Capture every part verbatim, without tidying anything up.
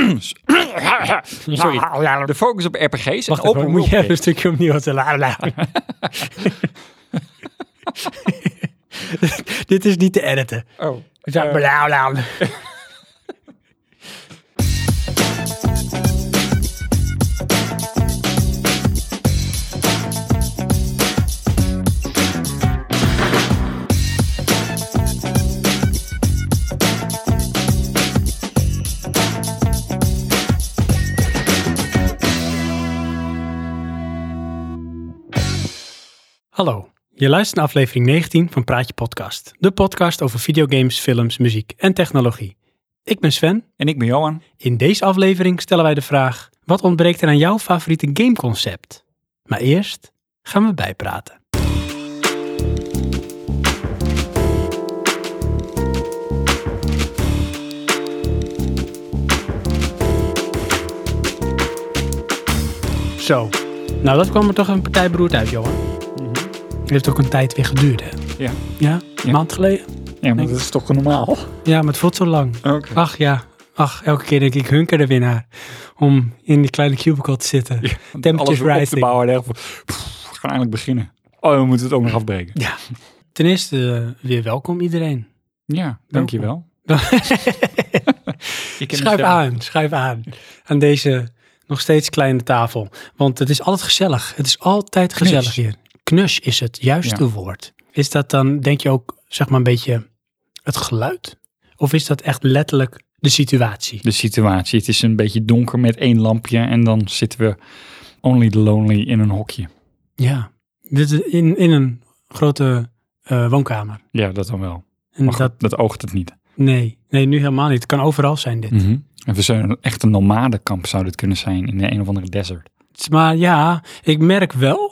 Sorry. De focus op R P G's. Wacht en open even, moet world je even games. een stukje opnieuw te la. Dit is niet te editen. Oh. Ja, Uh, la, la. Hallo, je luistert naar aflevering negentien van Praatje Podcast. De podcast over videogames, films, muziek en technologie. Ik ben Sven. En ik ben Johan. In deze aflevering stellen wij de vraag: wat ontbreekt er aan jouw favoriete gameconcept? Maar eerst gaan we bijpraten. Zo, nou dat kwam er toch een partij beroerd uit, Johan. Het heeft ook een tijd weer geduurd, hè? Ja. Ja? Een Ja. maand geleden? Ja, maar dat is toch normaal? Ja, maar het voelt zo lang. Oké. Ach ja, ach, elke keer denk ik hunker er weer naar. Om in die kleine cubicle te zitten. Ja, Temperatures alles weer op te rising. bouwen. En echt van, pff, we gaan eindelijk beginnen. Oh, we moeten het ook nog afbreken. Ja. Ten eerste uh, weer welkom iedereen. Ja, dankjewel. Schuif aan, schuif aan. Aan deze nog steeds kleine tafel. Want het is altijd gezellig. Het is altijd Knus. gezellig hier. Knus is het juiste Ja. woord. Is dat dan, denk je ook, zeg maar een beetje het geluid? Of is dat echt letterlijk de situatie? De situatie. Het is een beetje donker met één lampje. En dan zitten we only the lonely in een hokje. Ja, dit is in, in een grote uh, woonkamer. Ja, dat dan wel. En Maar goed, dat, dat oogt het niet. nee, nee, nu helemaal niet. Het kan overal zijn dit. Mm-hmm. En we zijn een echte nomadenkamp zou dit kunnen zijn in de een of andere desert. Maar ja, ik merk wel,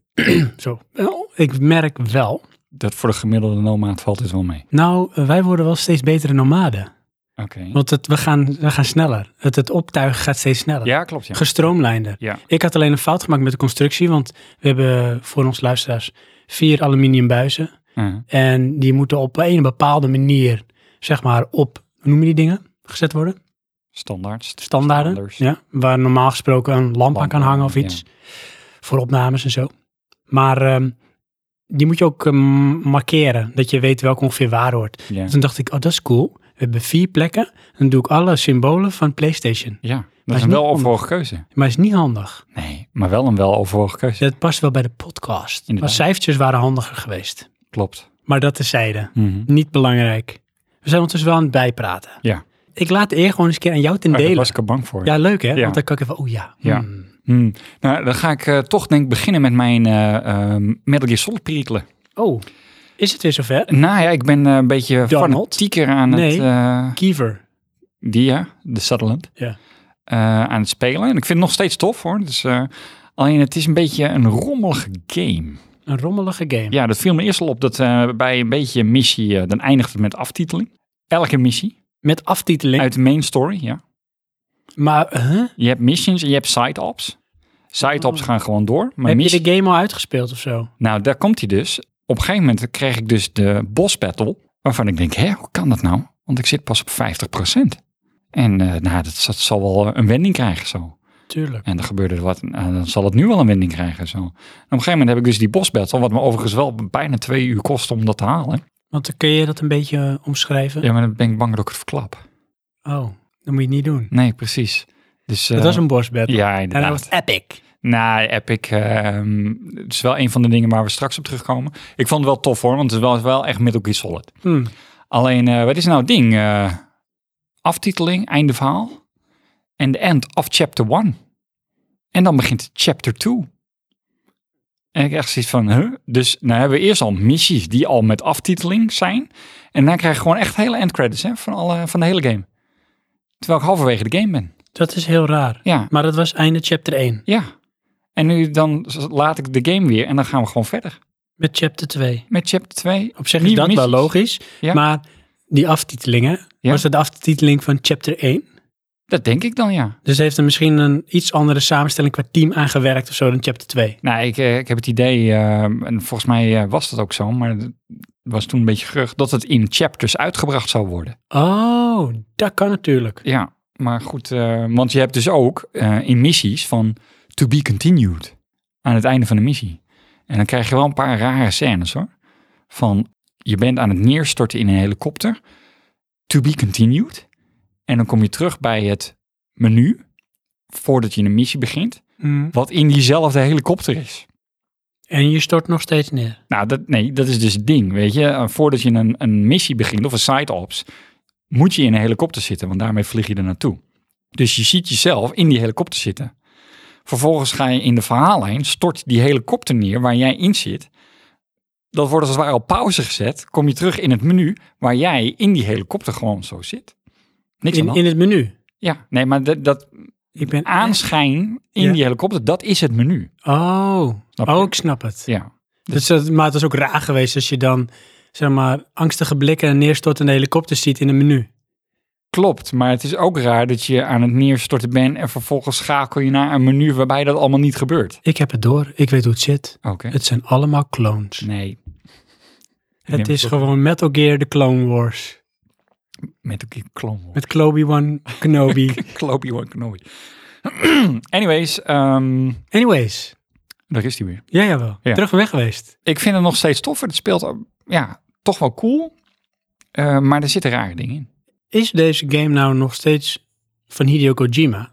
zo, wel, ik merk wel, Dat voor de gemiddelde nomaad valt dit wel mee. nou, uh, wij worden wel steeds betere nomaden. Oké. Want het, we, gaan, we gaan sneller. Het, het optuigen gaat steeds sneller. Ja, klopt. Ja. Gestroomlijnder. Ja. Ik had alleen een fout gemaakt met de constructie, want we hebben voor ons luisteraars vier aluminium buizen. Uh, En die moeten op een bepaalde manier, zeg maar, op, hoe noem je die dingen, gezet worden? standaard. Standaarden, Standaards. ja, waar normaal gesproken een lamp aan kan hangen of iets. Voor opnames en zo. Maar um, die moet je ook um, markeren, dat je weet welke ongeveer waar hoort. Ja. Dus toen dacht ik, oh, dat is cool. We hebben vier plekken. Dan doe ik alle symbolen van PlayStation. Ja, Maar dat is is een niet weloverwogen keuze. Maar is niet handig. Nee, maar wel een weloverwogen keuze. Dat past wel bij de podcast. Maar Inderdaad. cijfertjes waren handiger geweest. Klopt. Maar dat terzijde. Mm-hmm. Niet belangrijk. We zijn ondertussen wel aan het bijpraten. Ja. Ik laat de eer gewoon eens een keer aan jou ten Oh, daar delen. was ik er bang voor. Ja, leuk hè? Ja. Want dan kan ik even, oh ja. Ja. hmm. Hmm. Nou, dan ga ik uh, toch denk ik beginnen met mijn uh, uh, Metal Gear Solid perikelen. Oh, is het weer zover? Nou ja, ik ben uh, een beetje Donald? fanatieker aan Nee. het... Uh, Kiever. die ja, de Sutherland. Ja. Uh, aan het spelen. En ik vind het nog steeds tof hoor. Dus, uh, alleen het is een beetje een rommelige game. Een rommelige game. Ja, dat viel me eerst al op dat uh, bij een beetje missie, uh, dan eindigt het met aftiteling. Elke missie. Met aftiteling. Uit de main story, ja. Maar, huh? Je hebt missions en je hebt side-ops. Side-ops Oh. gaan gewoon door. Maar Heb miss- je de game al uitgespeeld of zo? Nou, daar komt hij dus. Op een gegeven moment kreeg ik dus de boss battle. Waarvan ik denk, hé, hoe kan dat nou? Want ik zit pas op vijftig procent. En uh, nou, dat, dat zal wel een wending krijgen zo. Tuurlijk. En dan gebeurde er wat. Nou, dan zal het nu wel een wending krijgen zo. En op een gegeven moment heb ik dus die boss battle. Wat me overigens wel bijna twee uur kost om dat te halen. Want dan kun je dat een beetje uh, omschrijven? Ja, maar dan ben ik bang dat ik het verklap. Oh, dan moet je het niet doen. Nee, precies. Dus, Dat uh, was een boss battle. Ja, En inderdaad. dat was epic. Nou, Epic, uh, het is wel een van de dingen waar we straks op terugkomen. Ik vond het wel tof hoor, want het was wel echt Metal Gear Solid. Hmm. Alleen, uh, wat is nou het ding? Uh, aftiteling, einde verhaal. En de end of chapter one. En dan begint chapter two. En ik echt zoiets van, huh? Dus nou hebben we eerst al missies die al met aftiteling zijn. En dan krijg je gewoon echt hele endcredits hè, van, alle, van de hele game. Terwijl ik halverwege de game ben. Dat is heel raar. Ja, Maar dat was einde chapter één. ja. En nu dan laat ik de game weer en dan gaan we gewoon verder. Met chapter twee. Met chapter twee. Op zich is Nieuwe dat wel missies. logisch. Ja. Maar die aftitelingen, Ja. was dat de aftiteling van chapter één? Dat denk ik dan, ja. Dus heeft er misschien een iets andere samenstelling qua team aangewerkt of zo dan chapter twee. Nou, ik, eh, ik heb het idee, uh, en volgens mij uh, was dat ook zo, maar het was toen een beetje gerucht, dat het in chapters uitgebracht zou worden. Oh, dat kan natuurlijk. Ja, Maar goed, uh, want je hebt dus ook uh, in missies van to be continued aan het einde van de missie. En dan krijg je wel een paar rare scènes hoor. Van je bent aan het neerstorten in een helikopter, to be continued. En dan kom je terug bij het menu, voordat je een missie begint, Mm. wat in diezelfde helikopter is. En je stort nog steeds neer. Nou, dat, nee, dat is dus het ding, weet je. Uh, voordat je een, een missie begint of een side-ops, moet je in een helikopter zitten, want daarmee vlieg je er naartoe. Dus je ziet jezelf in die helikopter zitten. Vervolgens ga je in de verhaallijn, stort die helikopter neer waar jij in zit. Dat wordt als het ware op pauze gezet. Kom je terug in het menu waar jij in die helikopter gewoon zo zit. Niks In, aan in het menu. Ja, nee, maar dat, dat Ik ben aanschijn in Ja. die helikopter, dat is het menu. Oh, Snap je? oh, ik snap het. Ja. Dus dat, maar het is ook raar geweest als je dan, zeg maar, angstige blikken en neerstortende helikopters ziet in een menu. Klopt, maar het is ook raar dat je aan het neerstorten bent en vervolgens schakel je naar een menu waarbij dat allemaal niet gebeurt. Ik heb het door. Ik weet hoe het zit. Oké. Het zijn allemaal clones. Nee. Het is gewoon Metal Gear The Clone Wars. Met een keer Clone Wars. Met Obi-Wan Kenobi. Obi-Wan Kenobi. Anyways, um, Anyways. daar is hij weer. Ja, jawel. Ja. Terug van weg geweest. Ik vind het nog steeds tof. Het speelt uh, ja, toch wel cool. Uh, maar er zitten rare dingen in. Is deze game nou nog steeds van Hideo Kojima?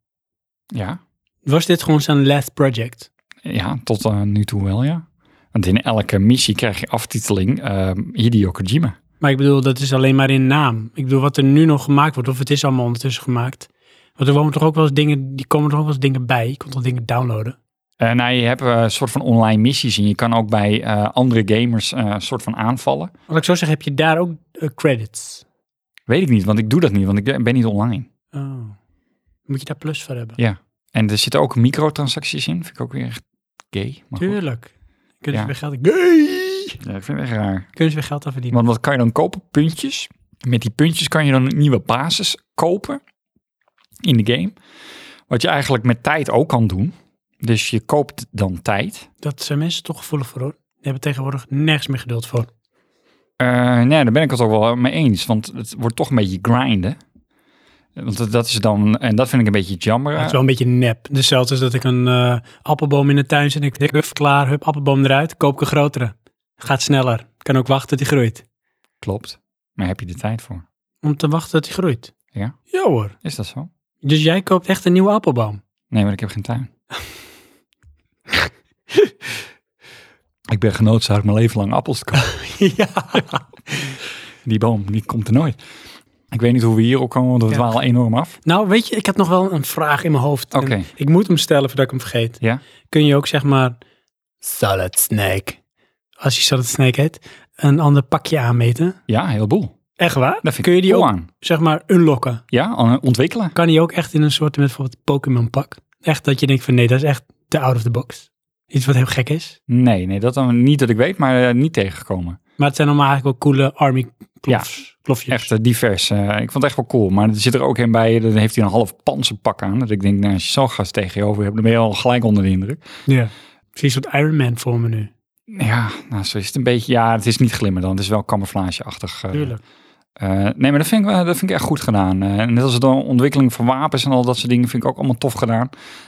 Ja, Was dit gewoon zijn last project? ja tot uh, nu toe wel, ja. Want in elke missie krijg je aftiteling uh, Hideo Kojima. Maar ik bedoel, dat is alleen maar in naam. Ik bedoel, wat er nu nog gemaakt wordt, of het is allemaal ondertussen gemaakt. Want er wonen toch ook wel eens dingen, die komen er ook wel eens dingen bij. Je kon toch dingen downloaden? Uh, nou, je hebt uh, een soort van online missies en je kan ook bij uh, andere gamers uh, een soort van aanvallen. Wat ik zo zeg, heb je daar ook uh, credits? Weet ik niet, want ik doe dat niet, want ik ben niet online. Oh. Moet je daar plus voor hebben? Ja, en er zitten ook microtransacties in. Vind ik ook weer echt gay. Maar goed. Tuurlijk. Kunnen Ja. ze weer geld... Gay! Ja, ik vind het echt raar. Kunnen ze weer geld aan verdienen? Want wat kan je dan kopen? Puntjes. Met die puntjes kan je dan een nieuwe basis kopen in de game. Wat je eigenlijk met tijd ook kan doen. Dus je koopt dan tijd. Dat zijn mensen toch gevoelig voor, hoor. Die hebben tegenwoordig nergens meer geduld voor. Uh, nee, daar ben ik het ook wel mee eens. Want het wordt toch een beetje grinden. Want dat is dan, en dat vind ik een beetje jammer. Het is wel een beetje nep. Dus zelfs als dat ik een uh, appelboom in de tuin zet en ik denk, hup, klaar, hup, appelboom eruit, koop ik een grotere. Gaat sneller. Kan ook wachten tot hij groeit. Klopt. Maar heb je de tijd voor? Om te wachten tot hij groeit. Ja? Ja hoor. Is dat zo? Dus jij koopt echt een nieuwe appelboom? Nee, maar ik heb geen tuin. Ik ben genoodzaakt mijn leven lang appels te kopen. Ja. Die boom, die komt er nooit. Ik weet niet hoe we hierop komen, want we Ja. dwalen enorm af. Nou, weet je, ik heb nog wel een vraag in mijn hoofd. Oké. En ik moet hem stellen voordat ik hem vergeet. Ja? Kun je ook, zeg maar, Solid Snake, als je Solid Snake heet, een ander pakje aanmeten? Ja, een heleboel. Echt waar? Dat vind ik Kun je die cool ook, aan. zeg maar, unlocken? Ja, aan- ontwikkelen. Kan die ook echt in een soort met bijvoorbeeld Pokémon pak? Echt dat je denkt van nee, dat is echt te out of the box. Iets wat heel gek is. Nee, nee, dat dan niet dat ik weet, maar uh, niet tegengekomen. Maar het zijn allemaal eigenlijk wel coole army klofs, klofjes. Echt uh, divers. Uh, ik vond het echt wel cool. Maar er zit er ook een bij, dan heeft hij een half panzerpak aan. Dat ik denk, nou, als je zo'n gast tegen je over hebt, dan ben je al gelijk onder de indruk. Ja. Precies wat Iron Man voor me nu. Ja, nou, zo is het een beetje. Ja, het is niet glimmer dan. Het is wel camouflageachtig. Uh, Tuurlijk. Uh, nee, maar dat vind, ik, uh, dat vind ik echt goed gedaan. Uh, net als de ontwikkeling van wapens en al dat soort dingen vind ik ook allemaal tof gedaan.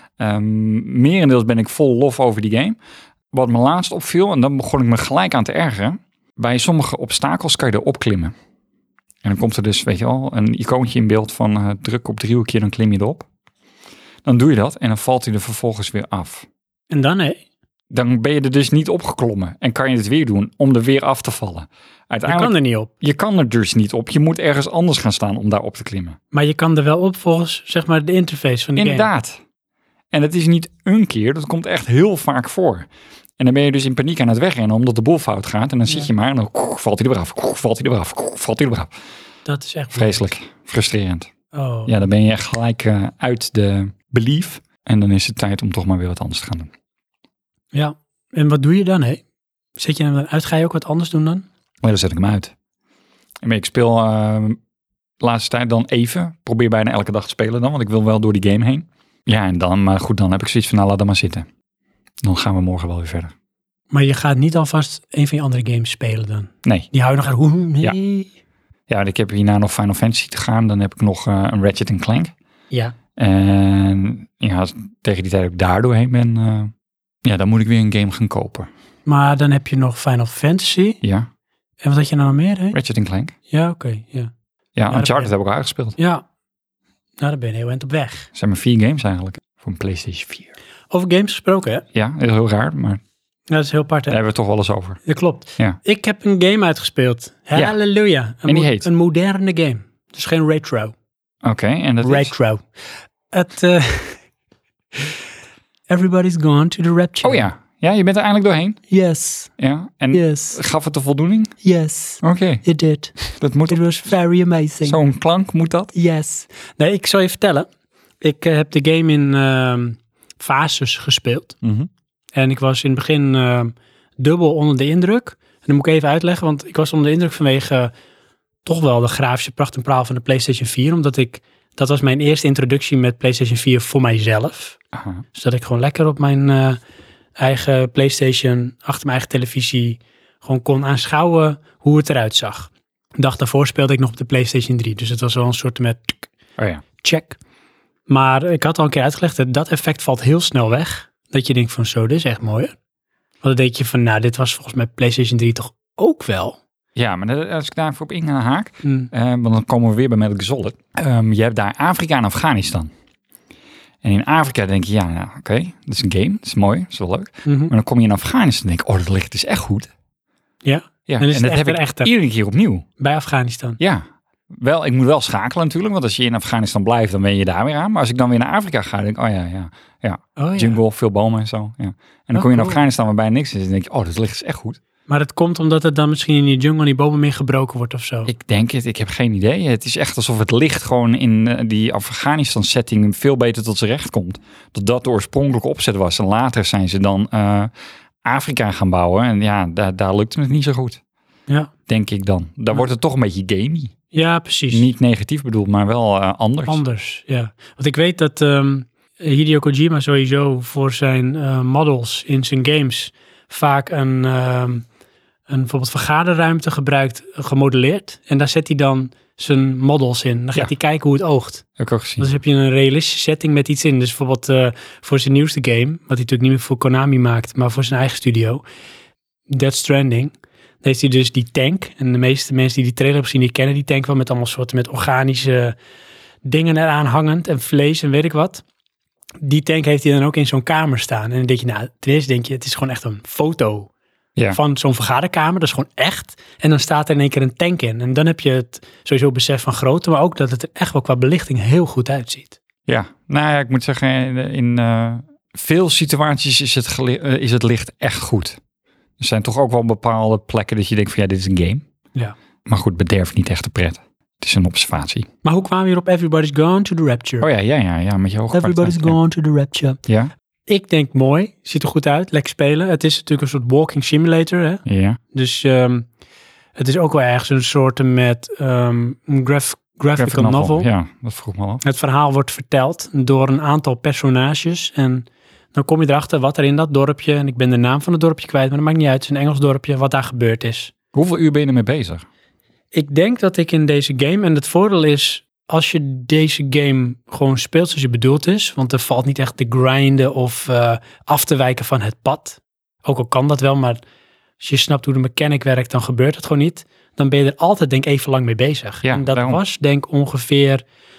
Um, merendeels ben ik vol lof over die game. Wat me laatst opviel, en dan begon ik me gelijk aan te ergeren. Bij sommige obstakels kan je erop klimmen. En dan komt er dus, weet je wel, een icoontje in beeld van uh, druk op driehoekje, dan klim je erop. Dan doe je dat en dan valt hij er vervolgens weer af. En dan, hé? Dan ben je er dus niet opgeklommen en kan je het weer doen om er weer af te vallen. Je kan er niet op. Je kan er dus niet op. Je moet ergens anders gaan staan om daar op te klimmen. Maar je kan er wel op volgens, zeg maar, de interface van de Inderdaad. game. En dat is niet een keer, dat komt echt heel vaak voor. En dan ben je dus in paniek aan het wegrennen omdat de boel fout gaat. En dan Ja. zit je maar en dan valt hij er weer af, valt hij er weer af, valt hij er weer af. Dat is echt Vreselijk, frustrerend. Oh. Ja, dan ben je echt gelijk uh, uit de belief. En dan is het tijd om toch maar weer wat anders te gaan doen. Ja. En wat doe je dan, hé? Zet je hem dan uit? Ga je ook wat anders doen dan? Maar dan zet ik hem uit. En ik speel uh, de laatste tijd dan even. Probeer bijna elke dag te spelen dan, want ik wil wel door die game heen. Ja, en dan, maar goed, dan heb ik zoiets van, nou, laat dat maar zitten. Dan gaan we morgen wel weer verder. Maar je gaat niet alvast een van je andere games spelen dan? Nee. Die hou je nog aan. Hoe? Nee. Ja. Ja, ik heb hierna nog Final Fantasy te gaan. Dan heb ik nog uh, een Ratchet and Clank. Ja. En ja, als ik tegen die tijd ook daar doorheen ben, uh, ja, dan moet ik weer een game gaan kopen. Maar dan heb je nog Final Fantasy. Ja. En wat had je nou nog meer? Hè? Ratchet and Clank. Ja, oké. Okay, ja. Ja, ja, Uncharted heb ik al uitgespeeld. Ja. Nou, dan ben je heel eind op weg. Het zijn maar vier games eigenlijk voor een PlayStation vier. Over games gesproken, hè? Ja, dat is heel raar, maar... Ja, dat is heel apart, hè? Daar hebben we het toch wel eens over. Dat klopt. Ja. Ik heb een game uitgespeeld. Halleluja. Ja. Een en die mo- heet? Een moderne game. Dus geen retro. Oké, okay, en dat retro. is? Het... Uh, Everybody's gone to the rapture. Oh ja. Ja, je bent er eindelijk doorheen. Yes. Ja, en yes. gaf het de voldoening? Yes. Oké. Okay. It did. Dat moet It was very amazing. Zo'n klank moet dat? Yes. Nee, ik zal je vertellen. Ik uh, heb de game in uh, fases gespeeld. Mm-hmm. En ik was in het begin uh, dubbel onder de indruk. En dan moet ik even uitleggen, want ik was onder de indruk vanwege uh, toch wel de grafische pracht en praal van de PlayStation vier. Omdat ik, dat was mijn eerste introductie met PlayStation vier voor mijzelf. Aha. Dus dat ik gewoon lekker op mijn uh, eigen PlayStation, achter mijn eigen televisie, gewoon kon aanschouwen hoe het eruit zag. De dag daarvoor speelde ik nog op de PlayStation drie. Dus het was wel een soort met oh ja. check. Maar ik had al een keer uitgelegd, dat dat effect valt heel snel weg. Dat je denkt van zo, dit is echt mooi. Want dan denk je van, nou, dit was volgens mij PlayStation drie toch ook wel. Ja, maar als ik daarvoor op in haak, hmm. uh, want dan komen we weer bij Metal Gear Solid. Um, je hebt daar Afrika en Afghanistan. En in Afrika denk je, ja, nou, oké, okay, dat is een game, dat is mooi, dat is wel leuk. Mm-hmm. Maar dan kom je in Afghanistan en denk ik, oh, dat licht is echt goed. Ja, ja. en, en dat heb ik echter. iedere keer opnieuw. Bij Afghanistan. Ja, wel, ik moet wel schakelen natuurlijk, want als je in Afghanistan blijft, dan ben je daar weer aan. Maar als ik dan weer naar Afrika ga, denk ik, oh ja, ja, ja, oh, jungle, ja. veel bomen en zo. Ja. En dan oh, kom je in cool. Afghanistan waar bijna niks is en denk je, oh, dat licht is echt goed. Maar het komt omdat het dan misschien in die jungle en die bomen meer gebroken wordt of zo. Ik denk het, ik heb geen idee. Het is echt alsof het licht gewoon in uh, die Afghanistan setting veel beter tot zijn recht komt. Dat dat de oorspronkelijke opzet was. En later zijn ze dan uh, Afrika gaan bouwen. En ja, daar, daar lukt het niet zo goed. Ja. Denk ik dan. Daar ja. wordt het toch een beetje gamey. Ja, precies. Niet negatief bedoeld, maar wel uh, anders. Anders, ja. Want ik weet dat um, Hideo Kojima sowieso voor zijn uh, models in zijn games vaak een... Um, een bijvoorbeeld vergaderruimte gebruikt, gemodelleerd. En daar zet hij dan zijn models in. Dan gaat ja. hij kijken hoe het oogt. Heb ik ook gezien. Dus heb je een realistische setting met iets in. Dus bijvoorbeeld uh, voor zijn nieuwste game, wat hij natuurlijk niet meer voor Konami maakt, maar voor zijn eigen studio, Death Stranding, dan heeft hij dus die tank. En de meeste mensen die die trailer hebben gezien, die kennen die tank wel met allemaal soorten met organische dingen eraan hangend en vlees en weet ik wat. Die tank heeft hij dan ook in zo'n kamer staan. En dan denk je, nou, ten eerste denk je, het is gewoon echt een foto ja. van zo'n vergaderkamer. Dat is gewoon echt. En dan staat er in één keer een tank in. En dan heb je het sowieso besef van grootte, maar ook dat het er echt wel qua belichting heel goed uitziet. Ja, nou ja, ik moet zeggen, in uh, veel situaties is het, geli- uh, is het licht echt goed. Er zijn toch ook wel bepaalde plekken dat je denkt van ja, dit is een game. Ja. Maar goed, bederf niet echt de pret. Het is een observatie. Maar hoe kwamen we hier op Everybody's Gone to the Rapture? Oh ja, ja, ja, ja met je hoge Everybody's Gone ja. to the Rapture. Ja. Ik denk mooi, ziet er goed uit, lekker spelen. Het is natuurlijk een soort walking simulator, hè? Ja. Dus um, het is ook wel ergens een soort met um, een graf, graphical novel. novel. Ja, dat vroeg me al. Het verhaal wordt verteld door een aantal personages en dan kom je erachter wat er in dat dorpje, en ik ben de naam van het dorpje kwijt, maar dat maakt niet uit, het is een Engels dorpje, wat daar gebeurd is. Hoeveel uur ben je ermee bezig? Ik denk dat ik in deze game, en het voordeel is, als je deze game gewoon speelt zoals je bedoeld is, want er valt niet echt te grinden of uh, af te wijken van het pad. Ook al kan dat wel, maar als je snapt hoe de mechanic werkt, dan gebeurt het gewoon niet. Dan ben je er altijd denk ik even lang mee bezig. Ja, en dat daarom. was denk ongeveer,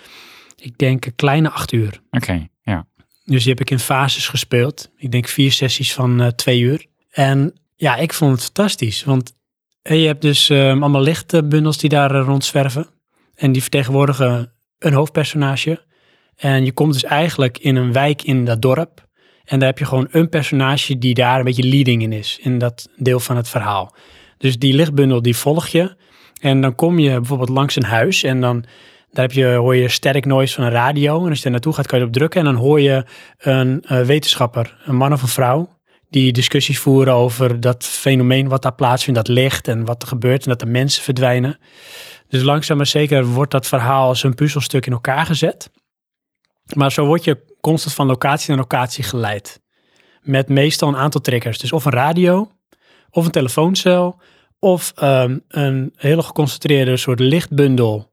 ik denk een kleine acht uur. Oké, okay, ja. Dus die heb ik in fases gespeeld. Ik denk vier sessies van uh, twee uur. En ja, ik vond het fantastisch, want je hebt dus um, allemaal lichtbundels die daar uh, rondzwerven. En die vertegenwoordigen een hoofdpersonage. En je komt dus eigenlijk in een wijk in dat dorp. En daar heb je gewoon een personage die daar een beetje leading in is. In dat deel van het verhaal. Dus die lichtbundel die volg je. En dan kom je bijvoorbeeld langs een huis. En dan daar heb je, hoor je sterk noise van een radio. En als je daar naartoe gaat kan je erop drukken. En dan hoor je een uh, wetenschapper, een man of een vrouw, die discussies voeren over dat fenomeen wat daar plaatsvindt. Dat licht en wat er gebeurt en dat de mensen verdwijnen. Dus langzaam maar zeker wordt dat verhaal als een puzzelstuk in elkaar gezet. Maar zo word je constant van locatie naar locatie geleid. Met meestal een aantal triggers. Dus of een radio, of een telefooncel, Of um, een hele geconcentreerde soort lichtbundel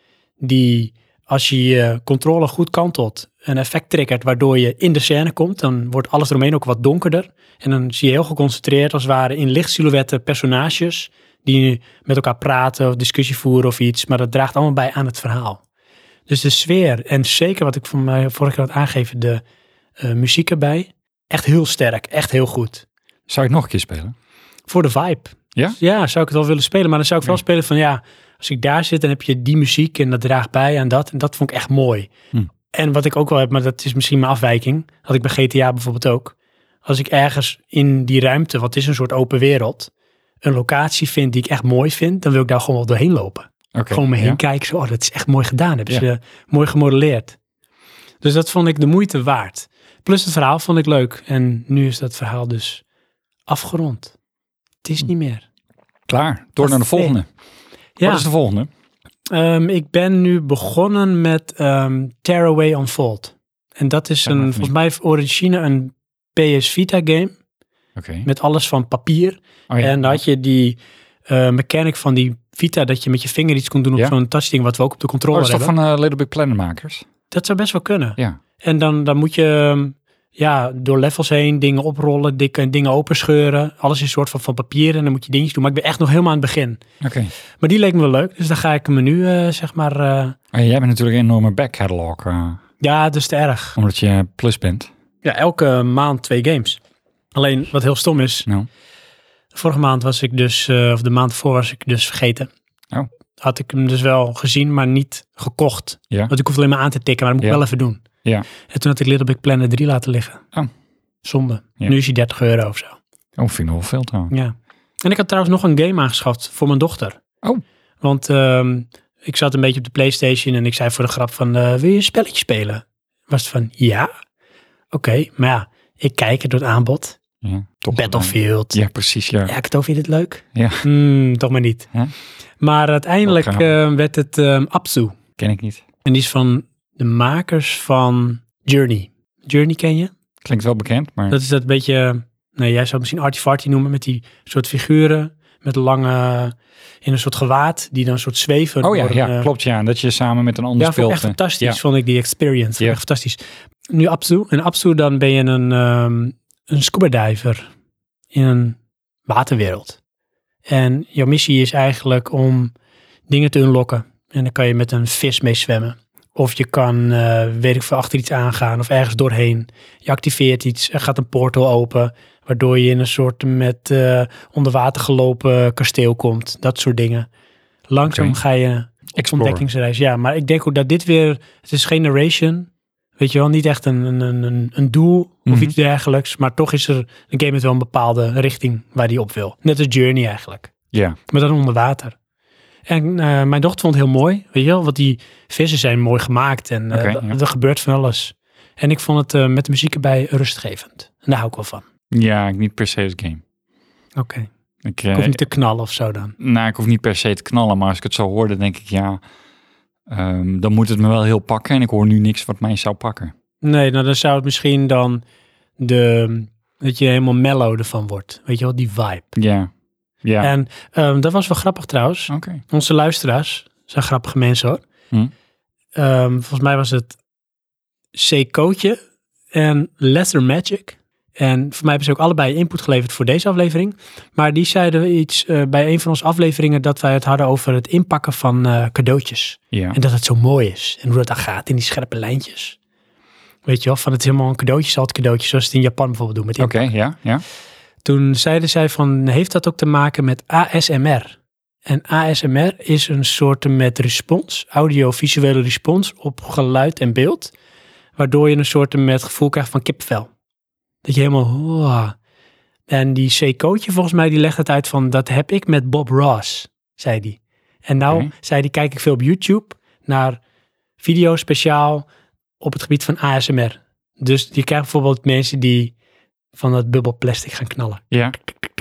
die als je je controle goed kantelt, een effect triggert waardoor je in de scène komt. Dan wordt alles eromheen ook wat donkerder. En dan zie je heel geconcentreerd als het ware in lichtsilhouetten personages die met elkaar praten of discussie voeren of iets. Maar dat draagt allemaal bij aan het verhaal. Dus de sfeer en zeker wat ik van mij vorige keer had aangegeven, de uh, muziek erbij. Echt heel sterk, echt heel goed. Zou ik nog een keer spelen? Voor de vibe. Ja? Ja, zou ik het wel willen spelen. Maar dan zou ik wel Nee. spelen van ja, als ik daar zit, dan heb je die muziek en dat draagt bij aan dat. En dat vond ik echt mooi. Hm. En wat ik ook wel heb, maar dat is misschien mijn afwijking. Had ik bij G T A bijvoorbeeld ook. Als ik ergens in die ruimte, wat is een soort open wereld, een locatie vind die ik echt mooi vind, dan wil ik daar gewoon wel doorheen lopen. Okay. Gewoon me heen ja. kijken. Zo, oh, dat is echt mooi gedaan. Hebben Ja. ze mooi gemodelleerd. Dus dat vond ik de moeite waard. Plus het verhaal vond ik leuk. En nu is dat verhaal dus afgerond. Het is niet meer. Klaar, door naar de Passé. volgende. Ja. Wat is de volgende? Um, ik ben nu begonnen met um, Tearaway Unfold. En dat is Zeg een, maar even volgens mij van origine een P S Vita game. Oké. Okay. Met alles van papier. Oh, ja. En dan had je die uh, mechanic van die Vita, dat je met je vinger iets kon doen op Ja. zo'n touchding, wat we ook op de Oh, controller dat is toch hebben. van uh, Little Big Planet makers? Dat zou best wel kunnen. Ja. En dan, dan moet je um, ja, door levels heen dingen oprollen, dikke, dingen openscheuren. Alles is een soort van, van papier en dan moet je dingetjes doen. Maar ik ben echt nog helemaal aan het begin. Oké. Okay. Maar die leek me wel leuk. Dus dan ga ik me nu, uh, zeg maar... Uh, oh, jij bent natuurlijk een enorme back catalog. Uh, ja, dat is te erg. Omdat je plus bent. Ja, elke maand twee games. Alleen wat heel stom is. No. Vorige maand was ik dus, uh, of de maand voor was ik dus vergeten. Oh. Had ik hem dus wel gezien, maar niet gekocht. Ja. Want ik hoef alleen maar aan te tikken, maar dat moet ik Ja. wel even doen. Ja. En toen had ik Little Big Planet drie laten liggen. Oh. Zonde. Ja. Nu is hij dertig euro of zo. Oh, vind ik nog wel veel trouwens. Ja. En ik had trouwens nog een game aangeschaft voor mijn dochter. Oh. Want um, ik zat een beetje op de PlayStation en ik zei voor de grap van, uh, wil je een spelletje spelen? Was het van, ja. Oké, okay, maar ja, ik kijk het door het aanbod. Ja, toch Battlefield. Ja, precies, ja. Ja, ik het over, vind je dit leuk? Ja. Hmm, toch maar niet. Huh? Maar uiteindelijk uh, werd het um, Abzu. Ken ik niet. En die is van de makers van Journey. Journey ken je? Klinkt wel bekend, maar... Dat is dat beetje, nee, jij zou het misschien arty-farty noemen, met die soort figuren, met lange, in een soort gewaad, die dan een soort zweven. Oh ja, door, ja uh, klopt, ja. Dat je samen met een ander ja, speelt. Ja, echt fantastisch, ja. vond ik die experience. Ja. Echt fantastisch. Nu Abzu. En Abzu, dan ben je een, um, een scuba diver in een waterwereld. En jouw missie is eigenlijk om dingen te unlocken. En dan kan je met een vis mee zwemmen. Of je kan, uh, weet ik veel, achter iets aangaan of ergens doorheen. Je activeert iets, er gaat een portal open, waardoor je in een soort met uh, onder water gelopen kasteel komt. Dat soort dingen. Langzaam okay. ga je op ontdekkingsreis. Ja, maar ik denk ook dat dit weer, het is geen narration, weet je wel, niet echt een, een, een, een doel of mm-hmm. iets dergelijks. Maar toch is er een game met wel een bepaalde richting waar die op wil. Net als Journey eigenlijk. Ja. Yeah. Maar dan onder water. En uh, mijn dochter vond het heel mooi, weet je wel, want die vissen zijn mooi gemaakt en uh, okay, d- ja. er gebeurt van alles. En ik vond het uh, met de muziek erbij rustgevend. En daar hou ik wel van. Ja, niet per se als game. Oké. Okay. Ik, uh, ik hoef niet te knallen of zo dan. Nou, ik hoef niet per se te knallen, maar als ik het zo hoorde, denk ik ja, um, dan moet het me wel heel pakken. En ik hoor nu niks wat mij zou pakken. Nee, nou dan zou het misschien dan de, dat je helemaal mellow ervan wordt. Weet je wel, die vibe. Ja. Ja. En um, dat was wel grappig trouwens. Okay. Onze luisteraars zijn grappige mensen hoor. Hm. Um, volgens mij was het C-Cootje en Lesser Magic. En voor mij hebben ze ook allebei input geleverd voor deze aflevering. Maar die zeiden iets uh, bij een van onze afleveringen dat wij het hadden over het inpakken van uh, cadeautjes. Ja. En dat het zo mooi is. En hoe dat dan gaat in die scherpe lijntjes. Weet je wel, van het helemaal een cadeautje is altijd cadeautje. Zoals het in Japan bijvoorbeeld doen met Oké, okay, ja, ja. Toen zeiden zij van, heeft dat ook te maken met A S M R? En A S M R is een soort met respons, audiovisuele respons op geluid en beeld. Waardoor je een soort met gevoel krijgt van kipvel. Dat je helemaal, oh. En die C-Cootje volgens mij, die legt het uit van, dat heb ik met Bob Ross, zei die. En nou, okay. zei die, kijk ik veel op YouTube naar video's speciaal op het gebied van A S M R. Dus je krijgt bijvoorbeeld mensen die van dat bubbelplastic gaan knallen. Ja.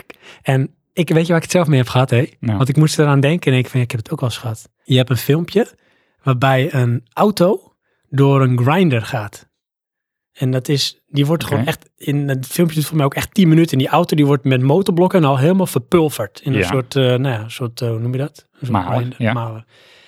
En ik weet je waar ik het zelf mee heb gehad, hè? Nou. Want ik moest eraan denken en ik van, ik heb het ook al eens gehad. Je hebt een filmpje waarbij een auto door een grinder gaat. En dat is, die wordt Oké. gewoon echt, in het filmpje duurt voor mij ook echt tien minuten. En die auto die wordt met motorblokken al helemaal verpulverd. In een Ja. soort, uh, nou ja, een soort, uh, hoe noem je dat? Een soort Malen, grinder, ja. malen.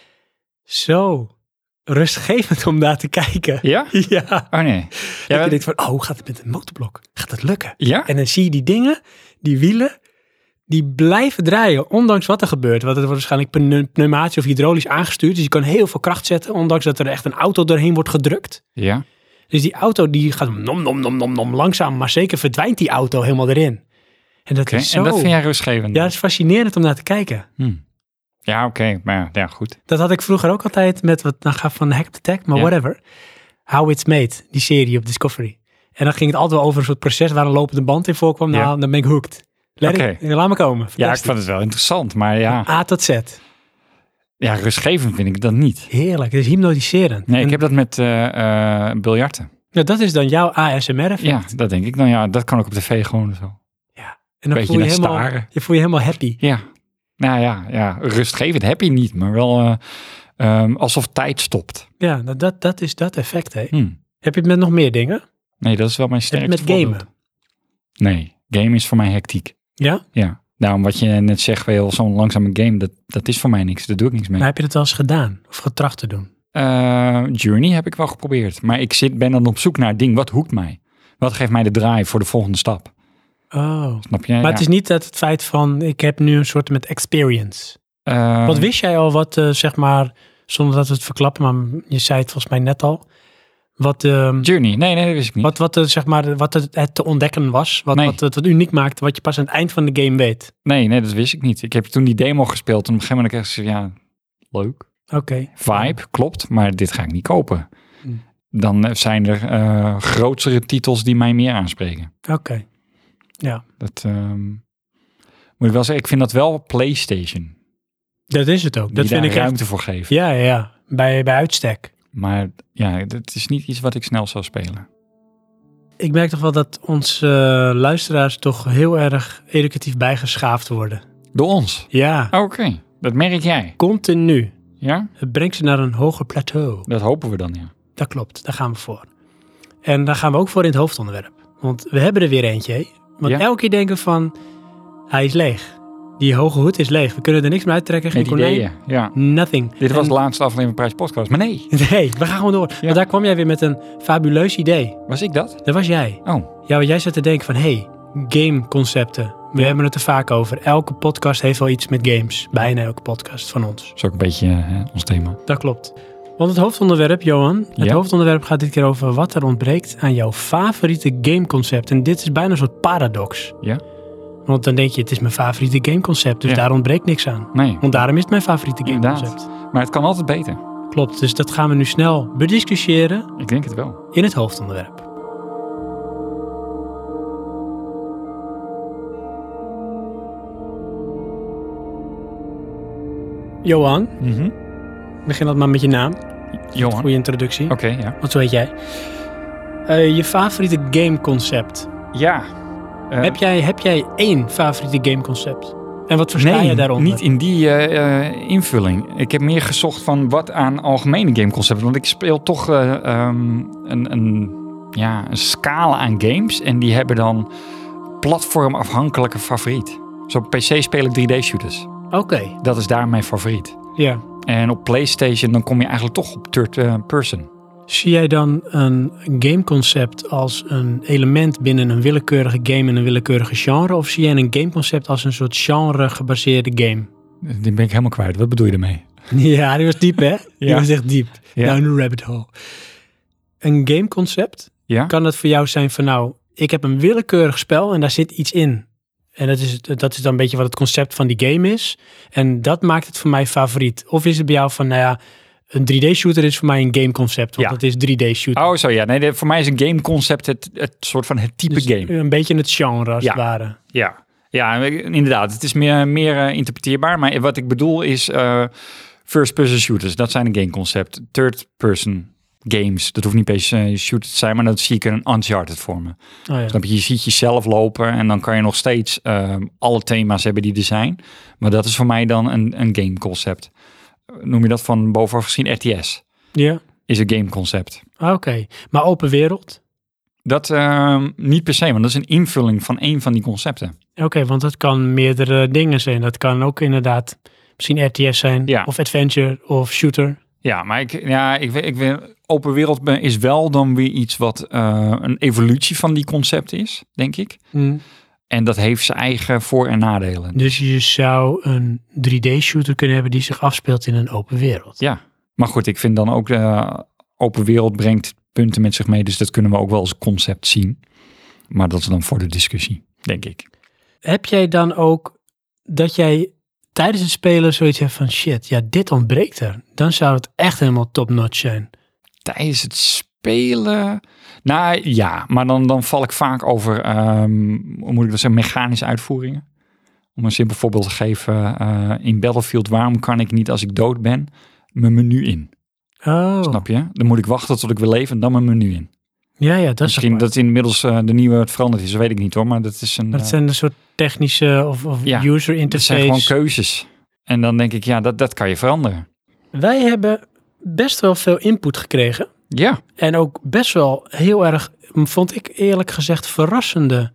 Zo rustgevend om daar te kijken. Ja? Ja. Oh nee. Dat Ja, je denkt van, oh, hoe gaat het met een motorblok? Gaat het lukken? ja? En dan zie je die dingen, die wielen, die blijven draaien, ondanks wat er gebeurt. Want het wordt waarschijnlijk pneu- pneumatisch of hydraulisch aangestuurd. Dus je kan heel veel kracht zetten, ondanks dat er echt een auto doorheen wordt gedrukt. Ja. Dus die auto die gaat nom, nom, nom, nom, nom, langzaam, maar zeker verdwijnt die auto helemaal erin. En dat Oké, is zo... en dat vind jij rustgevend? Ja, dat is fascinerend om naar te kijken. Hm. Ja, oké. Maar ja, ja, goed. Dat had ik vroeger ook altijd met wat dan gaat van Hack the Tech, maar Ja. whatever. How It's Made, die serie op Discovery. En dan ging het altijd wel over een soort proces waar een lopende band in voorkwam. Nou, Ja. dan ben ik hooked. Let Oké. it- laat me komen. Ja, ik Fantastisch. vond het wel interessant, maar ja, A tot Z. ja rustgevend vind ik dat niet. Heerlijk, het is hypnotiserend. Nee, En, ik heb dat met eh eh, biljarten. nou, dat is dan jouw A S M R effect. Ja, dat denk ik. Nou ja, dat kan ook op tv gewoon zo. En dan beetje voel je, naar helemaal, staren. je voel je helemaal happy. Ja. Nou ja, ja, rustgevend heb je niet, maar wel eh, ehm, alsof tijd stopt. Ja, nou, dat, dat is dat effect. Hè. Hm. Heb je het met nog meer dingen? Nee, dat is wel mijn Heb je sterkste het met gamen? voorbeeld. Nee, game is voor mij hectiek. Ja? Ja, daarom wat je net zegt, wel zo'n langzame game, dat, dat is voor mij niks. Daar doe ik niks mee. Maar heb je het wel eens gedaan? Of getracht te doen? Eh, Journey heb ik wel geprobeerd. Maar ik zit, ben dan op zoek naar het ding. Wat hoekt mij? Wat geeft mij de drive voor de volgende stap? Oh. Snap je? Maar Ja. het is niet dat het feit van, ik heb nu een soort met experience. Eh, Wat wist jij al wat, eh, zeg maar, zonder dat we het verklappen, maar je zei het volgens mij net al. Wat, ehm, Journey? Nee, nee, dat wist ik niet. wat, wat, eh, zeg maar, wat het, het te ontdekken was. Wat, Nee. wat het wat uniek maakte, wat je pas aan het eind van de game weet. Nee, nee, dat wist ik niet. Ik heb toen die demo gespeeld en op een gegeven moment heb ik echt gezegd, ja, leuk. Oké. Vibe, klopt, maar dit ga ik niet kopen. Hm. Dan eh, zijn er eh grotere titels die mij meer aanspreken. Oké. Ja. Dat ehm, moet ik wel zeggen, ik vind dat wel PlayStation. Dat is het ook. Die Dat daar vind ik ruimte echt. voor geeft. Ja, ja, ja. Bij, bij uitstek. Maar ja, het is niet iets wat ik snel zou spelen. Ik merk toch wel dat onze eh, luisteraars toch heel erg educatief bijgeschaafd worden. Door ons? Ja, Oké, dat merk jij. continu. Ja? Het brengt ze naar een hoger plateau. Dat hopen we dan, ja. Dat klopt, daar gaan we voor. En daar gaan we ook voor in het hoofdonderwerp. Want we hebben er weer eentje. Hè? Want Ja. elke keer denken we van, hij is leeg. Die hoge hoed is leeg. We kunnen er niks meer uittrekken. Geen Met konijn. ideeën, ja. Nothing. Dit was En- de laatste aflevering van Prijs Podcast. Maar nee, Nee, we gaan gewoon door. Want daar kwam jij weer met een fabuleus idee. was ik dat? Dat was jij. Oh, Ja, want jij zat te denken van, hé, hey, gameconcepten. We hebben het er vaak over. Elke podcast heeft wel iets met games. Bijna elke podcast van ons. dat is ook een beetje eh, ons thema. Dat klopt. Want het hoofdonderwerp, Johan, het Ja. hoofdonderwerp gaat dit keer over wat er ontbreekt aan jouw favoriete gameconcept. En dit is bijna een soort paradox. Ja? Want dan denk je, het is mijn favoriete gameconcept, dus Ja. daar ontbreekt niks aan. Nee, Want daarom is het mijn favoriete Inderdaad. gameconcept. maar het kan altijd beter. Klopt, dus dat gaan we nu snel bediscussiëren Ik denk het wel. in het hoofdonderwerp. Johan, Mhm. begin dat maar met je naam. Johan. Goede introductie. Oké, ja. Want zo heet jij. Eh, je favoriete gameconcept. Ja. Eh, Heb jij, heb jij één favoriete gameconcept? En wat versta nee, je daaronder? niet in die eh, eh, invulling. Ik heb meer gezocht van wat aan algemene gameconcepten. Want ik speel toch eh, ehm, een, een, ja, een scala aan games. En die hebben dan platformafhankelijke favoriet. Zo op P C speel ik drie D-shooters. Oké, Dat is daar mijn favoriet. ja. En op PlayStation dan kom je eigenlijk toch op third eh, person. Zie jij dan een gameconcept als een element binnen een willekeurige game en een willekeurige genre? Of zie jij een gameconcept als een soort genre-gebaseerde game? Die ben ik helemaal kwijt. Wat bedoel je ermee? Ja, die was diep, hè? Die Ja. was echt diep. Ja. Down the rabbit hole. Een gameconcept, Ja? kan het voor jou zijn van nou, ik heb een willekeurig spel en daar zit iets in. En dat is, dat is dan een beetje wat het concept van die game is. En dat maakt het voor mij favoriet. Of is het bij jou van, nou ja, een drie D-shooter is voor mij een gameconcept. Want Ja. het is drie D-shooter. Oh, zo ja. Nee, de- voor mij is een gameconcept het, het soort van het type Dus game. een beetje het genre als Ja. het ware. Ja, ja, inderdaad. Het is meer, meer eh, interpreteerbaar. Maar wat ik bedoel is eh, first-person shooters. Dat zijn een gameconcept. Third-person games. Dat hoeft niet per se shooter te zijn, maar dat zie ik een Uncharted voor me. Oh ja. Snap je? Je ziet jezelf lopen en dan kan je nog steeds eh, alle thema's hebben die er zijn. Maar dat is voor mij dan een, een gameconcept. Noem je dat van bovenaf gezien R T S? Ja, Is een gameconcept. oké. Maar open wereld? Dat uh, niet per se, want dat is een invulling van één van die concepten. Oké, okay, want dat kan meerdere dingen zijn. Dat kan ook inderdaad misschien R T S zijn, ja. of adventure, of shooter. Ja, maar ik, ja, ik, ik, ik, open wereld is wel dan weer iets wat uh, een evolutie van die concept is, denk ik. Hmm. En dat heeft zijn eigen voor- en nadelen. Dus je zou een drie D-shooter kunnen hebben die zich afspeelt in een open wereld. Ja, maar goed, ik vind dan ook uh, open wereld brengt punten met zich mee. Dus dat kunnen we ook wel als concept zien. Maar dat is dan voor de discussie, denk ik. Heb jij dan ook dat jij tijdens het spelen zoiets hebt van shit, ja, dit ontbreekt er. Dan zou het echt helemaal top-notch zijn. Tijdens het spelen... Nou ja, maar dan, dan val ik vaak over, um, hoe moet ik dat zeggen, mechanische uitvoeringen. Om een simpel voorbeeld te geven, uh, in Battlefield, waarom kan ik niet als ik dood ben, mijn menu in? Oh. Snap je? Dan moet ik wachten tot ik weer leef en dan mijn menu in. Ja, ja, dat Misschien is dat inmiddels uh, de nieuwe het veranderd is, dat weet ik niet hoor, maar dat is een... Dat zijn een soort technische of, of ja, user interface. Dat zijn gewoon keuzes. En dan denk ik, ja, dat, dat kan je veranderen. Wij hebben best wel veel input gekregen. Ja. En ook best wel heel erg, vond ik eerlijk gezegd, verrassende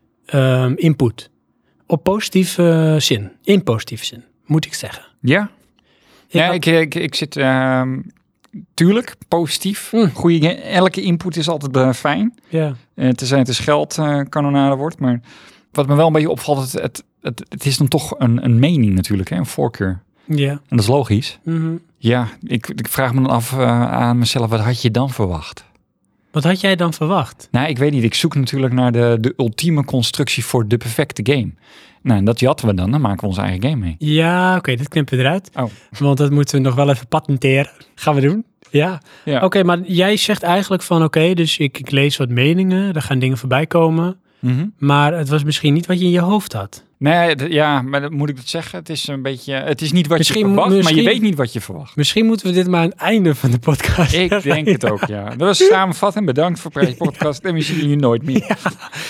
um, input. Op positieve uh, zin. In positieve zin, moet ik zeggen. Ja. Ik ja, had... ik, ik, ik zit... Uh, tuurlijk, positief. Mm. Goeie, elke input is altijd uh, fijn. Ja. Uh, tenzij het is geld uh, kanonade wordt. Maar wat me wel een beetje opvalt, het, het, het, het is dan toch een, een mening natuurlijk, hè? Een voorkeur. Ja. En dat is logisch. Mm-hmm. Ja, ik, ik vraag me dan af uh, aan mezelf, wat had je dan verwacht? Wat had jij dan verwacht? Nou, ik weet niet. Ik zoek natuurlijk naar de, de ultieme constructie voor de perfecte game. Nou, en dat jatten we dan. Dan maken we onze eigen game mee. Ja, oké. Okay, dit knippen we eruit. Oh. Want dat moeten we nog wel even patenteren. Gaan we doen. Ja. ja. Oké, okay, maar jij zegt eigenlijk van oké, okay, dus ik, ik lees wat meningen. Er gaan dingen voorbij komen. Mm-hmm. Maar het was misschien niet wat je in je hoofd had. Nee, d- ja, maar dat, moet ik dat zeggen? Het is een beetje, het is niet wat misschien, je verwacht, misschien, maar je weet niet wat je verwacht. Misschien moeten we dit maar aan het einde van de podcast. Ik denk rijden. Het ook, ja. Dat was samenvatting. Bedankt voor deze podcast en we zien jullie nooit meer. Ja.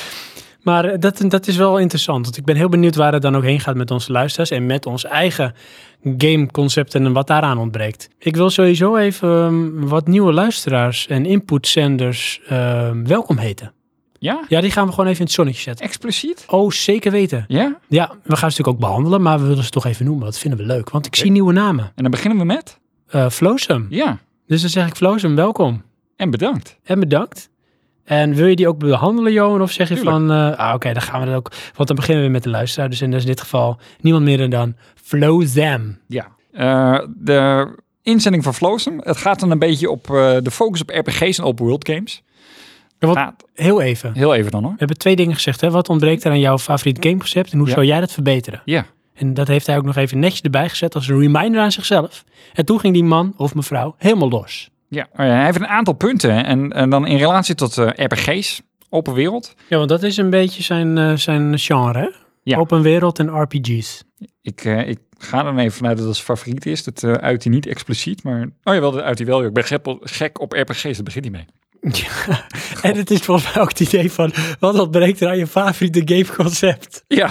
Maar dat, dat is wel interessant, want ik ben heel benieuwd waar het dan ook heen gaat met onze luisteraars en met ons eigen gameconcepten en wat daaraan ontbreekt. Ik wil sowieso even um, wat nieuwe luisteraars en inputzenders uh, welkom heten. Ja? Ja, die gaan we gewoon even in het zonnetje zetten. Expliciet? Oh, zeker weten. Ja? Ja, we gaan ze natuurlijk ook behandelen, maar we willen ze toch even noemen. Dat vinden we leuk, want ik okay. zie nieuwe namen. En dan beginnen we met? Uh, Flowsome. Ja. Dus dan zeg ik Flowsome, welkom. En bedankt. En bedankt. En wil je die ook behandelen, Johan? Of zeg je Tuurlijk. van, uh, ah, oké, okay, dan gaan we dat ook. Want dan beginnen we met de luisteraar. Dus in dit geval niemand meer dan Flowsome. Ja. Uh, de inzending van Flowsome. Het gaat dan een beetje op uh, de focus op R P G's en open world games. Wat, gaat, heel even. Heel even dan hoor. We hebben twee dingen gezegd. Hè? Wat ontbreekt er aan jouw favoriete gameconcept? En hoe ja. zou jij dat verbeteren? Ja. En dat heeft hij ook nog even netjes erbij gezet als een reminder aan zichzelf. En toen ging die man of mevrouw helemaal los. Ja, hij heeft een aantal punten. En, en dan in relatie tot uh, R P G's, open wereld. Ja, want dat is een beetje zijn, uh, zijn genre, hè? Ja. Open wereld en R P G's. Ik, uh, ik ga er even vanuit dat het zijn favoriet is. Dat uh, uit hij niet expliciet, maar... Oh ja, wel, dat uit hij wel. Ik ben gek op, gek op R P G's, daar begint hij mee. Ja, en het is volgens mij ook het idee van... wat ontbreekt er aan je favoriete gameconcept? Ja,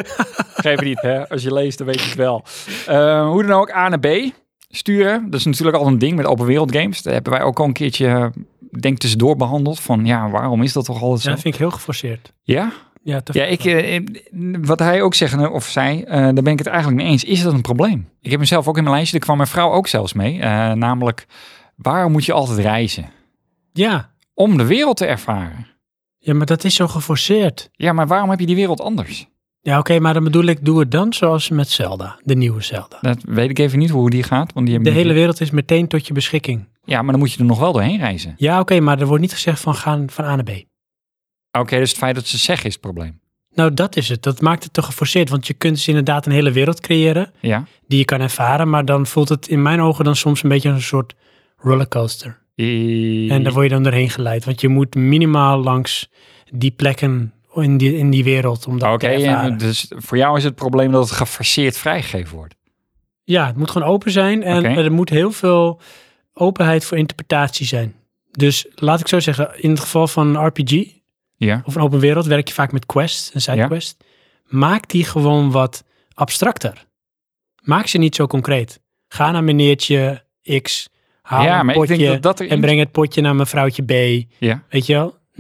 geef niet, hè. Als je leest, dan weet je het wel. Uh, hoe dan ook, A naar B... sturen. Dat is natuurlijk al een ding met open wereld games. Daar hebben wij ook al een keertje, denk tussendoor behandeld. Van ja, waarom is dat toch altijd zo? Ja, dat vind ik heel geforceerd. Ja? Ja, ja ik, eh, wat hij ook zegt, of zei, uh, daar ben ik het eigenlijk mee eens. Is dat een probleem? Ik heb mezelf ook in mijn lijstje, daar kwam mijn vrouw ook zelfs mee. Uh, namelijk, waarom moet je altijd reizen? Ja. Om de wereld te ervaren. Ja, maar dat is zo geforceerd. Ja, maar waarom heb je die wereld anders? Ja, oké, okay, maar dan bedoel ik, doe het dan zoals met Zelda, de nieuwe Zelda. Dat weet ik even niet hoe die gaat. Want die de hele niet... wereld is meteen tot je beschikking. Ja, maar dan moet je er nog wel doorheen reizen. Ja, oké, okay, maar er wordt niet gezegd van gaan van A naar B. Oké, okay, dus het feit dat ze zeggen is het probleem. Nou, dat is het. Dat maakt het te geforceerd, want je kunt dus inderdaad een hele wereld creëren ja. die je kan ervaren, maar dan voelt het in mijn ogen dan soms een beetje als een soort rollercoaster. E... En daar word je dan doorheen geleid, want je moet minimaal langs die plekken in die, in die wereld om dat okay, te ervaren. Oké, dus voor jou is het probleem dat het gefaseerd vrijgegeven wordt? Ja, het moet gewoon open zijn en okay. er moet heel veel openheid voor interpretatie zijn. Dus laat ik zo zeggen, in het geval van een R P G ja. of een open wereld werk je vaak met quests en sidequests. Ja. Maak die gewoon wat abstracter. Maak ze niet zo concreet. Ga naar meneertje X, haal ja, een maar potje ik denk dat dat er en breng het potje naar mevrouwtje B. Ja. Weet je wel? Nee.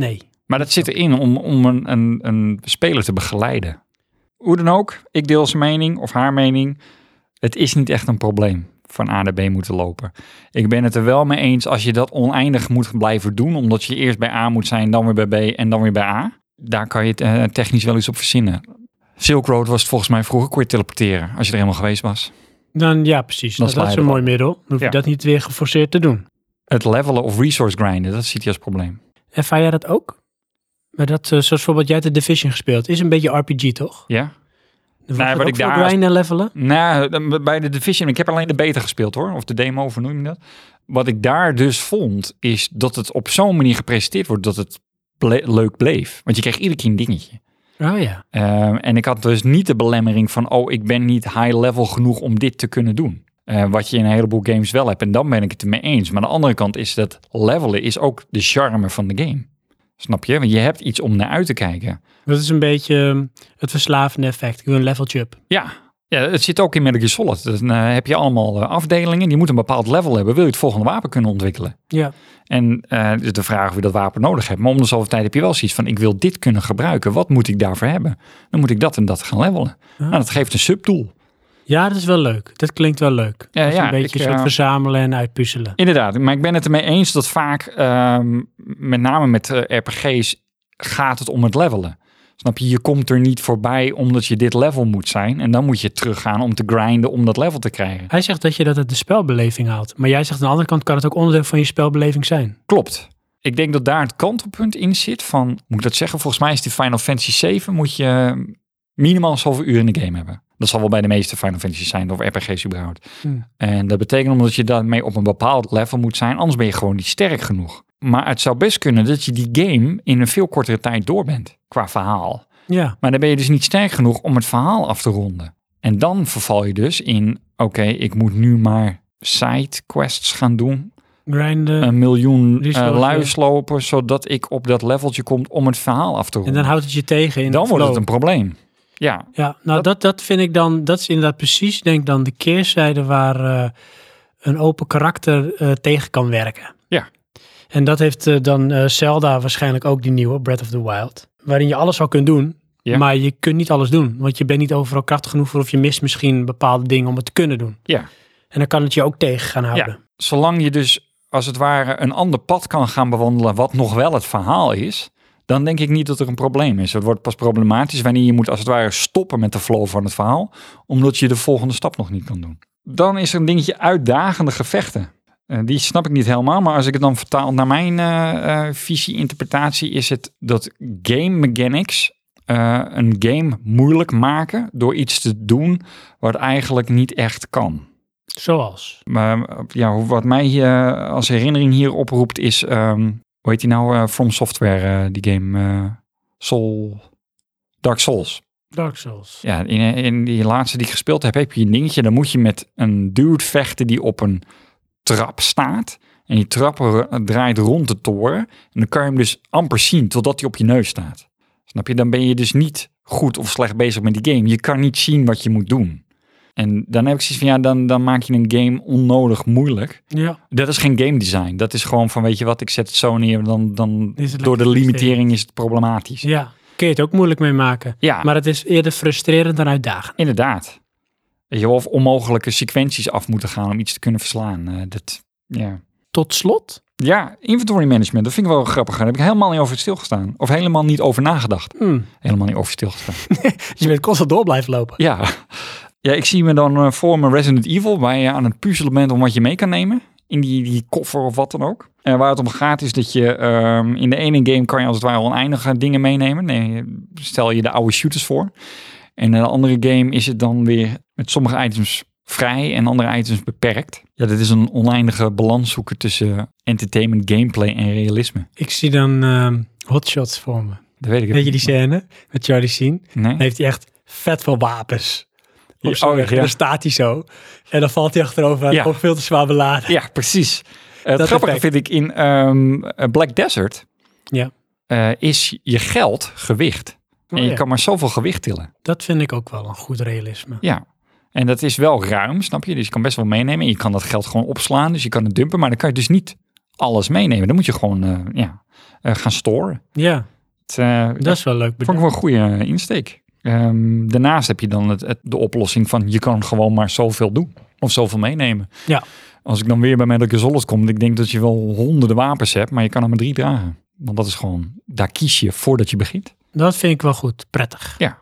Maar dat zit erin om, om een, een, een speler te begeleiden. Hoe dan ook, ik deel zijn mening of haar mening. Het is niet echt een probleem van A naar B moeten lopen. Ik ben het er wel mee eens als je dat oneindig moet blijven doen, omdat je eerst bij A moet zijn, dan weer bij B en dan weer bij A. Daar kan je het uh, technisch wel iets op verzinnen. Silk Road was het volgens mij vroeger, kon je teleporteren als je er helemaal geweest was. Dan ja, precies. Dan Nou, dat is een mooi middel. Dan hoef je Ja. dat niet weer geforceerd te doen. Het levelen of resource grinden, dat ziet hij als probleem. Ervaar jij dat ook? Maar dat, uh, zoals bijvoorbeeld jij hebt de Division gespeeld, is een beetje R P G, toch? Ja? Er Nou, wordt wat ook ik veel daar als- grinden levelen. Nou, bij de Division, ik heb alleen de beta gespeeld hoor, of de demo, of hoe noem je dat? Wat ik daar dus vond, is dat het op zo'n manier gepresenteerd wordt dat het ble- leuk bleef. Want je kreeg iedere keer een dingetje. Oh ja. Uh, en ik had dus niet de belemmering van, oh, ik ben niet high level genoeg om dit te kunnen doen. Uh, wat je in een heleboel games wel hebt. En dan ben ik het ermee eens. Maar aan de andere kant is dat levelen is ook de charme van de game. Snap je? Want je hebt iets om naar uit te kijken. Dat is een beetje um, het verslavende effect. Ik wil een leveltje up. Ja, ja, het zit ook in Metal Gear Solid. Dan uh, heb je allemaal uh, afdelingen. Die moeten een bepaald level hebben. Wil je het volgende wapen kunnen ontwikkelen? Ja. En uh, dus de vraag of je dat wapen nodig hebt. Maar om de zoveel tijd heb je wel zoiets van, ik wil dit kunnen gebruiken. Wat moet ik daarvoor hebben? Dan moet ik dat en dat gaan levelen. Ah. Nou, dat geeft een subtool. Ja, dat is wel leuk. Dat klinkt wel leuk. Ja, Dat is ja, een beetje ik, een soort uh, verzamelen en uitpuzzelen. Inderdaad, maar ik ben het ermee eens dat vaak, um, met name met uh, R P G's, gaat het om het levelen. Snap je? Je komt er niet voorbij omdat je dit level moet zijn. En dan moet je teruggaan om te grinden om dat level te krijgen. Hij zegt dat je dat uit de spelbeleving haalt. Maar jij zegt aan de andere kant kan het ook onderdeel van je spelbeleving zijn. Klopt. Ik denk dat daar het kantelpunt in zit van, moet ik dat zeggen? Volgens mij is die Final Fantasy zeven moet je minimaal zoveel uur in de game hebben. Dat zal wel bij de meeste Final Fantasy zijn of R P G's überhaupt. Hmm. En dat betekent omdat je daarmee op een bepaald level moet zijn. Anders ben je gewoon niet sterk genoeg. Maar het zou best kunnen dat je die game in een veel kortere tijd door bent. Qua verhaal. Ja. Maar dan ben je dus niet sterk genoeg om het verhaal af te ronden. En dan verval je dus in, oké, okay, ik moet nu maar sidequests gaan doen. Grinden. Een miljoen uh, Resource, luis lopen, zodat ik op dat leveltje kom om het verhaal af te ronden. En dan houdt het je tegen in Dan de wordt het flow. een probleem. Ja. Ja, nou dat, dat vind ik dan, dat is inderdaad precies, denk ik dan, de keerzijde waar uh, een open karakter uh, tegen kan werken. Ja. En dat heeft uh, dan uh, Zelda waarschijnlijk ook, die nieuwe, Breath of the Wild. Waarin je alles al kunt doen, Ja. maar je kunt niet alles doen. Want je bent niet overal krachtig genoeg voor of je mist misschien bepaalde dingen om het te kunnen doen. Ja. En dan kan het je ook tegen gaan houden. Ja. Zolang je dus als het ware een ander pad kan gaan bewandelen wat nog wel het verhaal is, dan denk ik niet dat er een probleem is. Het wordt pas problematisch wanneer je moet als het ware stoppen met de flow van het verhaal, omdat je de volgende stap nog niet kan doen. Dan is er een dingetje uitdagende gevechten. Uh, die snap ik niet helemaal, maar als ik het dan vertaal naar mijn uh, uh, visie, interpretatie, is het dat game mechanics uh, een game moeilijk maken door iets te doen wat eigenlijk niet echt kan. Zoals? Maar ja, wat mij uh, als herinnering hier oproept is, um, hoe heet die nou, uh, From Software, uh, die game, uh, Soul, Dark Souls. Dark Souls. Ja, in, in die laatste die ik gespeeld heb, heb je een dingetje, dan moet je met een dude vechten die op een trap staat. En die trap draait rond de toren. En dan kan je hem dus amper zien totdat hij op je neus staat. Snap je? Dan ben je dus niet goed of slecht bezig met die game. Je kan niet zien wat je moet doen. En dan heb ik zoiets van, ja, dan, dan maak je een game onnodig moeilijk. Ja. Dat is geen game design. Dat is gewoon van, weet je wat, ik zet het zo neer. Dan, dan Is het door de lekker limitering is het problematisch. Ja, kun je het ook moeilijk mee maken. Ja. Maar het is eerder frustrerend dan uitdagend. Inderdaad. Weet je wel, of onmogelijke sequenties af moeten gaan om iets te kunnen verslaan. Uh, dat, ja. Tot slot? Ja, inventory management, dat vind ik wel grappig. Daar heb ik helemaal niet over stilgestaan. Of helemaal niet over nagedacht. Hmm. Helemaal niet over stilgestaan. Je bent constant door blijven lopen. Ja. Ja, ik zie me dan uh, voor me Resident Evil, waar je aan het puzzelen bent om wat je mee kan nemen. In die, die koffer of wat dan ook. En waar het om gaat is dat je um, in de ene game kan je als het ware oneindige dingen meenemen. Nee, stel je de oude shooters voor. En in de andere game is het dan weer met sommige items vrij en andere items beperkt. Ja, dat is een oneindige balans zoeken tussen entertainment, gameplay en realisme. Ik zie dan um, hotshots voor me. Dat weet ik. Weet je die scène met Charlie Sheen? Nee. Dan heeft hij echt vet veel wapens. Ja, Op oh, ja. Dan staat hij zo. En dan valt hij achterover. Ja. Ook veel te zwaar beladen. Ja, precies. Uh, het Dat grappige effect. vind ik in um, Black Desert Ja. uh, is je geld gewicht. Oh, en je ja. kan maar zoveel gewicht tillen. Dat vind ik ook wel een goed realisme. Ja. En dat is wel ruim, snap je? Dus je kan best wel meenemen. En je kan dat geld gewoon opslaan. Dus je kan het dumpen. Maar dan kan je dus niet alles meenemen. Dan moet je gewoon uh, ja, uh, gaan storen. Ja. Het, uh, Dat is wel leuk bedacht. Vond ik wel een goede insteek. Um, daarnaast heb je dan het, het, de oplossing van je kan gewoon maar zoveel doen. Of zoveel meenemen. Ja. Als ik dan weer bij Metal Gear Solid kom, ik denk dat je wel honderden wapens hebt, maar je kan er maar drie dragen. Want dat is gewoon, daar kies je voordat je begint. Dat vind ik wel goed, prettig. Ja.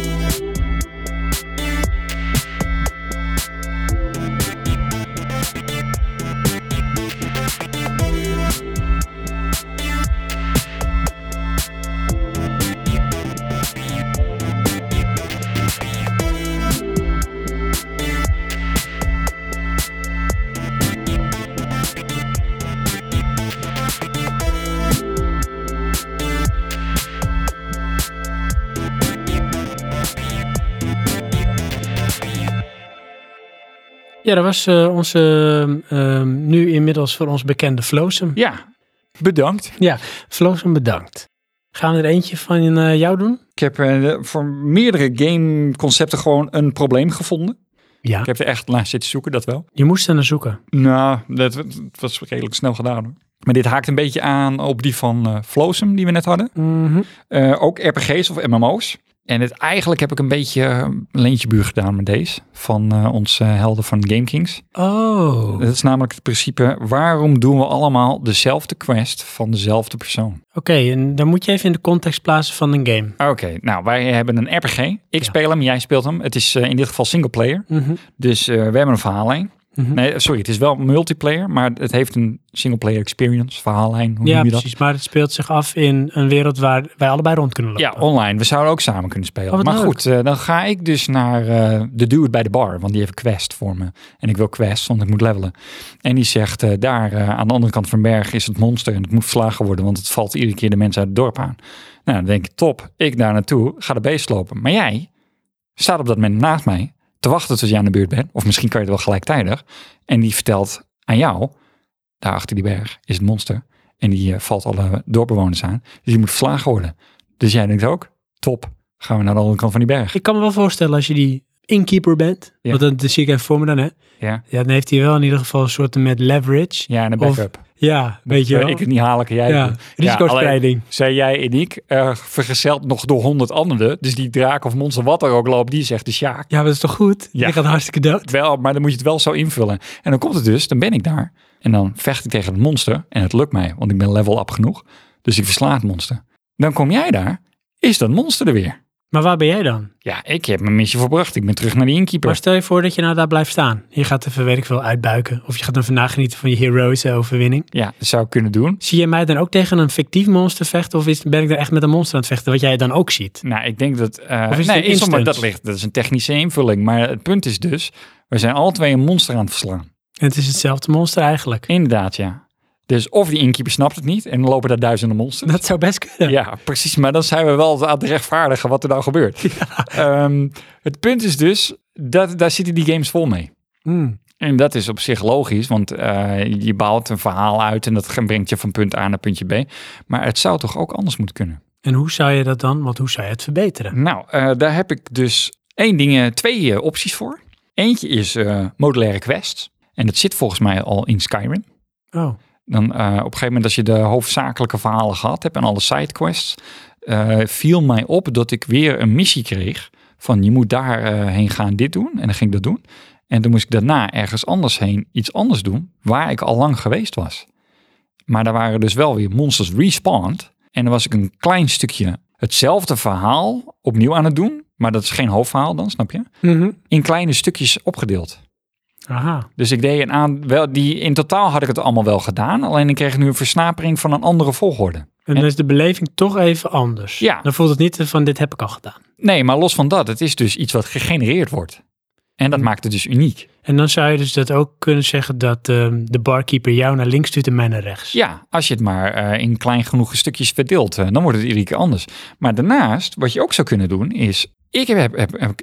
Ja, dat was uh, onze uh, nu inmiddels voor ons bekende Flowsum. Ja, bedankt. Ja, Flowsum bedankt. Gaan we er eentje van uh, jou doen? Ik heb uh, voor meerdere gameconcepten gewoon een probleem gevonden. Ja. Ik heb er echt naar zitten zoeken, dat wel. Je moest er naar zoeken. Nou, dat, dat was redelijk snel gedaan hoor. Maar dit haakt een beetje aan op die van uh, Flowsum die we net hadden. Mm-hmm. Uh, ook R P G's of M M O's. En het, eigenlijk heb ik een beetje een leentjebuur gedaan met deze. Van uh, onze helden van GameKings. Oh. Dat is namelijk het principe. Waarom doen we allemaal dezelfde quest van dezelfde persoon? Oké, okay, en dan moet je even in de context plaatsen van een game. Oké, okay, nou wij hebben een R P G. Ik ja. speel hem, jij speelt hem. Het is uh, in dit geval single player. Mm-hmm. Dus uh, we hebben een verhaallijn. Mm-hmm. Nee, sorry, het is wel multiplayer, maar het heeft een single-player experience, verhaallijn, hoe ja, noem je dat? Precies, maar het speelt zich af in een wereld waar wij allebei rond kunnen lopen. Ja, online. We zouden ook samen kunnen spelen. Oh, maar leuk. goed, uh, dan ga ik dus naar uh, de dude bij de bar, want die heeft een quest voor me. En ik wil quest, want ik moet levelen. En die zegt, uh, daar uh, aan de andere kant van de berg is het monster en het moet verslagen worden, want het valt iedere keer de mensen uit het dorp aan. Nou, dan denk ik, top, ik daar naartoe, ga de beest lopen. Maar jij staat op dat moment naast mij, te wachten tot je aan de beurt bent. Of misschien kan je het wel gelijktijdig. En die vertelt aan jou, daar achter die berg is het monster. En die uh, valt alle dorpbewoners aan. Dus die moet verslagen worden. Dus jij denkt ook, top, gaan we naar de andere kant van die berg. Ik kan me wel voorstellen als je die innkeeper bent. Ja. Want dat, dat zie ik even voor me dan, hè. Ja. Ja, dan heeft hij wel in ieder geval een soort met leverage. Ja, en een backup. Of, ja, weet je wel. Ik het niet halen, kan jij ja, doen. risicospreiding. Ja, zei jij en ik, uh, vergezeld nog door honderd anderen. Dus die draak of monster wat er ook loopt, die zegt de Sjaak. Ja, maar dat is toch goed? Ja. Je gaat hartstikke dood. Wel, maar dan moet je het wel zo invullen. En dan komt het dus, dan ben ik daar. En dan vecht ik tegen het monster. En het lukt mij, want ik ben level up genoeg. Dus ik versla het monster. Dan kom jij daar, is dat monster er weer. Maar waar ben jij dan? Ja, ik heb mijn missie volbracht. Ik ben terug naar de innkeeper. Maar stel je voor dat je nou daar blijft staan. Je gaat even, weet ik veel, uitbuiken. Of je gaat even nagenieten van je heroïsche overwinning. Ja, dat zou ik kunnen doen. Zie je mij dan ook tegen een fictief monster vechten? Of is, ben ik daar echt met een monster aan het vechten, wat jij dan ook ziet? Nou, ik denk dat... Uh, of is nee, het instant? maar dat ligt. Dat is een technische invulling. Maar het punt is dus, we zijn alle twee een monster aan het verslaan. En het is hetzelfde monster eigenlijk. Inderdaad, ja. Dus of die innkeeper snapt het niet en dan lopen daar duizenden monsters. Dat zou best kunnen. Ja, precies. Maar dan zijn we wel aan het rechtvaardigen wat er nou gebeurt. Ja. Um, het punt is dus, dat, daar zitten die games vol mee. Mm. En dat is op zich logisch, want uh, je bouwt een verhaal uit en dat brengt je van punt A naar puntje B. Maar het zou toch ook anders moeten kunnen? En hoe zou je dat dan, want hoe zou je het verbeteren? Nou, uh, daar heb ik dus één ding, twee uh, opties voor. Eentje is uh, modulaire quests. En dat zit volgens mij al in Skyrim. Oh. Dan uh, op een gegeven moment als je de hoofdzakelijke verhalen gehad hebt en alle sidequests, uh, viel mij op dat ik weer een missie kreeg van je moet daar uh, heen gaan dit doen. En dan ging ik dat doen. En dan moest ik daarna ergens anders heen iets anders doen waar ik al lang geweest was. Maar daar waren dus wel weer monsters respawned. En dan was ik een klein stukje hetzelfde verhaal opnieuw aan het doen. Maar dat is geen hoofdverhaal dan, snap je? Mm-hmm. In kleine stukjes opgedeeld. Aha. Dus ik deed een aan, wel, die, in totaal had ik het allemaal wel gedaan. Alleen ik kreeg nu een versnapering van een andere volgorde. En dan en, is de beleving toch even anders. Ja. Dan voelt het niet van dit heb ik al gedaan. Nee, maar los van dat, het is dus iets wat gegenereerd wordt. En dat maakt het dus uniek. En dan zou je dus dat ook kunnen zeggen dat uh, de barkeeper jou naar links stuurt en mij naar rechts. Ja, als je het maar uh, in klein genoeg stukjes verdeelt, uh, dan wordt het iedere keer anders. Maar daarnaast, wat je ook zou kunnen doen, is... Ik heb, heb, heb, heb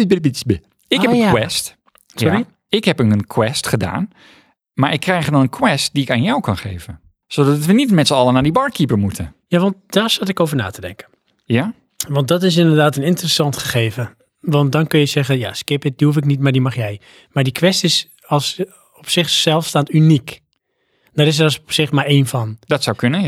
ik oh, heb een ja. quest. Sorry? Ja, ik heb een quest gedaan. Maar ik krijg dan een quest die ik aan jou kan geven. Zodat we niet met z'n allen naar die barkeeper moeten. Ja, want daar zat ik over na te denken. Ja? Want dat is inderdaad een interessant gegeven. Want dan kun je zeggen, ja, skip it, die hoef ik niet, maar die mag jij. Maar die quest is als op zichzelf staand uniek. Daar is er als op zich maar één van. Dat zou kunnen, ja.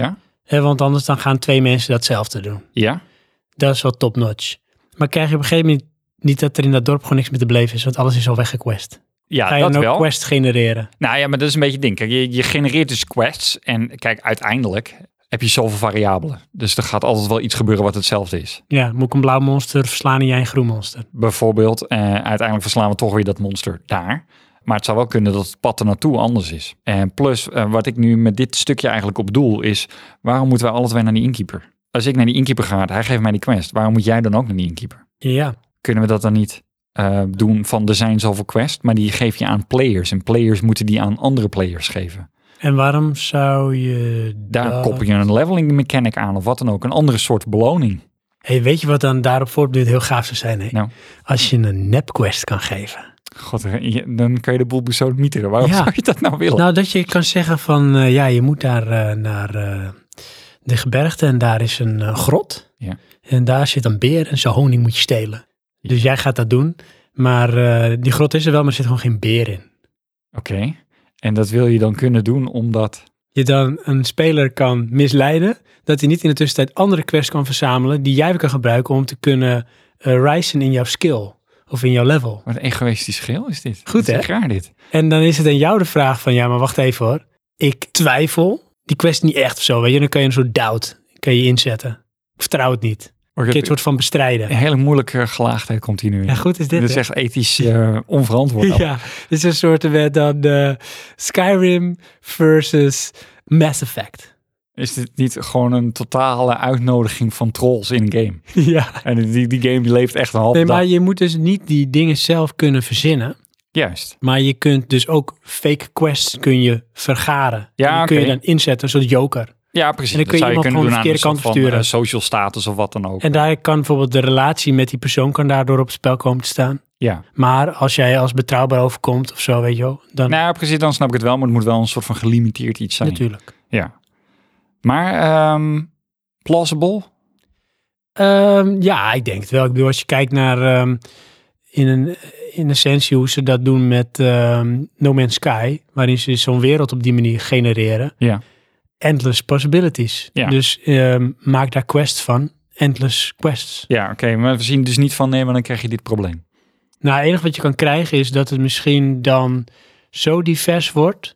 Hè, want anders dan gaan twee mensen datzelfde doen. Ja? Dat is wel top-notch. Maar krijg je op een gegeven moment niet dat er in dat dorp gewoon niks meer te beleven is, want alles is al weggequest. Ja, Ga je dat dan ook wel. quest genereren? Nou ja, maar dat is een beetje het ding. Kijk, je, je genereert dus quests en kijk, uiteindelijk heb je zoveel variabelen. Dus er gaat altijd wel iets gebeuren wat hetzelfde is. Ja, moet ik een blauw monster verslaan en jij een groen monster? Bijvoorbeeld, eh, uiteindelijk verslaan we toch weer dat monster daar. Maar het zou wel kunnen dat het pad er naartoe anders is. En plus, eh, wat ik nu met dit stukje eigenlijk op doel is, waarom moeten wij alle twee naar die inkeeper? Als ik naar die inkeeper ga, hij geeft mij die quest. Waarom moet jij dan ook naar die inkeeper? Ja. Kunnen we dat dan niet uh, doen van er zijn zoveel quests, maar die geef je aan players. En players moeten die aan andere players geven. En waarom zou je Daar dat... koppel je een leveling mechanic aan of wat dan ook. Een andere soort beloning. Hey, weet je wat dan daarop voortduurt heel gaaf zou zijn? Hè? Nou. Als je een nep-quest kan geven. God, je, dan kan je de boel zo mieteren. Waarom Ja. zou je dat nou willen? Nou, dat je kan zeggen van, uh, ja, je moet daar uh, naar uh, de gebergte en daar is een uh, grot. Ja. En daar zit een beer en zijn honing moet je stelen. Ja. Dus jij gaat dat doen, maar uh, die grot is er wel, maar er zit gewoon geen beer in. Oké, okay. En dat wil je dan kunnen doen omdat... Je dan een speler kan misleiden, dat hij niet in de tussentijd andere quests kan verzamelen die jij weer kan gebruiken om te kunnen uh, risen in jouw skill. Of in jouw level. Wat een egoïstisch geheel is dit. Goed, hè? Dat is raar dit. En dan is het aan jou de vraag van, ja, maar wacht even hoor. Ik twijfel. Die quest niet echt of zo, weet je. Dan kan je een soort doubt kan je inzetten. Vertrouw het niet. Kun je het soort van bestrijden. Een hele moeilijke gelaagdheid komt hier nu in. Ja, goed is dit. Dat is echt ethisch uh, onverantwoord. Ja, het is een soort met dan uh, Skyrim versus Mass Effect. Is dit niet gewoon een totale uitnodiging van trolls in een game? Ja. En die, die game die leeft echt een half Nee, dag. maar je moet dus niet die dingen zelf kunnen verzinnen. Juist. Maar je kunt dus ook fake quests kun je vergaren. Ja, en die kun okay. je dan inzetten, een soort joker. Ja, precies. En dan kun je, dat iemand je gewoon de kunnen verkeerde doen aan kant versturen. Van, uh, social status of wat dan ook. En daar kan bijvoorbeeld de relatie met die persoon kan daardoor op het spel komen te staan. Ja. Maar als jij als betrouwbaar overkomt of zo, weet je wel. Dan... Nou, precies, dan snap ik het wel. Maar het moet wel een soort van gelimiteerd iets zijn. Natuurlijk. Ja. Maar um, plausible? Um, ja, ik denk het wel. Ik bedoel, als je kijkt naar um, in een in essentie hoe ze dat doen met um, No Man's Sky, waarin ze zo'n wereld op die manier genereren. Ja. Endless possibilities. Ja. Dus um, maak daar quests van. Endless quests. Ja, oké. Okay, maar we zien dus niet van, nee, maar dan krijg je dit probleem. Nou, het enige wat je kan krijgen is dat het misschien dan zo divers wordt,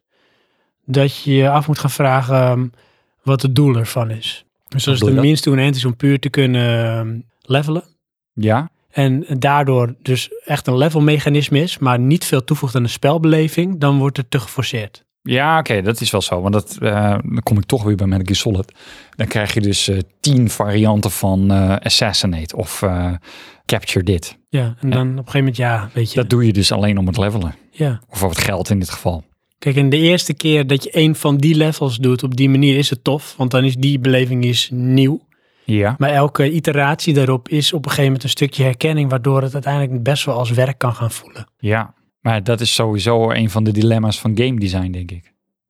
dat je je af moet gaan vragen um, wat het doel ervan is. Dus als het een means to an end is om puur te kunnen um, levelen. Ja. En daardoor dus echt een levelmechanisme is, maar niet veel toevoegt aan de spelbeleving, dan wordt het te geforceerd. Ja, oké, okay, dat is wel zo. Want dat, uh, dan kom ik toch weer bij Metal Gear Solid. Dan krijg je dus uh, tien varianten van uh, Assassinate of uh, Capture dit. Ja, en dan ja. op een gegeven moment, ja, weet je. Dat doe je dus alleen om het levelen. Ja. Of voor het geld in dit geval. Kijk, en de eerste keer dat je een van die levels doet op die manier is het tof, want dan is die beleving is nieuw. Ja. Maar elke iteratie daarop is op een gegeven moment een stukje herkenning, waardoor het uiteindelijk best wel als werk kan gaan voelen. Ja, maar dat is sowieso een van de dilemma's van game design, denk ik.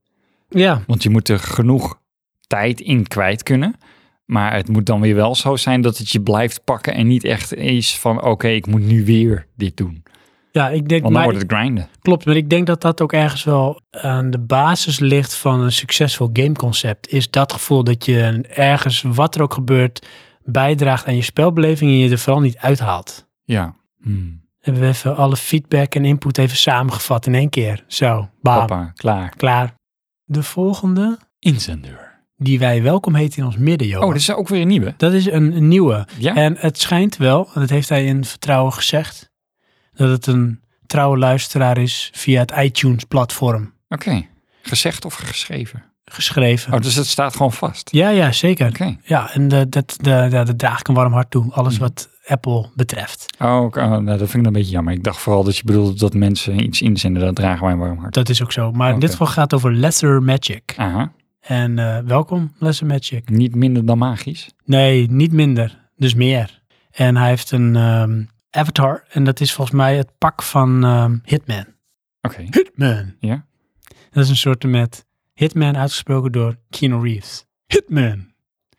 Ja. Want je moet er genoeg tijd in kwijt kunnen. Maar het moet dan weer wel zo zijn dat het je blijft pakken en niet echt is van oké, okay, ik moet nu weer dit doen. Ja, ik denk, Want dan maar, wordt het grinden. Klopt, maar ik denk dat dat ook ergens wel aan de basis ligt van een succesvol gameconcept. Is dat gevoel dat je ergens, wat er ook gebeurt, bijdraagt aan je spelbeleving en je er vooral niet uithaalt. Ja. Hmm. Hebben we even alle feedback en input even samengevat in één keer. Zo, bam. Hoppa, klaar. Klaar. De volgende. Inzender. Die wij welkom heten in ons midden, Johan. Oh, dat is ook weer een nieuwe. Dat is een, een nieuwe. Ja? En het schijnt wel, en dat heeft hij in vertrouwen gezegd, dat het een trouwe luisteraar is via het iTunes-platform. Oké. Okay. Gezegd of geschreven? Geschreven. Oh, dus het staat gewoon vast? Ja, ja, zeker. Oké. Okay. Ja, en de, dat, de, de, dat draag ik een warm hart toe. Alles hmm. wat Apple betreft. Oh, okay. oh nou, dat vind ik dan een beetje jammer. Ik dacht vooral dat je bedoelde dat mensen iets inzenden. Dat dragen wij een warm hart. Dat is ook zo. Maar okay. in dit geval gaat het over Lesser Magic. Aha. En uh, welkom, Lesser Magic. Niet minder dan magisch? Nee, niet minder. Dus meer. En hij heeft een um, avatar. En dat is volgens mij het pak van um, Hitman. Oké. Okay. Hitman. Ja. Dat is een soort met Hitman uitgesproken door Keanu Reeves. Hitman.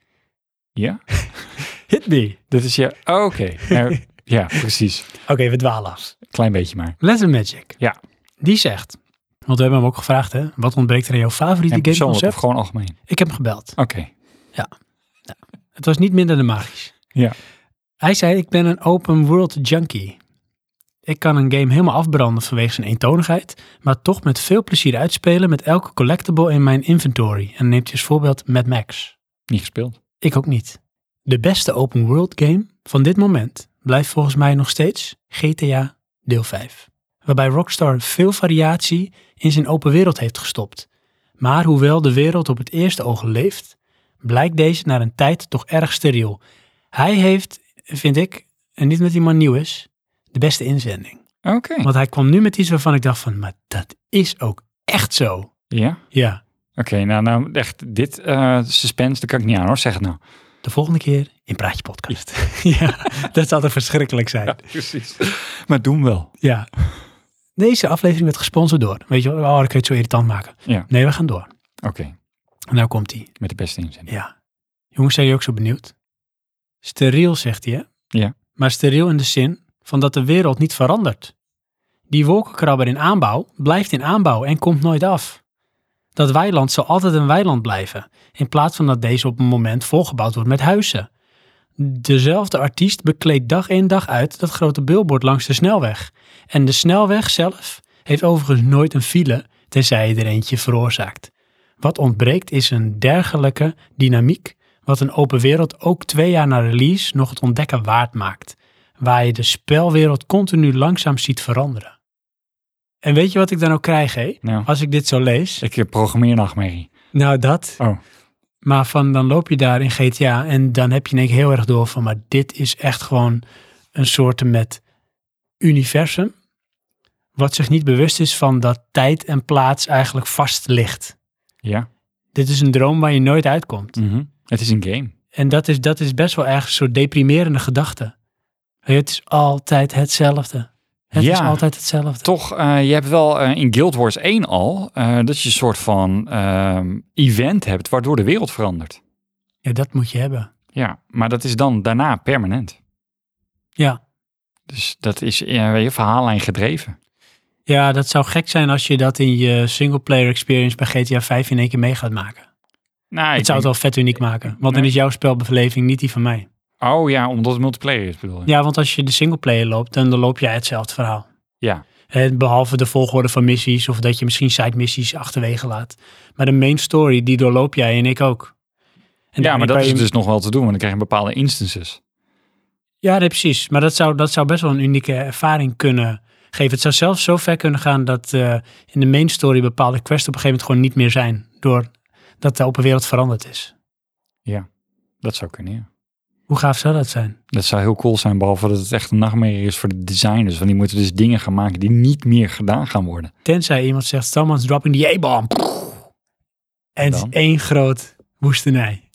Ja? Hit me. Dat is je... Oh, oké. Okay. Ja, precies. Oké, okay, we dwalen af. Klein beetje maar. Lesser Magic. Ja. Die zegt... Want we hebben hem ook gevraagd, hè? Wat ontbreekt er in jouw favoriete gameconcept? Of gewoon algemeen? Ik heb hem gebeld. Oké. Okay. Ja. ja. Het was niet minder dan magisch. Ja. Hij zei, ik ben een open world junkie. Ik kan een game helemaal afbranden vanwege zijn eentonigheid, maar toch met veel plezier uitspelen met elke collectible in mijn inventory. En neemt hij als voorbeeld Mad Max. Niet gespeeld. Ik ook niet. De beste open world game van dit moment blijft volgens mij nog steeds G T A deel vijf. Waarbij Rockstar veel variatie in zijn open wereld heeft gestopt. Maar hoewel de wereld op het eerste oog leeft, blijkt deze na een tijd toch erg steriel. Hij heeft, vind ik, en niet met die man nieuw is, de beste inzending. Oké. Okay. Want hij kwam nu met iets waarvan ik dacht van, maar dat is ook echt zo. Ja? Ja. Oké, okay, nou, nou echt, dit uh, suspense, dat kan ik niet aan hoor, zeg het nou. De volgende keer in Praatje Podcast. Ja, dat zal toch verschrikkelijk zijn. Ja, precies. Maar doen wel. Ja. Deze aflevering werd gesponsord door. Weet je wel, oh, dan kun je het zo irritant maken. Ja. Nee, we gaan door. Oké. Okay. En nou komt hij. Met de beste inzending. Ja. Jongens, zijn jullie ook zo benieuwd? Steriel, zegt hij, hè? Ja. Maar steriel in de zin van dat de wereld niet verandert. Die wolkenkrabber in aanbouw blijft in aanbouw en komt nooit af. Dat weiland zal altijd een weiland blijven, in plaats van dat deze op een moment volgebouwd wordt met huizen. Dezelfde artiest bekleedt dag in dag uit dat grote billboard langs de snelweg. En de snelweg zelf heeft overigens nooit een file, tenzij je er eentje veroorzaakt. Wat ontbreekt is een dergelijke dynamiek, wat een open wereld ook twee jaar na release nog het ontdekken waard maakt, waar je de spelwereld continu langzaam ziet veranderen. En weet je wat ik dan ook krijg, hé? Nou, als ik dit zo lees? Ik programmeer nachtmerrie. Nou, dat. Oh. Maar van dan loop je daar in G T A en dan heb je in één keer heel erg door van, maar dit is echt gewoon een soort met universum, wat zich niet bewust is van dat tijd en plaats eigenlijk vast ligt. Ja. Dit is een droom waar je nooit uitkomt. Mm-hmm. Het is een game. En dat is, dat is best wel erg een soort deprimerende gedachte. Het is altijd hetzelfde. Het ja, is altijd hetzelfde. Toch, uh, je hebt wel uh, in Guild Wars één al, uh, dat je een soort van uh, event hebt waardoor de wereld verandert. Ja, dat moet je hebben. Ja, maar dat is dan daarna permanent. Ja. Dus dat is uh, je verhaallijn gedreven. Ja, dat zou gek zijn als je dat in je singleplayer experience bij G T A vijf in één keer mee gaat maken. Nou, het zou denk... het wel vet uniek maken, want nee. dan is jouw spelbeleving niet die van mij. Oh ja, omdat het multiplayer is, bedoel je? Ja, want als je de singleplayer loopt, dan loop jij hetzelfde verhaal. Ja. En behalve de volgorde van missies of dat je misschien side missies achterwege laat. Maar de main story, die doorloop jij en ik ook. En ja, maar dat is je... dus nog wel te doen, want dan krijg je bepaalde instances. Ja, nee, precies. Maar dat zou, dat zou best wel een unieke ervaring kunnen geven. Het zou zelfs zo ver kunnen gaan dat uh, in de main story bepaalde quests op een gegeven moment gewoon niet meer zijn. Doordat de open wereld veranderd is. Ja, dat zou kunnen, ja. Hoe gaaf zou dat zijn? Dat zou heel cool zijn, behalve dat het echt een nachtmerrie is voor de designers. Want die moeten dus dingen gaan maken die niet meer gedaan gaan worden. Tenzij iemand zegt, someone's dropping the A-bomb. En het is één groot woestenij.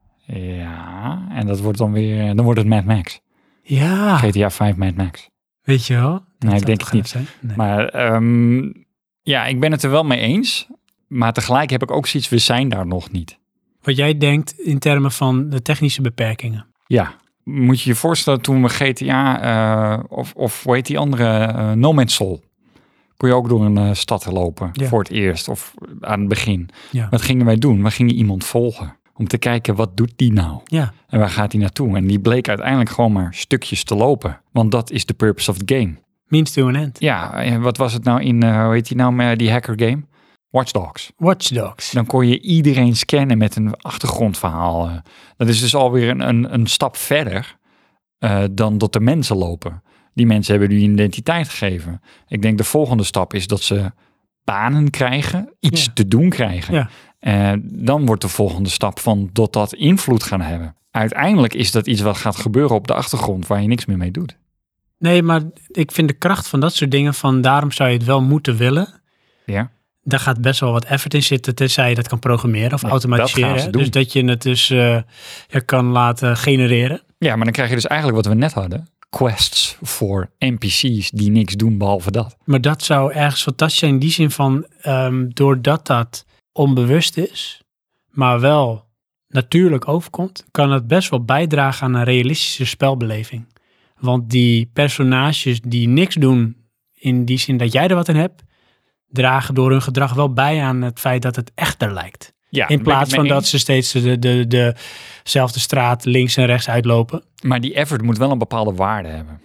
Ja, en dat wordt dan weer, dan wordt het Mad Max. Ja. G T A vijf Mad Max. Weet je wel? Nee, ik denk het niet. Nee. Maar um, ja, ik ben het er wel mee eens. Maar tegelijk heb ik ook zoiets, we zijn daar nog niet. Wat jij denkt in termen van de technische beperkingen. Ja, moet je je voorstellen toen we G T A uh, of, of hoe heet die andere, uh, No Man's Soul. Kon je ook door een uh, stad lopen ja. voor het eerst of aan het begin. Ja. Wat gingen wij doen? We gingen iemand volgen om te kijken wat doet die nou? Ja. En waar gaat die naartoe? En die bleek uiteindelijk gewoon maar stukjes te lopen. Want dat is de purpose of the game. Means to an end. Ja, en wat was het nou in, uh, hoe heet die nou, met die hacker game? Watch Dogs. Watch Dogs. Dan kon je iedereen scannen met een achtergrondverhaal. Dat is dus alweer een, een, een stap verder uh, dan dat de mensen lopen. Die mensen hebben die identiteit gegeven. Ik denk de volgende stap is dat ze banen krijgen, iets ja. te doen krijgen. Ja. Uh, dan wordt de volgende stap van dat dat invloed gaan hebben. Uiteindelijk is dat iets wat gaat gebeuren op de achtergrond waar je niks meer mee doet. Nee, maar ik vind de kracht van dat soort dingen van daarom zou je het wel moeten willen. Ja. Daar gaat best wel wat effort in zitten, tenzij je dat kan programmeren of ja, automatiseren. Dat dus dat je het dus uh, ja, kan laten genereren. Ja, maar dan krijg je dus eigenlijk wat we net hadden. Quests voor N P C's die niks doen behalve dat. Maar dat zou ergens fantastisch zijn in die zin van, um, doordat dat onbewust is, maar wel natuurlijk overkomt, kan het best wel bijdragen aan een realistische spelbeleving. Want die personages die niks doen in die zin dat jij er wat in hebt, dragen door hun gedrag wel bij aan het feit dat het echter lijkt. Ja, In daar ben ik plaats het van mee dat eens. ze steeds de, de, de, dezelfde straat links en rechts uitlopen. Maar die effort moet wel een bepaalde waarde hebben.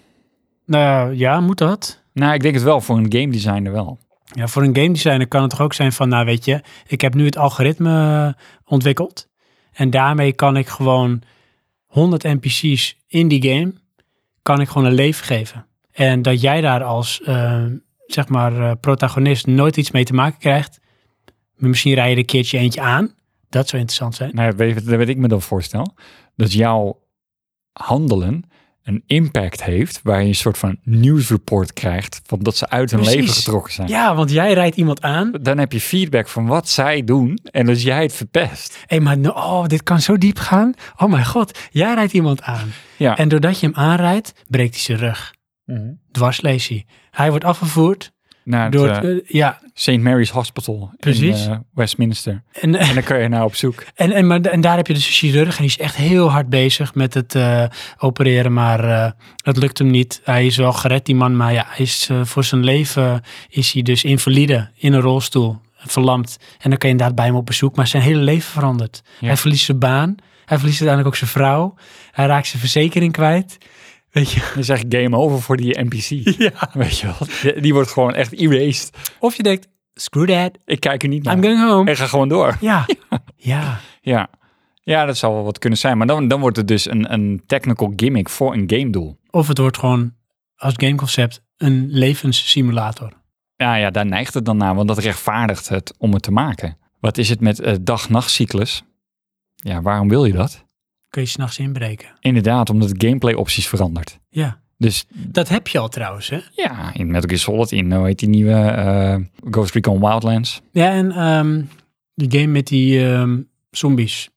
Nou ja, moet dat? Nou, ik denk het wel. Voor een game designer wel. Ja, voor een game designer kan het toch ook zijn van, nou weet je, ik heb nu het algoritme ontwikkeld. En daarmee kan ik gewoon honderd N P C's in die game, kan ik gewoon een leven geven. En dat jij daar als, uh, zeg maar, uh, protagonist nooit iets mee te maken krijgt. Misschien rij je er een keertje eentje aan. Dat zou interessant zijn. Nou, weet je wat ik me dan voorstel? Dat jouw handelen een impact heeft, waar je een soort van nieuwsreport krijgt, van dat ze uit hun Precies. leven getrokken zijn. Ja, want jij rijdt iemand aan. Dan heb je feedback van wat zij doen en dus jij het verpest. Hé, hey, maar no- oh, dit kan zo diep gaan. Oh mijn god, jij rijdt iemand aan. Ja. En doordat je hem aanrijdt, breekt hij zijn rug. Mm-hmm. Dwarslees hij. Hij wordt afgevoerd Naar het door... uh, het, uh, ja, Saint Mary's Hospital Precies. in uh, Westminster. en, En dan kun je naar op zoek. en, en, maar, en daar heb je dus een chirurg en die is echt heel hard bezig met het uh, opereren, maar uh, het lukt hem niet. Hij is wel gered, die man, maar ja, hij is, uh, voor zijn leven is hij dus invalide in een rolstoel, verlamd. En dan kan je inderdaad bij hem op bezoek, maar zijn hele leven verandert. Ja. Hij verliest zijn baan, hij verliest uiteindelijk ook zijn vrouw, hij raakt zijn verzekering kwijt. Weet je? Dat is echt game over voor die N P C. Ja. Weet je wat? Die, die wordt gewoon echt erased. Of je denkt, screw that, Ik kijk er niet naar. I'm going home. Ik ga gewoon door. Ja, ja. Ja. Ja, dat zou wel wat kunnen zijn. Maar dan, dan wordt het dus een, een technical gimmick voor een game doel. Of het wordt gewoon als gameconcept een levenssimulator. Ja, ja, daar neigt het dan naar, want dat rechtvaardigt het om het te maken. Wat is het met uh, dag-nachtcyclus? Ja, waarom wil je dat? Kun je 's nachts inbreken. Inderdaad, omdat de gameplay opties verandert. Ja. Dus Dat heb je al trouwens, hè? ja, in Metal Gear Solid, in hoe heet die nieuwe uh, Ghost Recon Wildlands. Ja, en um, die game met die um, zombies.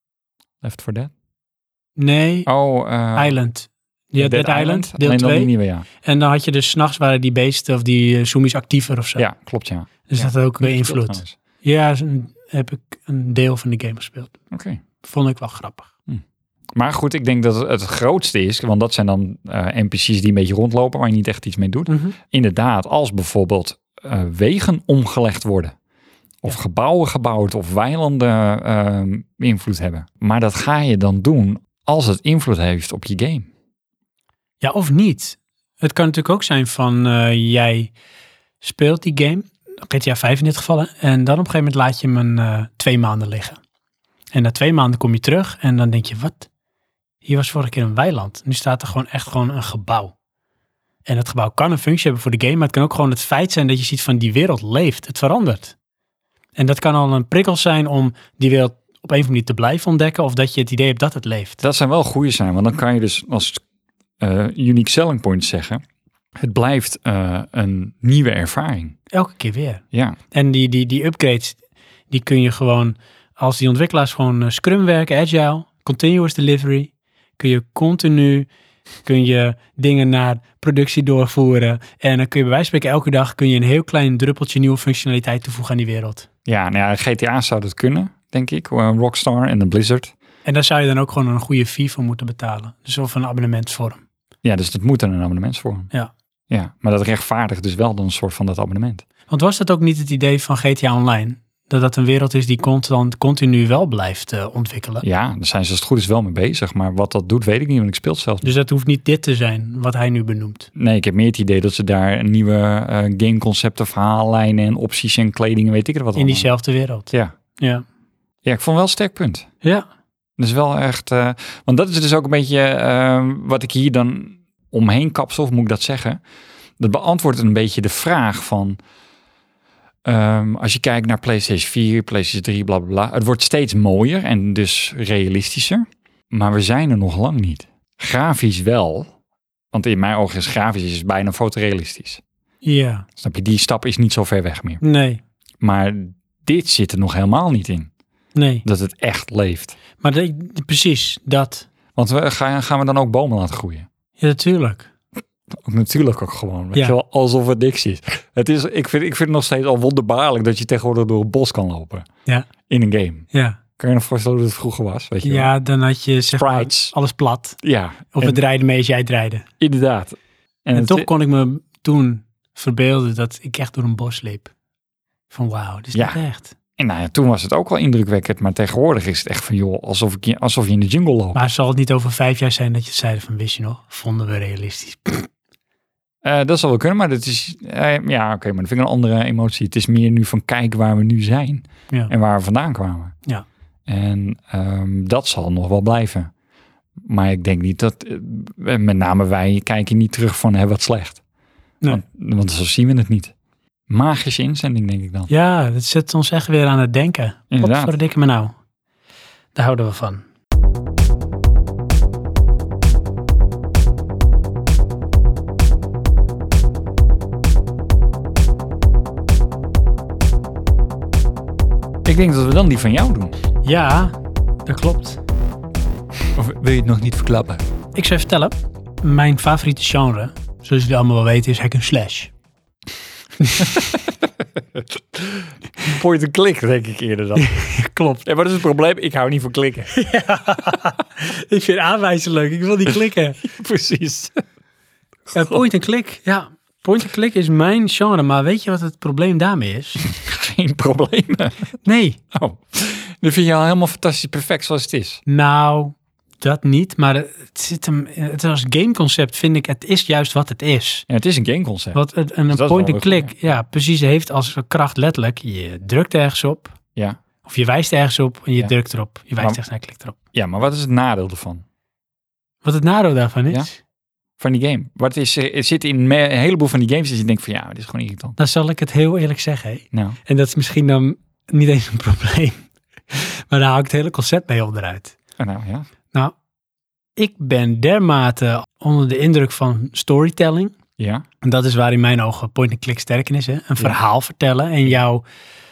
Left four Dead? Nee, Oh, uh, Island. Ja, Dead, Dead Island, deel Alleen dan die twee. nieuwe, ja. En dan had je dus 's nachts waren die beesten of die uh, zombies actiever of zo. Ja, klopt, ja. Dus ja. dat had ook beïnvloed. Trouwens. Ja, is een- heb ik een deel van de game gespeeld. Oké. Okay. Vond ik wel grappig. Maar goed, ik denk dat het het grootste is, want dat zijn dan uh, N P C's die een beetje rondlopen, waar je niet echt iets mee doet. Mm-hmm. Inderdaad, als bijvoorbeeld uh, wegen omgelegd worden, of Ja. gebouwen gebouwd, of weilanden uh, invloed hebben. Maar dat ga je dan doen als het invloed heeft op je game. Ja, of niet. Het kan natuurlijk ook zijn van uh, jij speelt die game, G T A vijf in dit geval, hè, en dan op een gegeven moment laat je hem een, uh, twee maanden liggen. En na twee maanden kom je terug en dan denk je, wat? Hier was vorige keer een weiland. Nu staat er gewoon echt gewoon een gebouw. En het gebouw kan een functie hebben voor de game, maar het kan ook gewoon het feit zijn dat je ziet van die wereld leeft. Het verandert. En dat kan al een prikkel zijn om die wereld op een of andere manier te blijven ontdekken, of dat je het idee hebt dat het leeft. Dat zijn wel goede zijn, want dan kan je dus als uh, unique selling point zeggen, het blijft uh, een nieuwe ervaring. Elke keer weer. Ja. En die, die, die upgrades, die kun je gewoon, als die ontwikkelaars gewoon uh, Scrum werken, Agile, Continuous Delivery, kun je continu, kun je dingen naar productie doorvoeren. En dan kun je bij wijze van spreken elke dag kun je een heel klein druppeltje nieuwe functionaliteit toevoegen aan die wereld. Ja, nou ja, G T A zou dat kunnen, denk ik. Rockstar en de Blizzard. En daar zou je dan ook gewoon een goede fee voor moeten betalen. Dus of een abonnementsvorm. Ja, dus dat moet dan een abonnementsvorm. Ja. Ja, maar dat rechtvaardigt dus wel dan een soort van dat abonnement. Want was dat ook niet het idee van G T A Online? Dat dat een wereld is die constant, continu wel blijft uh, ontwikkelen. Ja, daar zijn ze als het goed is wel mee bezig. Maar wat dat doet, weet ik niet, want ik speel het zelf niet. Dus dat hoeft niet dit te zijn, wat hij nu benoemt. Nee, ik heb meer het idee dat ze daar een nieuwe uh, gameconcepten, verhaallijnen en opties en kleding, weet ik er wat In allemaal. diezelfde wereld. Ja. Ja. Ja, ik vond wel een sterk punt. Ja. Dat is wel echt... Uh, want dat is dus ook een beetje uh, wat ik hier dan omheen kapsel, of moet ik dat zeggen? Dat beantwoordt een beetje de vraag van... Um, als je kijkt naar PlayStation vier, PlayStation drie, bla bla bla. Het wordt steeds mooier en dus realistischer. Maar we zijn er nog lang niet. Grafisch wel. Want in mijn ogen is grafisch is bijna fotorealistisch. Ja. Snap je? Die stap is niet zo ver weg meer. Nee. Maar dit zit er nog helemaal niet in. Nee. Dat het echt leeft. Maar de, precies, dat. Want we, gaan, gaan we dan ook bomen laten groeien? Ja, natuurlijk. Ook natuurlijk ook gewoon. Weet Ja. je wel, alsof het niks is. Het is ik, vind, ik vind het nog steeds al wonderbaarlijk dat je tegenwoordig door een bos kan lopen. Ja. In een game. Ja. Kan je nog voorstellen hoe het vroeger was? Weet je wel? Ja, dan had je zeg maar, Sprites. alles plat. Ja. Of en, het draaide mee als jij het draaide. inderdaad. En, En, het, toch kon ik me toen verbeelden dat ik echt door een bos liep. Van wauw, dit is Ja. niet echt. En nou ja, toen was het ook al indrukwekkend. Maar tegenwoordig is het echt van, joh, alsof, ik, alsof je in de jungle loopt. Maar zal het niet over vijf jaar zijn dat je zeiden van, wist je nog, vonden we realistisch? Uh, dat zal wel kunnen, maar dat is... Uh, ja, oké, okay, maar dat vind ik een andere emotie. Het is meer nu van kijk waar we nu zijn. Ja. En waar we vandaan kwamen. Ja. En um, dat zal nog wel blijven. Maar ik denk niet dat... Uh, met name wij kijken niet terug van, hé, wat slecht. Nee. Want, want zo zien we het niet. Magische inzending, denk ik dan. Ja, dat zet ons echt weer aan het denken. Inderdaad. Wat verdikken me nou? Daar houden we van. Ik denk dat we dan die van jou doen. Ja, dat klopt. Of wil je het nog niet verklappen? Ik zou je vertellen, mijn favoriete genre, zoals jullie allemaal wel weten, is hack and slash. Point and click, denk ik eerder dan. Klopt. En wat is het probleem? Ik hou niet van klikken. Ja, ik vind aanwijzen leuk. Ik wil niet klikken. Precies. Ja, point and click. Ja, point and click is mijn genre. Maar weet je wat het probleem daarmee is? Geen problemen. Nee. Oh, dat vind je al helemaal fantastisch perfect zoals het is. Nou, dat niet. Maar het zit hem, het als gameconcept vind ik, het is juist wat het is. Ja, het is een gameconcept. Wat het, een Dus dat is point wel and weer click, goed, ja, precies, heeft als kracht letterlijk, je drukt ergens op. Ja. Of je wijst ergens op en je Ja. drukt erop. Je wijst Maar- ergens en je klikt erop. Ja, maar wat is het nadeel ervan? Wat het nadeel daarvan is, Ja? Van die game. Wat is, er zit in me- een heleboel van die games dat je denkt van ja, dit is gewoon irritant. dan zal ik het heel eerlijk zeggen. Hè? Nou, En dat is misschien dan niet eens een probleem. Maar daar haal ik het hele concept mee onderuit. oh, nou ja. Nou, ik ben dermate onder de indruk van storytelling. Ja, En dat is waar in mijn ogen point-and-click sterk in is. Hè? Een verhaal vertellen en jou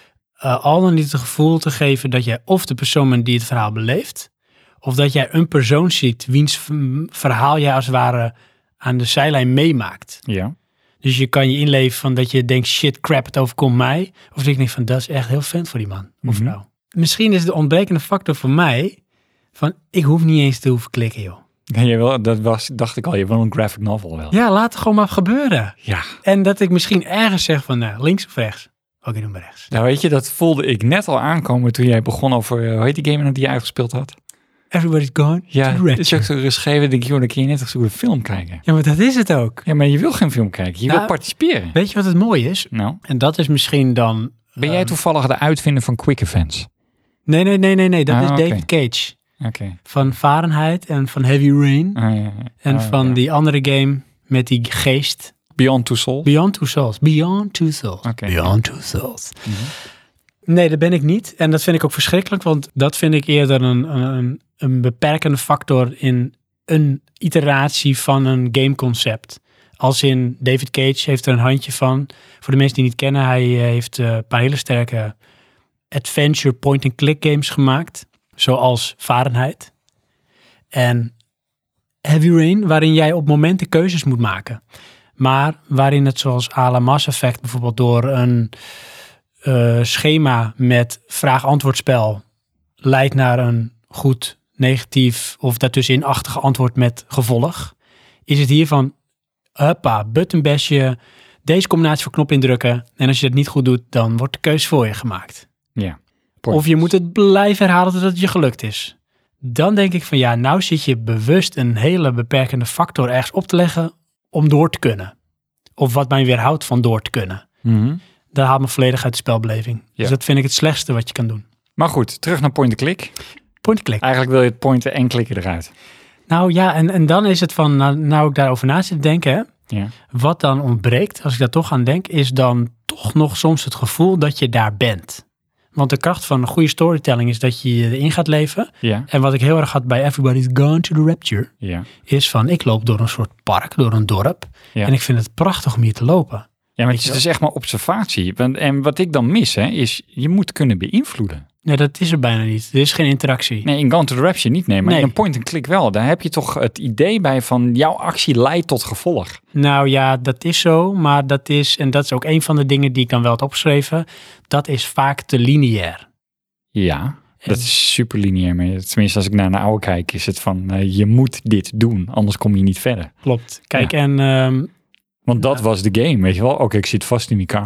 uh, al dan niet het gevoel te geven dat jij of de persoon bent die het verhaal beleeft, of dat jij een persoon ziet wiens v- verhaal jij als het ware aan de zijlijn meemaakt. ja. Dus je kan je inleven van dat je denkt, shit, crap, het overkomt mij. Of dat je denkt van, dat is echt heel vent voor die man of Mhm. vrouw. Misschien is de ontbrekende factor voor mij van, ik hoef niet eens te hoeven klikken, joh. En je wil, dat was, dacht ik al, je wil een graphic novel wel. Ja, laat het gewoon maar gebeuren. Ja. En dat ik misschien ergens zeg van, nou, links of rechts? Oké, doe maar rechts. Nou weet je, dat voelde ik net al aankomen toen jij begon over, uh, hoe heet die game nou die je uitgespeeld had? Everybody's gone Ja, to the het is rapture. ook zo geschreven, denk ik, joh, dan kun je net als een film kijken. Ja, maar dat is het ook. Ja, maar je wil geen film kijken, je Nou, wil participeren. Weet je wat het mooie is? Nou, En dat is misschien dan... ben jij ehm, toevallig de uitvinder van Quick Events? Nee, nee, nee, nee, nee. Dat Ah, is oké. David Cage. Oké. Van Fahrenheit en van Heavy Rain. Ah, ja, ja. En Ah, van ja. die andere game met die geest. Beyond Two Souls? Beyond Two Souls. Beyond Two Souls. Oké. Beyond Two Souls. Mhm. Nee, dat ben ik niet. En dat vind ik ook verschrikkelijk. Want dat vind ik eerder een, een, een beperkende factor in een iteratie van een gameconcept. Als in David Cage heeft er een handje van. Voor de mensen die niet kennen, hij eh, heeft eh, een paar hele sterke adventure point-and-click games gemaakt. Zoals Fahrenheit. En Heavy Rain, waarin jij op momenten keuzes moet maken. Maar waarin het zoals à la Mass Effect bijvoorbeeld door een uh, schema met vraag-antwoordspel leidt naar een goed, negatief of daartussenin-achtige antwoord met gevolg. Is het hier van, huppa, buttonbashje, deze combinatie van knop indrukken. En als je dat niet goed doet, dan wordt de keuze voor je gemaakt. Ja. Of je moet het blijven herhalen totdat het je gelukt is. Dan denk ik van ja, nou zit je bewust een hele beperkende factor ergens op te leggen om door te kunnen. Of wat mij weerhoudt van door te kunnen. Mhm. Dat haalt me volledig uit de spelbeleving. Ja. Dus dat vind ik het slechtste wat je kan doen. Maar goed, terug naar point-and-click. Point-and-click. Eigenlijk wil je het pointen en klikken eruit. Nou ja, en, en dan is het van, nou, nou ik daarover na zit te denken, hè, Ja. wat dan ontbreekt, als ik daar toch aan denk, is dan toch nog soms het gevoel dat je daar bent. Want de kracht van een goede storytelling is dat je je erin gaat leven. Ja. En wat ik heel erg had bij Everybody's Gone to the Rapture, Ja. is van, ik loop door een soort park, door een dorp. Ja. En ik vind het prachtig om hier te lopen. Ja, maar het is dus echt maar observatie. Want- En wat ik dan mis, hè, is je moet kunnen beïnvloeden. Nee, dat is er bijna niet. Er is geen interactie. Nee, in Gone to the Rapture niet, nee. Maar Nee. in een point-and-click wel. Daar heb je toch het idee bij van jouw actie leidt tot gevolg. Nou ja, dat is zo, maar dat is, en dat is ook een van de dingen die ik dan wel had opgeschreven, dat is vaak te lineair. Ja, dat En- is super lineair. Maar tenminste, als ik naar een oude kijk, is het van uh, je moet dit doen, anders kom je niet verder. Klopt. Kijk, Ja. en... ehm, Want dat was de game, weet je wel. Oké, ik zit vast in die kamer.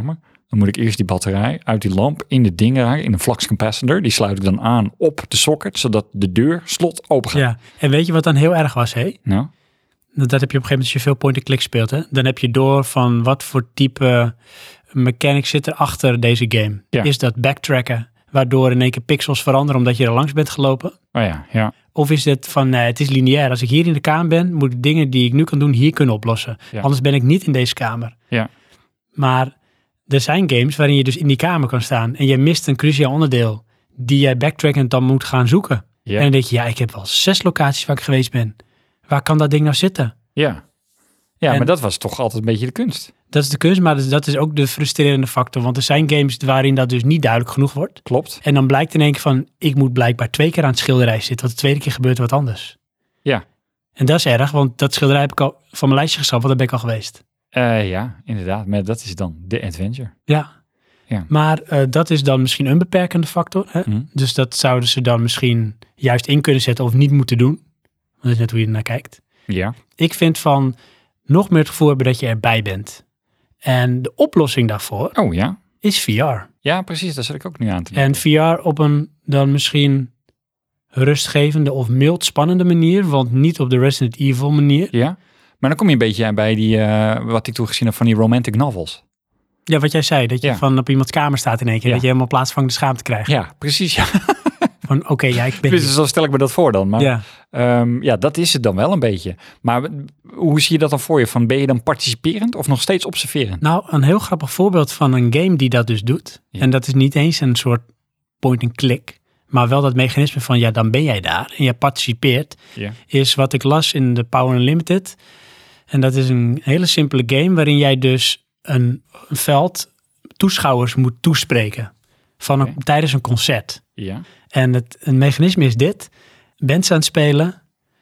Dan moet ik eerst die batterij uit die lamp in de ding raken, in een flux capacitor. Die sluit ik dan aan op de socket, zodat de deur slot open gaat. Ja, en weet je wat dan heel erg was, hé? Nou? Dat heb je op een gegeven moment als je veel point-and-click speelt, hè? Dan heb je door van wat voor type mechanics zit er achter deze game. Ja. Is dat backtracken, waardoor in één keer pixels veranderen omdat je er langs bent gelopen? Oh ja, ja. Of is het van, nee, het is lineair. Als ik hier in de kamer ben, moet ik dingen die ik nu kan doen hier kunnen oplossen. Ja. Anders ben ik niet in deze kamer. Ja. Maar er zijn games waarin je dus in die kamer kan staan en je mist een cruciaal onderdeel die jij backtrackend dan moet gaan zoeken. Ja. En dan denk je, ja, ik heb wel zes locaties waar ik geweest ben. Waar kan dat ding nou zitten? Ja, ja En- maar dat was toch altijd een beetje de kunst. Dat is de kunst, maar dat is- dat is ook de frustrerende factor. Want er zijn games waarin dat dus niet duidelijk genoeg wordt. Klopt. En dan blijkt in één keer van, ik moet blijkbaar twee keer aan het schilderij zitten. Want de tweede keer gebeurt er wat anders. Ja. En dat is erg, want dat schilderij heb ik al van mijn lijstje geschrapt, want daar ben ik al geweest. Uh, ja, inderdaad. Maar dat is dan de adventure. Ja. Ja. Maar uh, dat is dan misschien een beperkende factor. Hè? Hm. Dus dat zouden ze dan misschien juist in kunnen zetten of niet moeten doen. Want dat is net hoe je ernaar kijkt. Ja. Ik vind van nog meer het gevoel hebben dat je erbij bent. En de oplossing daarvoor Oh ja. is V R. Ja, precies. Daar zat ik ook nu aan te denken. En V R op een dan misschien rustgevende of mild spannende manier. Want niet op de Resident Evil manier. Ja. Maar dan kom je een beetje bij die, uh, wat ik toen gezien heb van die romantic novels. Ja, wat jij zei. Dat je Ja. van op iemands kamer staat in één keer. Ja. Dat je helemaal plaatsvangende schaamte krijgt. Ja, precies. Ja. Van oké, okay, ja, ik ben Dus hier. zo stel ik me dat voor dan. Maar Ja. um, ja, dat is het dan wel een beetje. Maar hoe zie je dat dan voor je? Van, ben je dan participerend of nog steeds observerend? Nou, een heel grappig voorbeeld van een game die dat dus doet. Ja. En dat is niet eens een soort point-and-click. Maar wel dat mechanisme van, ja, dan ben jij daar en je participeert. Ja. Is wat ik las in de Power Unlimited. En dat is een hele simpele game waarin jij dus een, een veld toeschouwers moet toespreken. Van een, Oké. tijdens een concert. Ja. En het een mechanisme is dit. Band is aan het spelen.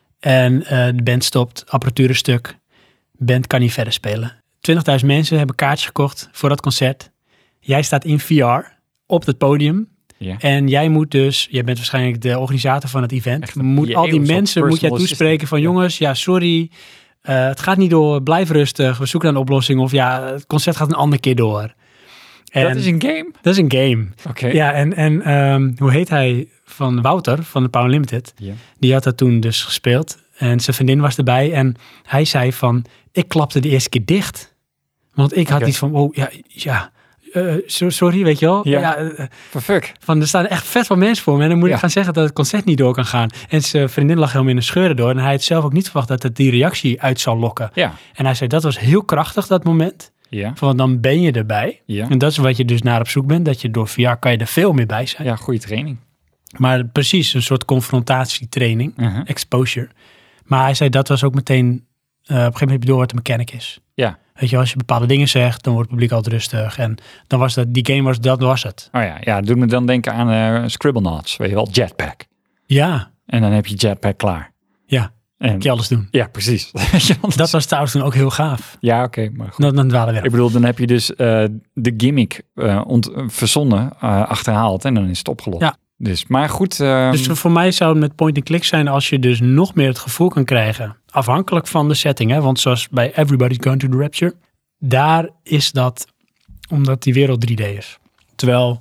En uh, de band stopt, apparatuur is stuk. Band kan niet verder spelen. twintigduizend mensen hebben kaartjes gekocht voor dat concert. Jij staat in V R op het podium. Ja. En jij moet dus, jij bent waarschijnlijk de organisator van het event. Echt een Moet, P A al die of zo, mensen moet jij personal toespreken van assistant. jongens, ja sorry. Uh, het gaat niet door, blijf rustig. We zoeken naar een oplossing. Of ja, het concert gaat een andere keer door. En Dat is een game? dat is een game. Oké. Ja, en, en um, hoe heet hij? Van Wouter, van de Power Limited. Ja. Die had dat toen dus gespeeld. En zijn vriendin was erbij. En hij zei van, ik klapte de eerste keer dicht. Want ik had Oké. iets van, oh ja, ja. Uh, so- sorry, weet je wel. Ja. Ja, uh, For fuck. van, er staan echt vet veel mensen voor me. En dan moet Ja. ik gaan zeggen dat het concert niet door kan gaan. En zijn vriendin lag helemaal in de scheuren door. En hij had zelf ook niet verwacht dat het die reactie uit zou lokken. Ja. En hij zei, dat was heel krachtig, dat moment. Ja. Want dan ben je erbij. Ja. En dat is wat je dus naar op zoek bent. Dat je door V R kan je er veel meer bij zijn. Ja, goede training. Maar precies, een soort confrontatietraining. Uh-huh. Exposure. Maar hij zei, dat was ook meteen... Uh, op een gegeven moment heb je door wat de mechanic is. Ja. Weet je, als je bepaalde dingen zegt, dan wordt het publiek altijd rustig. En dan was dat, die game was, dat was het. Oh ja, ja, doet me dan denken aan uh, Scribblenauts, weet je wel, Jetpack. Ja, En dan heb je Jetpack klaar. ja, En, kun je alles doen. ja, precies. Weet je wel, Dat was trouwens toen ook heel gaaf. ja, oké, maar goed. Dan, dan dwalen we weer Ik af. bedoel, dan heb je dus uh, de gimmick uh, ont- verzonnen, uh, achterhaald en dan is het opgelost. Ja. Dus, maar goed. Uh, Dus voor mij zou het met point-and-click zijn als je dus nog meer het gevoel kan krijgen. Afhankelijk van de setting, hè? Want zoals bij Everybody's Going to the Rapture, daar is dat omdat die wereld drie D is. Terwijl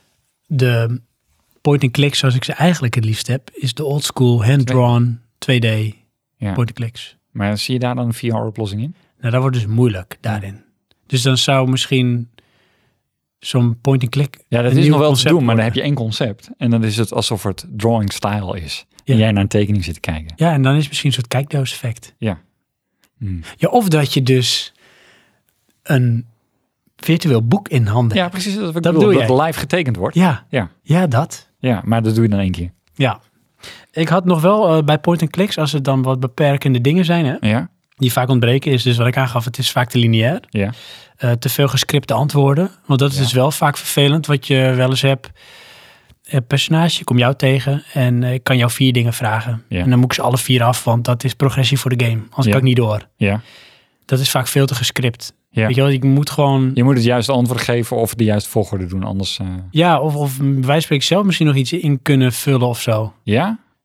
de point-and-click zoals ik ze eigenlijk het liefst heb, is de old school hand-drawn twee D ja. point-and-clicks. Maar zie je daar dan een V R-oplossing in? Nou, dat wordt dus moeilijk daarin. Dus dan zou misschien zo'n point-and-click Ja, dat een is nieuw nog wel te concept doen, maar dan heb worden. je één concept. En dan is het alsof het drawing style is. Ja. En jij naar een tekening zit te kijken. Ja, en dan is misschien een soort kijkdoos-effect. Ja. Hmm. Ja, of dat je dus een virtueel boek in handen Ja, hebt. precies. Dat, ik Dat bedoel, bedoel dat live getekend wordt. Ja, Ja. ja, dat. Ja, maar dat doe je dan één keer. Ja. Ik had nog wel uh, bij point-and-clicks, als het dan wat beperkende dingen zijn, hè, Ja? die vaak ontbreken, is dus wat ik aangaf, het is vaak te lineair. Ja. Uh, te veel gescripte antwoorden. Want dat is Ja. dus wel vaak vervelend, wat je wel eens hebt. Een personage, ik kom jou tegen en uh, ik kan jou vier dingen vragen. Ja. En dan moet ik ze alle vier af, want dat is progressie voor de game. Anders Ja. kan ik niet door. Ja. Dat is vaak veel te gescript. Ja. Weet je wel, ik moet gewoon... Je moet het juiste antwoord geven of de juiste volgorde doen, anders... Uh... Ja, of, of wij spreken zelf misschien nog iets in kunnen vullen of zo. Ja?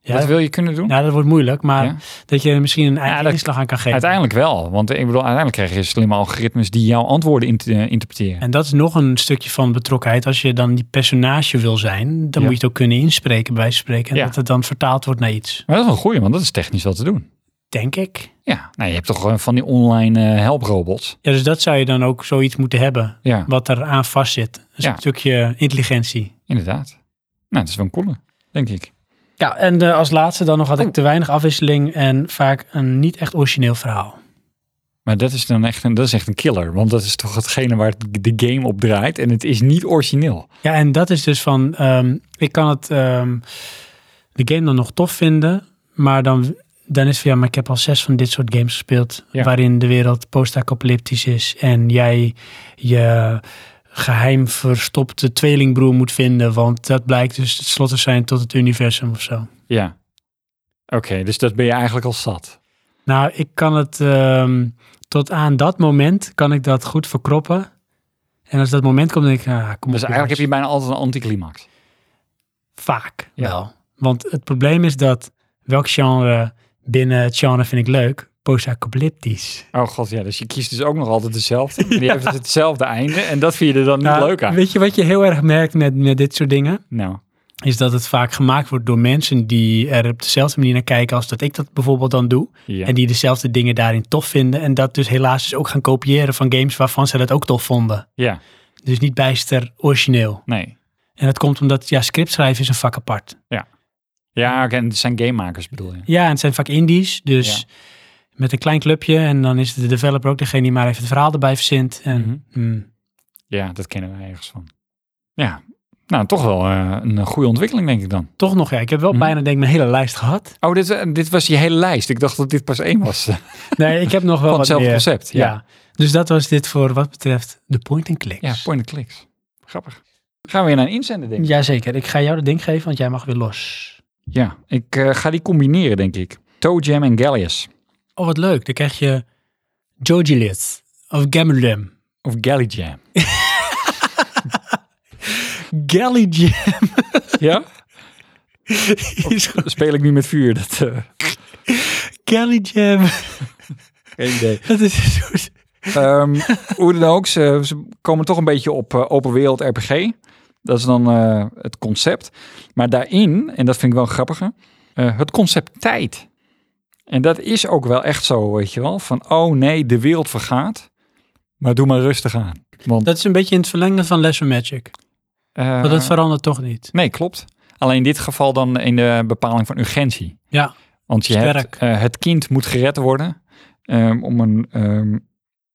Ja, dat wil je kunnen doen? Nou, dat wordt moeilijk, maar Ja. dat je er misschien een eigen Ja, dat- inslag aan kan geven. Uiteindelijk wel. Want ik bedoel, uiteindelijk krijg je slimme algoritmes die jouw antwoorden int- uh, interpreteren. En dat is nog een stukje van betrokkenheid. Als je dan die personage wil zijn, dan Ja. moet je het ook kunnen inspreken, bij wijze van spreken. En Ja. dat het dan vertaald wordt naar iets. Maar dat is wel een goeie, want dat is technisch wel te doen. Denk ik. Ja, nou, je hebt toch uh, van die online uh, helprobots. Ja, dus dat zou je dan ook zoiets moeten hebben. Ja, Wat er aan vast zit. Dus Ja. een stukje intelligentie. inderdaad. Nou, dat is wel een coole, denk ik. Ja, en uh, als laatste dan nog had ik Oh. te weinig afwisseling en vaak een niet echt origineel verhaal. Maar dat is dan echt een, dat is echt een killer. Want dat is toch hetgene waar het- de game op draait. En het is niet origineel. Ja, en dat is dus van, um, ik kan het, um, de game dan nog tof vinden, maar dan, dan is het van, ja, maar ik heb al zes van dit soort games gespeeld, Ja. waarin de wereld post-apocalyptisch is en jij je geheim verstopte tweelingbroer moet vinden, want dat blijkt dus het slot te zijn tot het universum of zo. Ja. Oké, okay, dus dat ben je eigenlijk al zat. Nou, ik kan het, um, tot aan dat moment kan ik dat goed verkroppen. En als dat moment komt, dan denk ik, ah, kom Dus op, eigenlijk heb jongens. je bijna altijd een anticlimax. Vaak Ja. wel. Want het probleem is dat welk genre binnen het genre vind ik leuk? Post-apocalyptisch. Oh god, ja. Dus je kiest dus ook nog altijd dezelfde. Die heeft dus hetzelfde einde. En dat vind je er dan niet Nou, leuk aan. Weet je wat je heel erg merkt met, met dit soort dingen? Nou, Is dat het vaak gemaakt wordt door mensen die er op dezelfde manier naar kijken als dat ik dat bijvoorbeeld dan doe. ja. En die dezelfde dingen daarin tof vinden. En dat dus helaas dus ook gaan kopiëren van games waarvan ze dat ook tof vonden. Ja, Dus niet bijster origineel. nee. En dat komt omdat, ja, scriptschrijven is een vak apart. Ja, oké, en het zijn gamemakers bedoel je. Ja, en het zijn vaak indies, dus Ja. met een klein clubje. En dan is de developer ook degene die maar even het verhaal erbij verzint. En, Mhm. hmm. Ja, dat kennen wij ergens van. Ja, nou toch wel uh, een goede ontwikkeling denk ik dan. Toch nog, ja. Ik heb wel Mhm. bijna denk ik mijn hele lijst gehad. Oh, dit, uh, dit was je hele lijst. Ik dacht dat dit pas één was. Nee, ik heb nog wel Van wat hetzelfde meer. concept. Ja. Ja, Dus dat was dit voor wat betreft de point-and-clicks. ja point-and-clicks. Grappig. Gaan we weer naar een inzender, denk ik. Jazeker. Ik ga jou dat ding geven, want jij mag weer los. Ja, ik uh, ga die combineren, denk ik. Toe Jam en Gallius. Oh, wat leuk. Dan krijg je Jojilius of Gammerdam. Of Galley Jam. Galley Jam. Ja? Is goed. Speel ik nu met vuur? Dat, uh, Galley Jam. geen idee. Dat is een soort... Um, hoe dan ook, ze, ze komen toch een beetje op uh, open wereld R P G. Dat is dan uh, het concept. Maar daarin, en dat vind ik wel grappiger, uh, het concept tijd. En dat is ook wel echt zo, weet je wel. Van, oh nee, de wereld vergaat. Maar doe maar rustig aan. Want, Dat is een beetje in het verlengen van Lesser Magic. uh, Maar dat verandert toch niet. nee, klopt. Alleen in dit geval dan in de bepaling van urgentie. Ja, Want je sterk. hebt, uh, het kind moet gered worden. Um, om een um,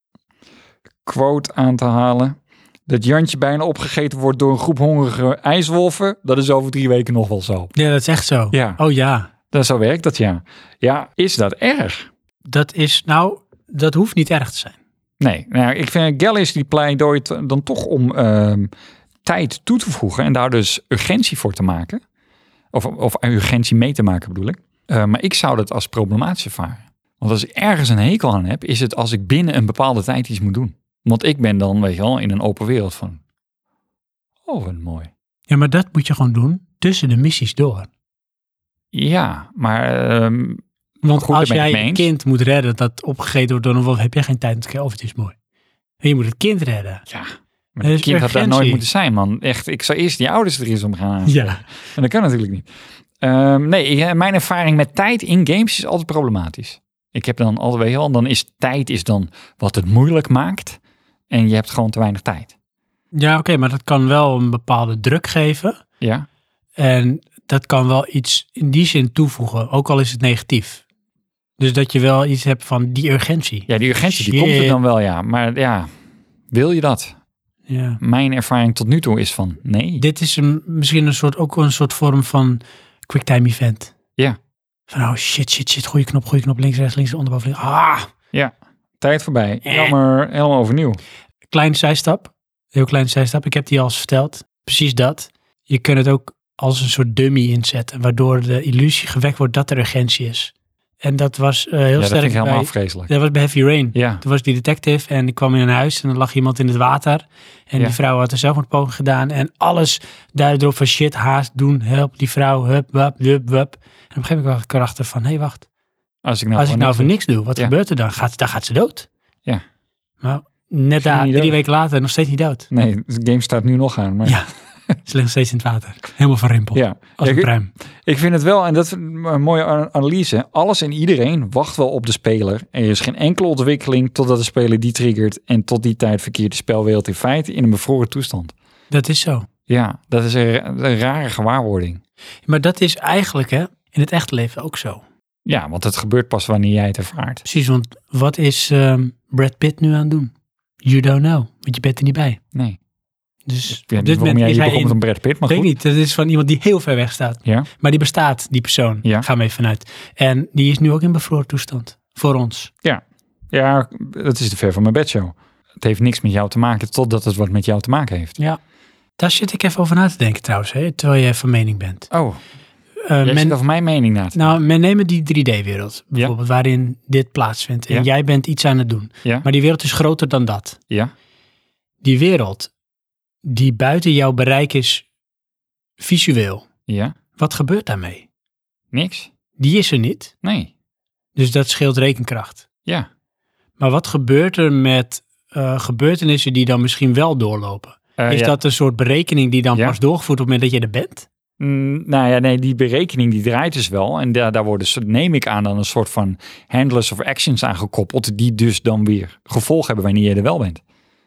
quote aan te halen. Dat Jantje bijna opgegeten wordt door een groep hongerige ijswolven. Dat is over drie weken nog wel zo. Ja, dat is echt zo. Ja. Oh ja. Dat, zo werkt dat, ja. Ja, is dat erg? Dat is, nou, dat hoeft niet erg te zijn. Nee, nou, ik vind Gallius die pleidooit dan toch om um, tijd toe te voegen. En daar dus urgentie voor te maken. Of, of urgentie mee te maken bedoel ik. Uh, maar ik zou dat als problematisch ervaren. Want als ik ergens een hekel aan heb, is het als ik binnen een bepaalde tijd iets moet doen. Want ik ben dan, weet je wel, in een open wereld van... Oh, wat mooi. Ja, maar dat moet je gewoon doen tussen de missies door. Ja, maar... Um, Want goed, als daar ben ik jij mee een eens. kind moet redden dat opgegeten wordt door een wolf, heb jij geen tijd om te kijken of het is mooi. En je moet het kind redden. Ja, maar Er het is kind had daar urgentie. nooit moeten zijn, man. Echt, ik zou eerst die ouders er eens om gaan aanspreken. Ja. En dat kan natuurlijk niet. Um, nee, ik- mijn ervaring met tijd in games is altijd problematisch. Ik heb dan altijd, weet je wel, dan is tijd is dan wat het moeilijk maakt. En je hebt gewoon te weinig tijd. Ja, oké, maar dat kan wel een bepaalde druk geven. Ja, En dat kan wel iets in die zin toevoegen, ook al is het negatief. Dus dat je wel iets hebt van die urgentie. ja die urgentie die Shit. komt er dan wel, ja. Maar ja, wil je dat? Ja. Mijn ervaring tot nu toe is van nee. Dit is een, misschien een soort, ook een soort vorm van quicktime event. Ja. Van oh shit, shit, shit, goede knop, goede knop, links, rechts, links, onderboven, links. Ah, Ja, tijd voorbij. Eh. Jammer, helemaal overnieuw. kleine zijstap. Heel kleine zijstap. Ik heb die al eens verteld. Precies dat. Je kunt het ook als een soort dummy inzetten, waardoor de illusie gewekt wordt dat er urgentie is. En dat was uh, heel ja, dat sterk vind ik helemaal bij, vreselijk. dat was bij Heavy Rain. Ja. Toen was die detective en ik kwam in een huis en er lag iemand in het water. En Ja. die vrouw had een zelfmoordpoging gedaan. En alles duidde erop van shit, haast, doen, help, die vrouw, hup, wap, wup, wup. En op een gegeven moment kwam ik erachter van, hé, hey, wacht. Als ik nou, Als ik nou voor niks niks doe, wat Ja. gebeurt er dan? Gaat, dan gaat ze dood. Ja. Maar net daar, niet drie dood. weken later, nog steeds niet dood. doe- Nee, de game staat nu nog aan. Maar Ja, ze ligt nog steeds in het water. Helemaal verrimpeld. ja. Als Ja, een ik, pruim. ik vind het wel, en dat is een mooie a- analyse. Alles en iedereen wacht wel op de speler. Er is geen enkele ontwikkeling totdat de speler die triggert. En tot die tijd verkeert de spelwereld in feite in een bevroren toestand. Dat is zo. Ja, dat is een, ra- een rare gewaarwording. Maar dat is eigenlijk hè, in het echte leven ook zo. Ja, want het gebeurt pas wanneer jij het ervaart. Precies, want wat is um, Brad Pitt nu aan het doen? You don't know, want je bent er niet bij. Nee. Dus Ik weet op niet dit waarom moment jij is hier hij begon met in... een Brad Pitt, maar Weet ik goed. niet, dat is van iemand die heel ver weg staat. Ja, Maar die bestaat, die persoon. Ja. Gaan we even vanuit. En die is nu ook in bevroren toestand. Voor ons. ja, dat is de ver van mijn bedshow. Het heeft niks met jou te maken totdat het wat met jou te maken heeft. Ja. Daar zit ik even over na te denken trouwens, hè, terwijl jij van mening bent. Oh, Uh, jij men, zit over mijn mening na te nou, men neemt die drie D-wereld, bijvoorbeeld, waarin dit plaatsvindt. En Ja. jij bent iets aan het doen. Ja, Maar die wereld is groter dan dat. ja, Die wereld die buiten jouw bereik is visueel. ja, Wat gebeurt daarmee? niks. Die is er niet. Nee, Dus dat scheelt rekenkracht. ja. Maar wat gebeurt er met uh, gebeurtenissen die dan misschien wel doorlopen? Uh, is ja. dat een soort berekening die dan Ja. pas doorgevoerd op het moment dat je er bent? Mm, nou ja, nee, die berekening die draait dus wel. En daar, daar worden, so- neem ik aan, dan een soort van handlers of actions aan gekoppeld. Die dus dan weer gevolg hebben wanneer je er wel bent.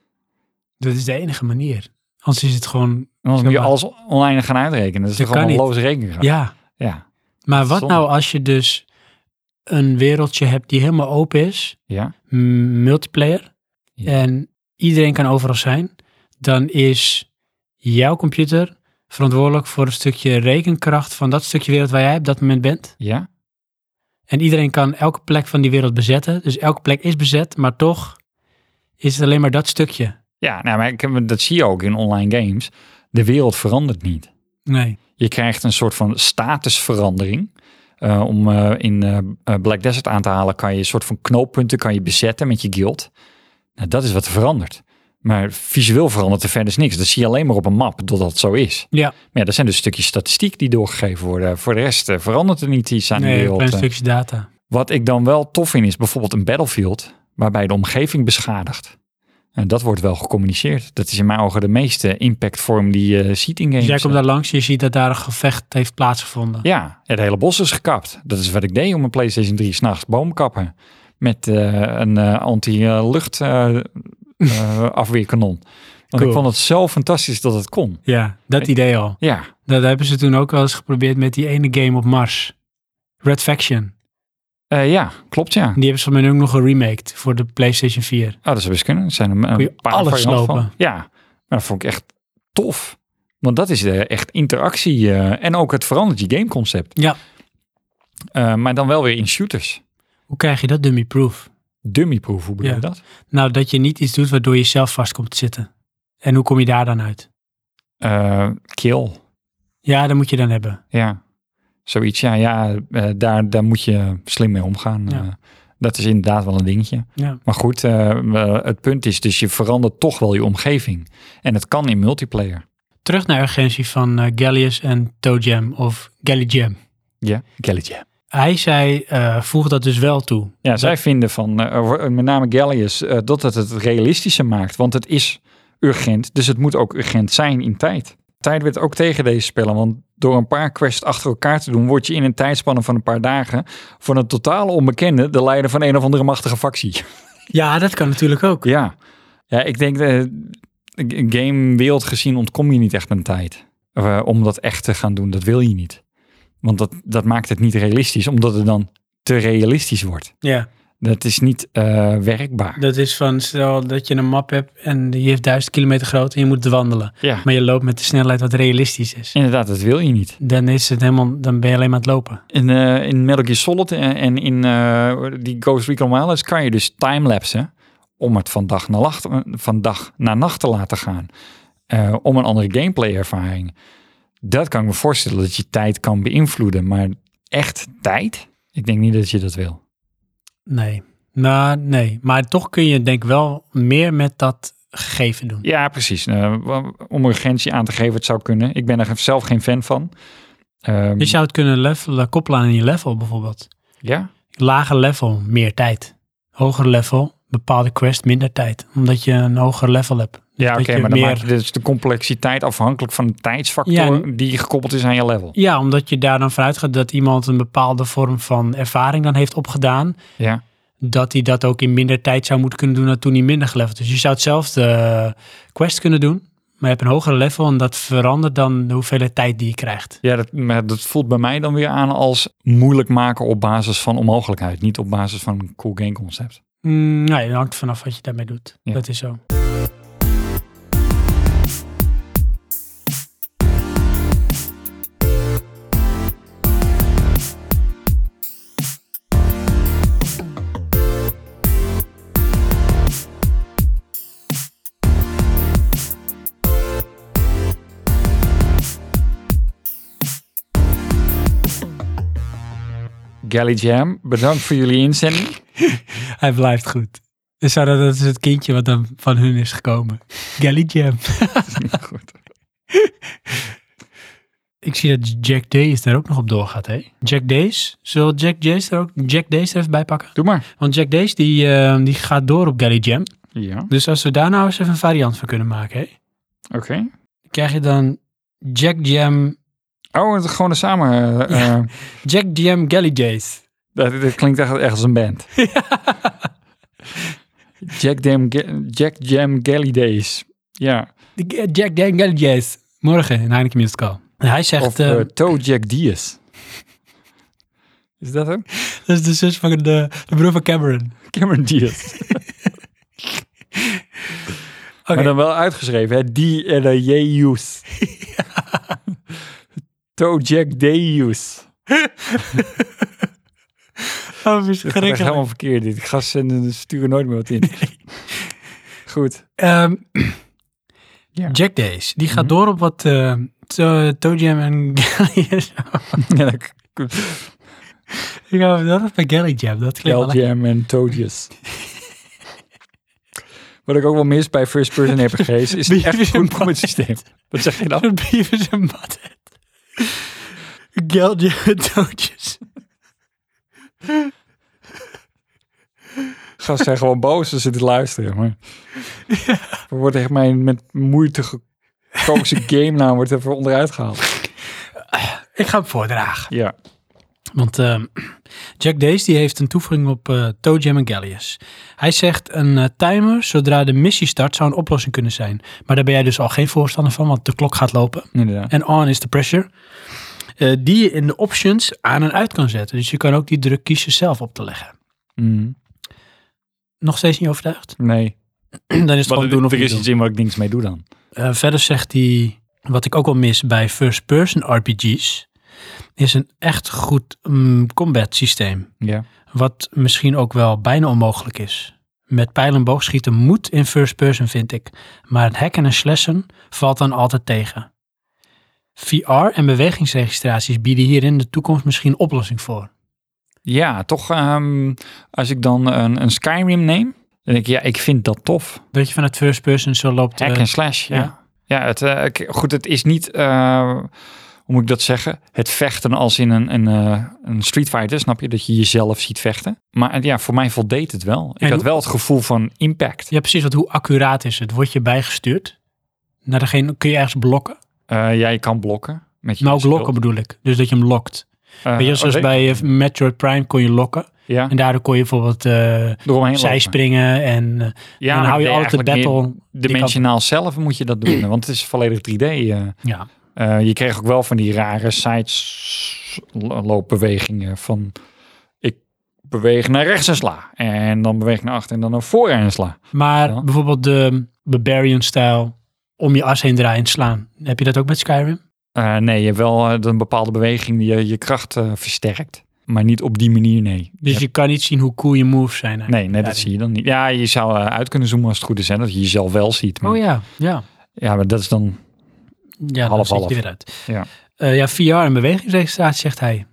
Dat is de enige manier. Anders is het gewoon... En anders Zeg moet je maar. alles online gaan uitrekenen. Dat is Dat gewoon kan een niet. loze rekening. Ja, Ja, maar wat Zonde. nou als je dus een wereldje hebt die helemaal open is, ja, m- multiplayer, Ja. en iedereen kan overal zijn, dan is jouw computer verantwoordelijk voor een stukje rekenkracht van dat stukje wereld waar jij op dat moment bent. ja. En iedereen kan elke plek van die wereld bezetten. Dus elke plek is bezet, maar toch is het alleen maar dat stukje. Ja, nou, maar ik heb, dat zie je ook in online games. De wereld verandert niet. Nee. Je krijgt een soort van statusverandering. Uh, om uh, in uh, Black Desert aan te halen kan je een soort van knooppunten kan je bezetten met je guild. Nou, dat is wat er verandert. Maar visueel verandert er verder niks. Dat zie je alleen maar op een map, doordat het zo is. Ja, Maar ja, dat zijn dus stukjes statistiek die doorgegeven worden. Voor de rest uh, verandert er niet iets aan de nee, een wereld. klein Uh, stukje data. Wat ik dan wel tof vind is bijvoorbeeld een Battlefield, waarbij de omgeving beschadigt. En dat wordt wel gecommuniceerd. Dat is in mijn ogen de meeste impactvorm die je ziet in games. Dus jij komt daar langs, je ziet dat daar een gevecht heeft plaatsgevonden. Ja, het hele bos is gekapt. Dat is wat ik deed om een PlayStation drie 's nachts bomen kappen. Met uh, een uh, anti-lucht uh, uh, afweerkanon. Want Cool. ik vond het zo fantastisch dat het kon. Ja, dat idee al. Ja, Dat hebben ze toen ook wel eens geprobeerd met die ene game op Mars. Red Faction. uh, ja, klopt ja. Die hebben ze van mij ook nog geremaked voor de PlayStation vier. Oh, dat zou best kunnen. Er zijn een, een Kun je paar alles varianten van. slopen. Ja, maar dat vond ik echt tof. Want dat is uh, echt interactie. Uh, en ook het verandert je gameconcept. Ja. Uh, maar dan wel weer in shooters. Hoe krijg je dat dummy-proof? Dummyproof, hoe bedoel Ja. je dat? Nou, dat je niet iets doet waardoor je zelf vast komt te zitten. En hoe kom je daar dan uit? Uh, kill. Ja, dat moet je dan hebben. Ja, zoiets. Ja, ja uh, daar, daar moet je slim mee omgaan. Ja. Uh, dat is inderdaad wel een dingetje. Ja. Maar goed, uh, uh, het punt is dus je verandert toch wel je omgeving. En het kan in multiplayer. Terug naar urgentie van uh, Gallius en ToeJam of GallyJam. Ja, Gallium. Hij zei, uh, voeg dat dus wel toe. Ja, dat, zij vinden van, uh, met name Gallius, uh, dat het het realistischer maakt. Want het is urgent, dus het moet ook urgent zijn in tijd. Tijd werd ook tegen deze spellen, want door een paar quests achter elkaar te doen, word je in een tijdspanne van een paar dagen van een totale onbekende de leider van een of andere machtige factie. Ja, dat kan natuurlijk ook. Ja, ja ik denk, uh, gamewereld gezien ontkom je niet echt aan tijd. Uh, om dat echt te gaan doen, dat wil je niet. Want dat, dat maakt het niet realistisch, omdat het dan te realistisch wordt. Ja. Dat is niet uh, werkbaar. Dat is van, stel dat je een map hebt en die heeft duizend kilometer groot en je moet wandelen. Ja. Maar je loopt met de snelheid wat realistisch is. Inderdaad, dat wil je niet. Dan is het helemaal, dan ben je alleen maar aan het lopen. In, uh, in Metal Gear Solid en, en in uh, die Ghost Recon Wildlands kan je dus timelapsen om het van dag naar, nacht, van dag naar nacht te laten gaan. Uh, om een andere gameplay ervaring. Dat kan ik me voorstellen dat je tijd kan beïnvloeden. Maar echt tijd? Ik denk niet dat je dat wil. Nee. Nou, nee. Maar toch kun je denk ik wel meer met dat gegeven doen. Ja, precies. Uh, om urgentie aan te geven, het zou kunnen. Ik ben er zelf geen fan van. Um, je zou het kunnen levelen, koppelen aan je level bijvoorbeeld. Ja? Lager level, meer tijd. Hoger level, bepaalde quest, minder tijd. Omdat je een hoger level hebt. Dus ja, oké, okay, maar meer... dan maak je dus de complexiteit afhankelijk van de tijdsfactor ja, die gekoppeld is aan je level. Ja, omdat je daar dan vanuit gaat dat iemand een bepaalde vorm van ervaring dan heeft opgedaan. Ja. Dat hij dat ook in minder tijd zou moeten kunnen doen dan toen hij minder geleveld. Dus je zou hetzelfde quest kunnen doen, maar je hebt een hoger level en dat verandert dan de hoeveelheid tijd die je krijgt. Ja, dat, maar dat voelt bij mij dan weer aan als moeilijk maken op basis van onmogelijkheid. Niet op basis van een cool game concept. Mm, nee, dat hangt vanaf wat je daarmee doet. Ja. Dat is zo. Galley Jam, bedankt voor jullie inzending. Hij blijft goed. Dus dat is het kindje wat dan van hun is gekomen. Galley Jam. Goed. Ik zie dat Jack Days daar ook nog op doorgaat, hè? Jack Days. Zullen Jack Days er ook Jack Days er even bij pakken? Doe maar. Want Jack Days die, uh, die gaat door op Galley Jam. Ja. Dus als we daar nou eens even een variant van kunnen maken, hè? Oké. Okay. Krijg je dan Jack Jam... Oh, het is gewoon een samen... Uh, ja. Jack Jam Galley Days. Dat, dat klinkt echt, echt als een band. Jack, Jam, Jack Jam Galley Days. Ja. Jack Jam Galley Days. Morgen in Heineken Musical. En hij zegt... Of uh, uh, Toe Jack Diaz. Is dat hem? Dat is de zus van de, de broer van Cameron. Cameron Diaz. Okay. Maar dan wel uitgeschreven, hè? Die en de J-Use. Toe Jack Deus. Oh, dit gaat echt helemaal verkeerd dit. Gasten sturen nooit meer wat in. Nee. Goed. Um, ja. Jack Days, die gaat mm-hmm. door op wat uh, to, Toe Jam en Galley is. Ja, dat... Ik ga dat bij Galley Jam. Dat Galley Jam en Toadjes. Wat ik ook wel mis bij first person R P G's is het echt goed combat systeem. Wat zeg je dan? Beavis en Butthead. Galley Jam en Toadjes. Gasten zijn gewoon boos als ze dit luisteren. Maar ja. Er wordt echt mijn met moeite gekozen game naam wordt even onderuit gehaald. Ik ga hem voordragen. Ja. Want uh, Jack Days die heeft een toevoeging op uh, Toe Jam en Gallius. Hij zegt een uh, timer zodra de missie start zou een oplossing kunnen zijn. Maar daar ben jij dus al geen voorstander van, want de klok gaat lopen. Inderdaad. En on is the pressure. Uh, die je in de options aan en uit kan zetten. Dus je kan ook die druk kiezen zelf op te leggen. Mm. Nog steeds niet overtuigd? Nee. Dan is het wat gewoon doen of er niet is doen. iets in waar ik niks mee doe dan. Uh, verder zegt hij, wat ik ook wel mis bij first-person R P G's, is een echt goed um, combat systeem. Ja. Wat misschien ook wel bijna onmogelijk is. Met pijl en boogschieten moet in first-person, vind ik. Maar het hacken en slashen valt dan altijd tegen. V R en bewegingsregistraties bieden hier in de toekomst misschien een oplossing voor. Ja, toch um, als ik dan een, een Skyrim neem, dan denk ik, ja, ik vind dat tof. Dat je vanuit first person zo loopt. Hack uh, en slash, ja. Ja, ja het, uh, goed, het is niet, uh, hoe moet ik dat zeggen, het vechten als in een, een, uh, een Street Fighter, snap je, dat je jezelf ziet vechten. Maar ja, voor mij voldeed het wel. Ik en had wel het gevoel van impact. Ja, precies, want hoe accuraat is het? Word je bijgestuurd? Naar degene, kun je ergens blokken? Uh, ja, je kan blokken. Met je nou, ook lokken bedoel ik. Dus dat je hem lokt. Uh, Weet je, zoals okay. bij uh, Metroid Prime kon je lokken. Ja. En daardoor kon je bijvoorbeeld uh, zijspringen en, uh, ja, en dan hou je altijd de battle. Dimensionaal zelf moet je dat doen, want het is volledig drie D. Uh, ja. uh, je kreeg ook wel van die rare sides loopbewegingen van ik beweeg naar rechts en sla. En dan beweeg ik naar achter en dan naar voren en sla. Maar ja. bijvoorbeeld de Barbarian-stijl om je as heen draaien en slaan. Heb je dat ook met Skyrim? Uh, nee, je hebt wel uh, een bepaalde beweging die je, je kracht uh, versterkt. Maar niet op die manier, nee. Dus je, je kan niet zien hoe cool je moves zijn. Hè? Nee, nee dat zie je dan niet. Ja, je zou uh, uit kunnen zoomen als het goed is. Hè, dat je jezelf wel ziet. Maar... Oh ja, ja. Ja, maar dat is dan ja, half dan half. je weer uit. Ja. Uh, ja, V R en bewegingsregistratie, zegt hij.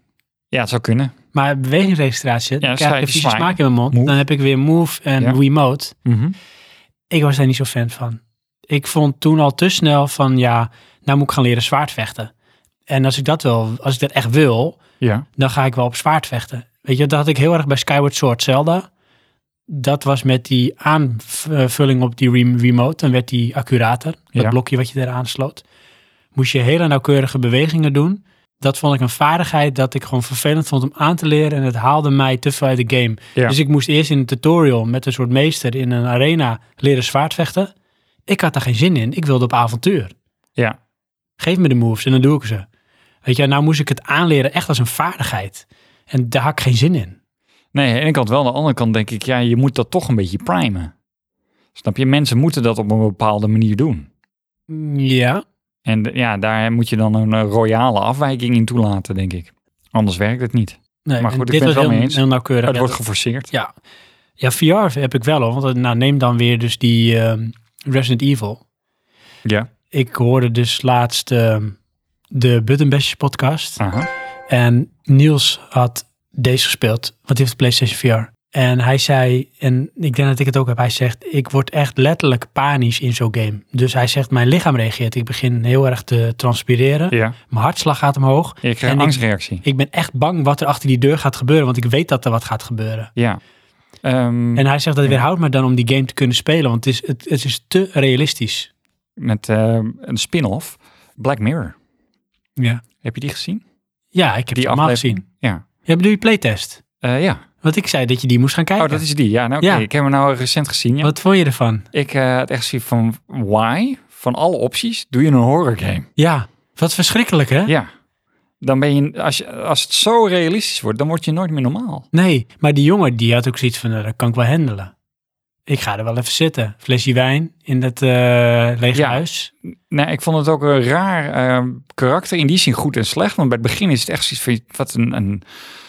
Ja, het zou kunnen. Maar bewegingsregistratie, dan dan krijg ik schrijf een je vieze swipe. smaak in mijn mond. Move. Dan heb ik weer Move en Ja. Wiimote. Mm-hmm. Ik was daar niet zo fan van. Ik vond toen al te snel van, ja, nou moet ik gaan leren zwaardvechten. En als ik dat wel, als ik dat echt wil, Ja. dan ga ik wel op zwaard vechten. Weet je, dat had ik heel erg bij Skyward Sword Zelda. Dat was met die aanvulling op die rem- remote. Dan werd die accurater. Dat Ja. blokje wat je eraan sloot. Moest je hele nauwkeurige bewegingen doen. Dat vond ik een vaardigheid dat ik gewoon vervelend vond om aan te leren. En het haalde mij te veel uit de game. Ja. Dus ik moest eerst in een tutorial met een soort meester in een arena leren zwaardvechten. Ik had daar geen zin in. Ik wilde op avontuur. Ja. Geef me de moves en dan doe ik ze. Weet je, nou moest ik het aanleren echt als een vaardigheid. En daar had ik geen zin in. Nee, aan de ene kant wel. Aan de andere kant denk ik, ja, je moet dat toch een beetje primen. Snap je? Mensen moeten dat op een bepaalde manier doen. Ja, En ja, daar moet je dan een eh, royale afwijking in toelaten, denk ik. Anders werkt het niet. nee, Maar en goed, ik dit ben was het wel heel, mee eens. heel nauwkeurig. Het Ja, wordt dat- geforceerd. ja. ja, V R heb ik wel hoor. Want nou, neem dan weer dus die ehm, Resident Evil. Ja. Ik hoorde dus laatst ehm, de Buttonbashers podcast. Aha. En Niels had deze gespeeld, want die heeft de PlayStation V R. En hij zei, en ik denk dat ik het ook heb, hij zegt, ik word echt letterlijk panisch in zo'n game. Dus hij zegt, mijn lichaam reageert. Ik begin heel erg te transpireren. Ja. Mijn hartslag gaat omhoog. Je krijgt En een ik- angstreactie. Ik ben echt bang wat er achter die deur gaat gebeuren, want ik weet dat er wat gaat gebeuren. Ja. Ehm, En hij zegt, dat Ja. weerhoudt me dan om die game te kunnen spelen, want het is, het, het is te realistisch. met eh, een spin-off. Black Mirror. Ja, Heb je die gezien? ja ik heb Die het allemaal aflevering? gezien. Ja. Ja, bedoel je playtest? Eh, ja. Want ik zei dat je die moest gaan kijken. Oh, dat is die. Ja, nou oké. Ja. Ik heb hem nou recent gezien. Ja. Wat vond je ervan? Ik eh, had echt zoiets van, why? Van alle opties doe je een horror game. Ja, wat verschrikkelijk hè? Ja. Dan ben je, als, je, als het zo realistisch wordt, dan word je nooit meer normaal. Nee, maar die jongen die had ook zoiets van, nou, dat kan ik wel handelen. Ik ga er wel even zitten. Flesje wijn in dat eh lege Ja. huis. Nee, ik vond het ook een raar eh, karakter. In die zin goed en slecht. Want bij het begin is het echt zoiets van, wat een, een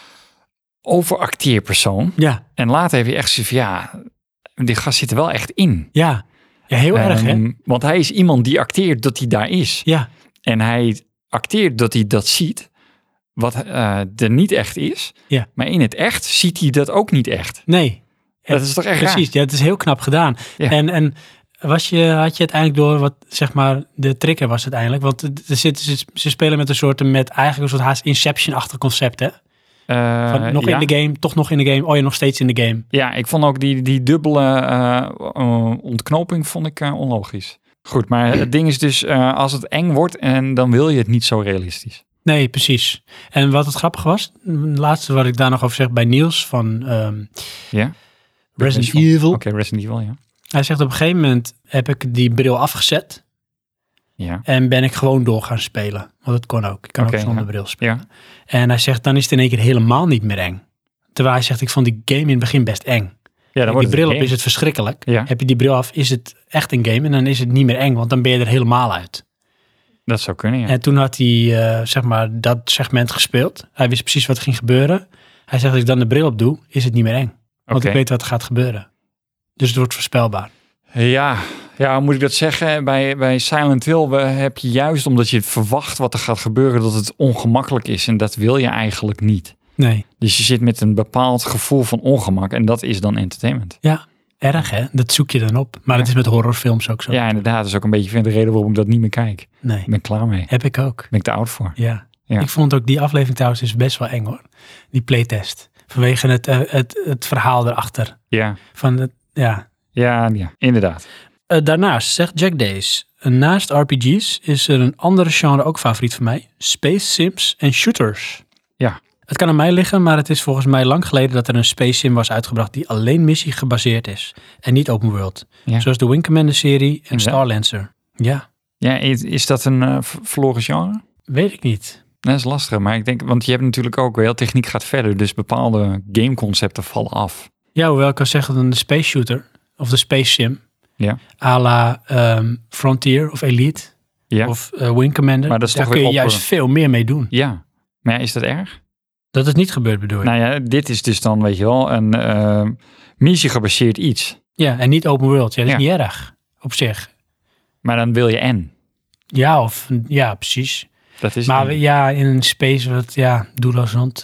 overacteerpersoon. Ja, En later heb je echt zoiets van, ja, die gast zit er wel echt in. ja. Ja, heel erg hè? Ehm, Want hij is iemand die acteert dat hij daar is. Ja, En hij acteert dat hij dat ziet, wat eh, er niet echt is. Ja. Maar in het echt ziet hij dat ook niet echt. nee. Dat is toch echt Precies, ja, het is heel knap gedaan. Ja. En, en was je, had je uiteindelijk door wat, zeg maar, de trigger was uiteindelijk? Want er zit, ze, ze spelen met een soort, met eigenlijk een soort haast Inception-achtig concept hè? raar. Van Eh, nog ja. in de game, toch nog in de game. Oh, je nog steeds in de game. Ja, ik vond ook die, die dubbele eh, eh, ontknoping vond ik eh, onlogisch. Goed, maar het ding is dus, eh, als het eng wordt, en dan wil je het niet zo realistisch. Nee, precies. En wat het grappig was, het laatste wat ik daar nog over zeg bij Niels van ehm, Ja? Resident Oké, Evil. Resident Evil, ja. Hij zegt op een gegeven moment heb ik die bril afgezet Ja, en ben ik gewoon door gaan spelen. Want dat kon ook. Ik kan Oké, ook zonder ja. bril spelen. ja. En hij zegt, dan is het in één keer helemaal niet meer eng. Terwijl hij zegt, ik vond die game in het begin best eng. ja dan Heb wordt die bril het op een is het verschrikkelijk. Ja. Heb je die bril af is het echt een game en dan is het niet meer eng. Want dan ben je er helemaal uit. game. Dat zou kunnen, ja. En toen had hij eh, zeg maar dat segment gespeeld. Hij wist precies wat er ging gebeuren. Hij zegt, als ik dan de bril op doe, is het niet meer eng. Want Oké. ik weet wat er gaat gebeuren. Dus het wordt voorspelbaar. Ja, ja, hoe moet ik dat zeggen? Bij, bij Silent Hill we- heb je juist omdat je verwacht wat er gaat gebeuren, dat het ongemakkelijk is. En dat wil je eigenlijk niet. Nee. Dus je zit met een bepaald gevoel van ongemak en dat is dan entertainment. Ja, erg hè? Dat zoek je dan op. Maar Ja. het is met horrorfilms ook zo. Ja, inderdaad. Dat is ook een beetje de reden waarom ik dat niet meer kijk. Nee, Ik ben klaar mee. heb ik ook. Ben ik te oud voor. Ja. Ja. Ik vond ook die aflevering trouwens is best wel eng hoor. Die playtest. Vanwege het, eh, het, het verhaal erachter. Ja, Van het, ja. ja, ja, inderdaad. Eh, daarnaast zegt Jack Days. Naast R P G's is er een andere genre ook favoriet van mij. Space sims en shooters. Ja. Het kan aan mij liggen, maar het is volgens mij lang geleden dat er een space sim was uitgebracht die alleen missie gebaseerd is. En niet open world. Ja. Zoals de Wing Commander serie en Inderdaad. Starlancer. Ja, Ja, is, is dat een eh, v- verloren genre? weet ik niet. Dat is lastig, maar ik denk, want je hebt natuurlijk ook wel, techniek gaat verder, dus bepaalde gameconcepten vallen af. Ja, hoewel ik kan zeggen dan de space shooter of de space sim. Ja. À la ehm, Frontier of Elite Ja, of eh, Wing Commander. Maar dat is Daar toch kun je weer op, juist veel meer mee doen. ja. Maar ja, is dat erg? Dat is niet gebeurd bedoel je? Nou ja, dit is dus dan, weet je wel, een uh, missie gebaseerd iets. Ja, en niet open world. Ja, dat is Ja. niet erg op zich. Maar dan wil je en. Ja, of ja, precies. Dat is Maar het we- niet. ja, in een space wat ja, doelloos rond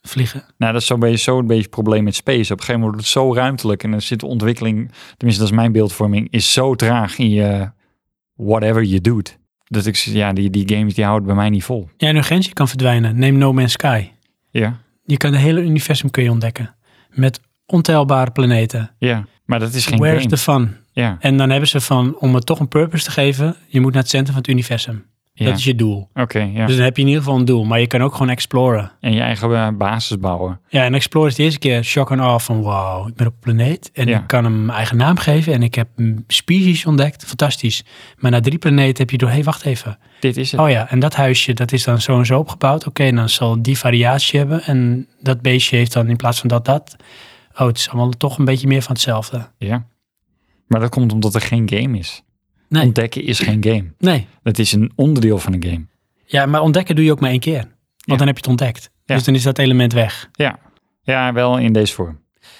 vliegen. Nou, dat is zo'n beetje, zo'n beetje het probleem met space. Op een gegeven moment wordt het zo ruimtelijk en dan zit de ontwikkeling, tenminste dat is mijn beeldvorming, is zo traag in je whatever je doet. Dat ik, ja, die, die games die houden bij mij niet vol. Ja, en urgentie kan verdwijnen. Neem No Man's Sky. Ja. Je kan het hele universum kun je ontdekken. Met ontelbare planeten. Ja, maar dat is geen Where's game. the fun? Ja. En dan hebben ze van, om het toch een purpose te geven, je moet naar het centrum van het universum. Ja. Dat is je doel. Oké, okay, ja. Dus dan heb je in ieder geval een doel. Maar je kan ook gewoon exploren. En je eigen uh, basis bouwen. Ja, en exploren is de eerste keer shock en awe van wow, ik ben op een planeet. En Ja. ik kan hem mijn eigen naam geven. En ik heb een species ontdekt. Fantastisch. Maar na drie planeten heb je door, hé, hey, wacht even. Dit is het. Oh ja, en dat huisje, dat is dan zo en zo opgebouwd. Oké, okay, dan zal die variatie hebben. En dat beestje heeft dan in plaats van dat, dat. Oh, het is allemaal toch een beetje meer van hetzelfde. Ja. Maar dat komt omdat er geen game is. Nee. Ontdekken is geen game. Nee. Dat is een onderdeel van een game. Ja, maar ontdekken doe je ook maar één keer. Want Ja. dan heb je het ontdekt. Ja. Dus dan is dat element weg. Ja. Ja, wel in deze vorm.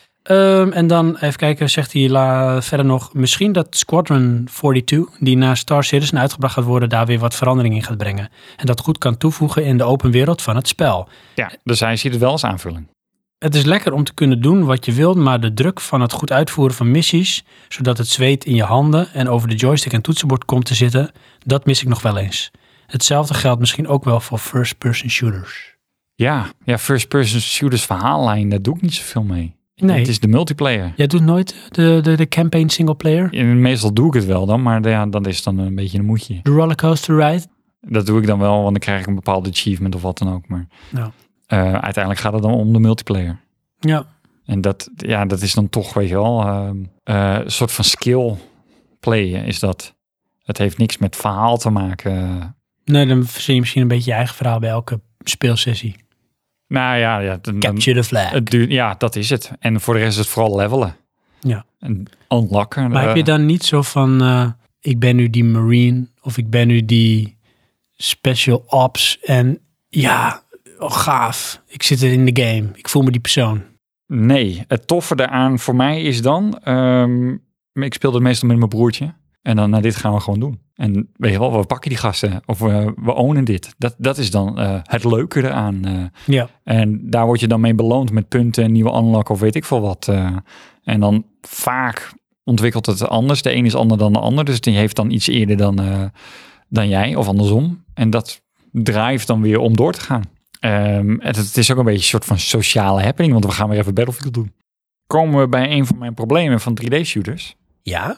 Um, en dan, even kijken, zegt hij la, verder nog, misschien dat Squadron tweeënveertig, die na Star Citizen uitgebracht gaat worden, daar weer wat verandering in gaat brengen. En dat goed kan toevoegen in de open wereld van het spel. Ja, dus hij ziet het wel als aanvulling. Het is lekker om te kunnen doen wat je wilt, maar de druk van het goed uitvoeren van missies, zodat het zweet in je handen en over de joystick en toetsenbord komt te zitten, dat mis ik nog wel eens. Hetzelfde geldt misschien ook wel voor first-person shooters. Ja, ja, first-person shooters verhaallijn, daar doe ik niet zoveel mee. Nee. Het is de multiplayer. Jij doet nooit de, de, de campaign singleplayer? En meestal doe ik het wel dan, maar ja, dan is het dan een beetje een moedje. De rollercoaster ride? Dat doe ik dan wel, want dan krijg ik een bepaalde achievement of wat dan ook. Maar Ja. uh, uiteindelijk gaat het dan om de multiplayer. Ja. En dat, ja, dat is dan toch, weet je wel, uh, uh, een soort van skill playen is dat. Het heeft niks met verhaal te maken. Nee, dan verzin je misschien een beetje je eigen verhaal bij elke speelsessie. Nou ja, ja dan, Capture the flag. Het duurt, ja, dat is het. En voor de rest is het vooral levelen. Ja. En unlocken. Maar uh, heb je dan niet zo van, uh, ik ben nu die Marine of ik ben nu die Special Ops en ja, oh, gaaf. Ik zit er in de game. Ik voel me die persoon. Nee, het toffe daaraan voor mij is dan, um, ik speelde het meestal met mijn broertje. En dan, nou, dit gaan we gewoon doen. En weet je wel, we pakken die gasten. Of we, we ownen dit. Dat, dat is dan uh, het leuke eraan. Uh. Ja. En daar word je dan mee beloond met punten en nieuwe unlock of weet ik veel wat. Uh. En dan vaak ontwikkelt het anders. De een is ander dan de ander. Dus die heeft dan iets eerder dan, uh, dan jij of andersom. En dat drijft dan weer om door te gaan. Um, het, het is ook een beetje een soort van sociale happening. Want we gaan weer even Battlefield doen. Komen we bij een van mijn problemen van drie D-shooters. Ja?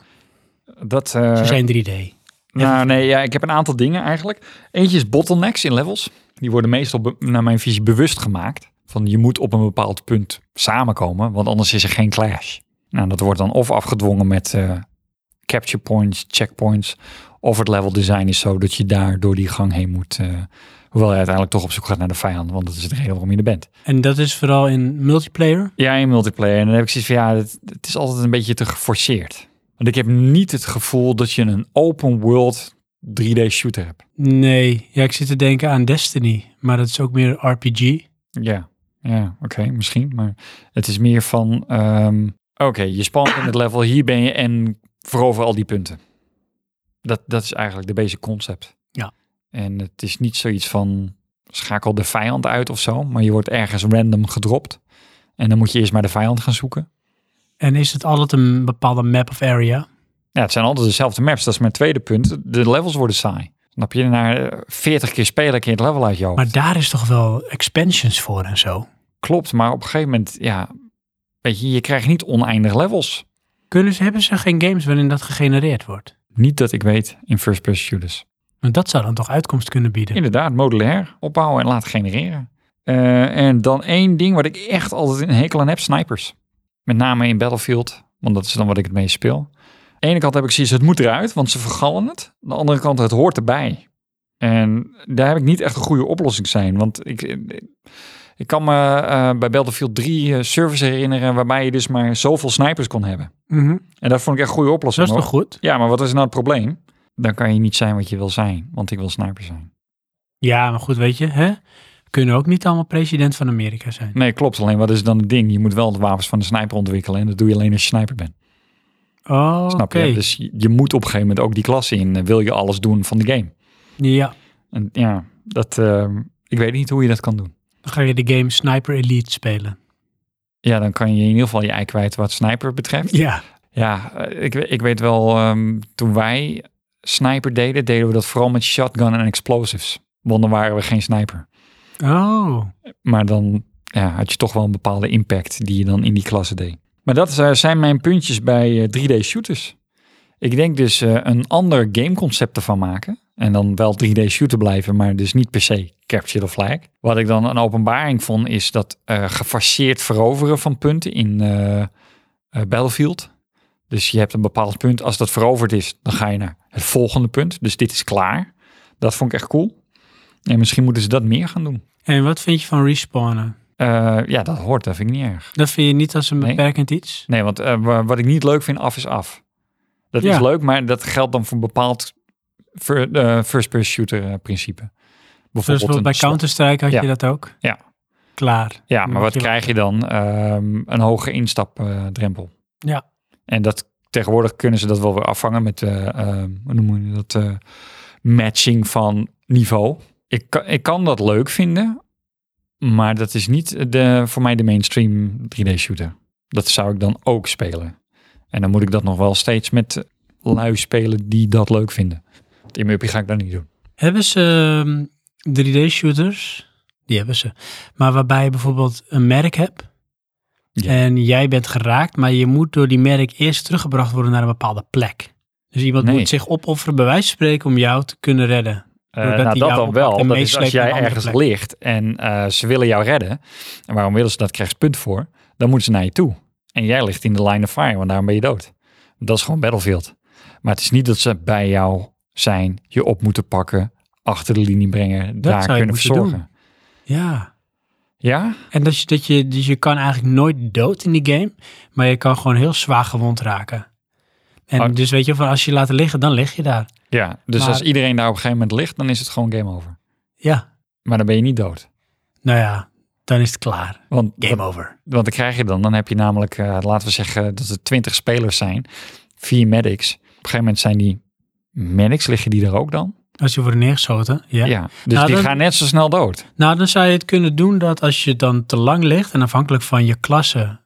Dat, uh, Ze zijn drie D. Nou nee, ja, ik heb een aantal dingen eigenlijk. Eentje is bottlenecks in levels. Die worden meestal be- naar mijn visie bewust gemaakt. Van je moet op een bepaald punt samenkomen, want anders is er geen clash. Nou, dat wordt dan of afgedwongen met uh, capture points, checkpoints. Of het level design is zo dat je daar door die gang heen moet. Uh, hoewel je uiteindelijk toch op zoek gaat naar de vijand, want dat is de reden waarom je er bent. En dat is vooral in multiplayer? Ja, in multiplayer. En dan heb ik zoiets van, ja, het, het is altijd een beetje te geforceerd. Want ik heb niet het gevoel dat je een open world drie D shooter hebt. Nee, ja, ik zit te denken aan Destiny, maar dat is ook meer R P G. Ja, ja oké, okay, misschien. Maar het is meer van, um, oké, okay, je spant in het level, hier ben je en verover al die punten. Dat, dat is eigenlijk de basic concept. Ja. En het is niet zoiets van, schakel de vijand uit of zo, maar je wordt ergens random gedropt. En dan moet je eerst maar de vijand gaan zoeken. En is het altijd een bepaalde map of area? Ja, het zijn altijd dezelfde maps. Dat is mijn tweede punt. De levels worden saai. Snap je? Na veertig keer spelen kun je het level uit je hoofd. Maar daar is toch wel expansions voor en zo? Klopt, maar op een gegeven moment, ja, weet je, je krijgt niet oneindig levels. Kunnen ze, hebben ze geen games waarin dat gegenereerd wordt? Niet dat ik weet in first-person shooters. Want dat zou dan toch uitkomst kunnen bieden? Inderdaad, modulair opbouwen en laten genereren. Uh, en dan één ding wat ik echt altijd een hekel aan heb, snipers. Met name in Battlefield, want dat is dan wat ik het meest speel. Aan de ene kant heb ik zoiets, het moet eruit, want ze vergallen het. Aan de andere kant, het hoort erbij. En daar heb ik niet echt een goede oplossing zijn. Want ik, ik kan me uh, bij Battlefield drie uh, servers herinneren waarbij je dus maar zoveel snipers kon hebben. Mm-hmm. En dat vond ik echt een goede oplossing. Dat is toch goed? Ja, maar wat is nou het probleem? Dan kan je niet zijn wat je wil zijn, want ik wil sniper zijn. Ja, maar goed, weet je, hè? Kunnen ook niet allemaal president van Amerika zijn. Nee, klopt. Alleen wat is dan het ding? Je moet wel de wapens van de sniper ontwikkelen en dat doe je alleen als je sniper bent. Oh, snap okay. je? Dus je, je moet op een gegeven moment ook die klasse in. Wil je alles doen van de game? Ja. En ja, dat, uh, ik weet niet hoe je dat kan doen. Dan ga je de game Sniper Elite spelen. Ja, dan kan je in ieder geval je ei kwijt wat sniper betreft. Ja. Ja, eh, ik, ik weet wel, ehm, toen wij sniper deden, deden we dat vooral met shotgun en explosives. Want dan waren we geen sniper. Oh. Maar dan ja, had je toch wel een bepaalde impact die je dan in die klasse deed. Maar dat eh, zijn mijn puntjes bij eh, drie D shooters. Ik denk dus eh, een ander gameconcept ervan maken. En dan wel drie D shooter blijven, maar dus niet per se capture the flag. Wat ik dan een openbaring vond, is dat uh, gefaseerd veroveren van punten in uh, uh, Battlefield. Dus je hebt een bepaald punt. Als dat veroverd is, dan ga je naar het volgende punt. Dus dit is klaar. Dat vond ik echt cool. En misschien moeten ze dat meer gaan doen. En wat vind je van respawnen? Uh, ja, dat hoort. Dat vind ik niet erg. Dat vind je niet als een Nee. beperkend iets? Nee, want uh, wat ik niet leuk vind, af is af. Dat Ja. is leuk, maar dat geldt dan voor een bepaald fir- uh, first-person shooter uh, principe. Dus bijvoorbeeld bij slot. Counter-Strike had Ja. je dat ook? Ja. Klaar. Ja, Dan maar moet wat je- krijg je dan? Um, een hoge instapdrempel. Ja. En dat tegenwoordig kunnen ze dat wel weer afvangen met uh, uh, hoe noem je dat? Uh, matching van niveau. Ik, kan- ik kan dat leuk vinden, maar dat is niet de, voor mij de mainstream drie D shooter. Dat zou ik dan ook spelen. En dan moet ik dat nog wel steeds met lui spelen die dat leuk vinden. Want in mijn uppie ga ik dat niet doen. Hebben ze um, drie D shooters? Die hebben ze. Maar waarbij je bijvoorbeeld een merk hebt. Ja. En jij bent geraakt, maar je moet door die merk eerst teruggebracht worden naar een bepaalde plek. Dus iemand Nee. moet zich opofferen, bij wijze van spreken, om jou te kunnen redden. Uh, Doordat nou, die dat jou dan oppakt wel. en Dat is als meesleept naar jij een andere ergens plek. ligt en uh, ze willen jou redden. En waarom willen ze dat? Krijg je punt voor. Dan moeten ze naar je toe. En jij ligt in de line of fire, want daarom ben je dood. Dat is gewoon Battlefield. Maar het is niet dat ze bij jou zijn, je op moeten pakken, achter de linie brengen, Dat daar zou je kunnen moeten verzorgen. Ja. Ja? En dat je, dat je, dus je kan eigenlijk nooit dood in die game, maar je kan gewoon heel zwaar gewond raken. En Oh. dus weet je, van als je je laat liggen, dan lig je daar. Ja, dus Maar- als iedereen daar op een gegeven moment ligt, dan is het gewoon game over. Ja. Maar dan ben je niet dood. Nou ja, dan is het klaar. Want Game over. Want dan krijg je dan, dan heb je namelijk, uh, laten we zeggen dat er twintig spelers zijn, vier medics. Op een gegeven moment zijn die medics, liggen die er ook dan? Als je wordt neergeschoten, ja. Ja, dus Nou, die dan- gaan net zo snel dood. Nou, dan zou je het kunnen doen dat als je dan te lang ligt en afhankelijk van je klasse,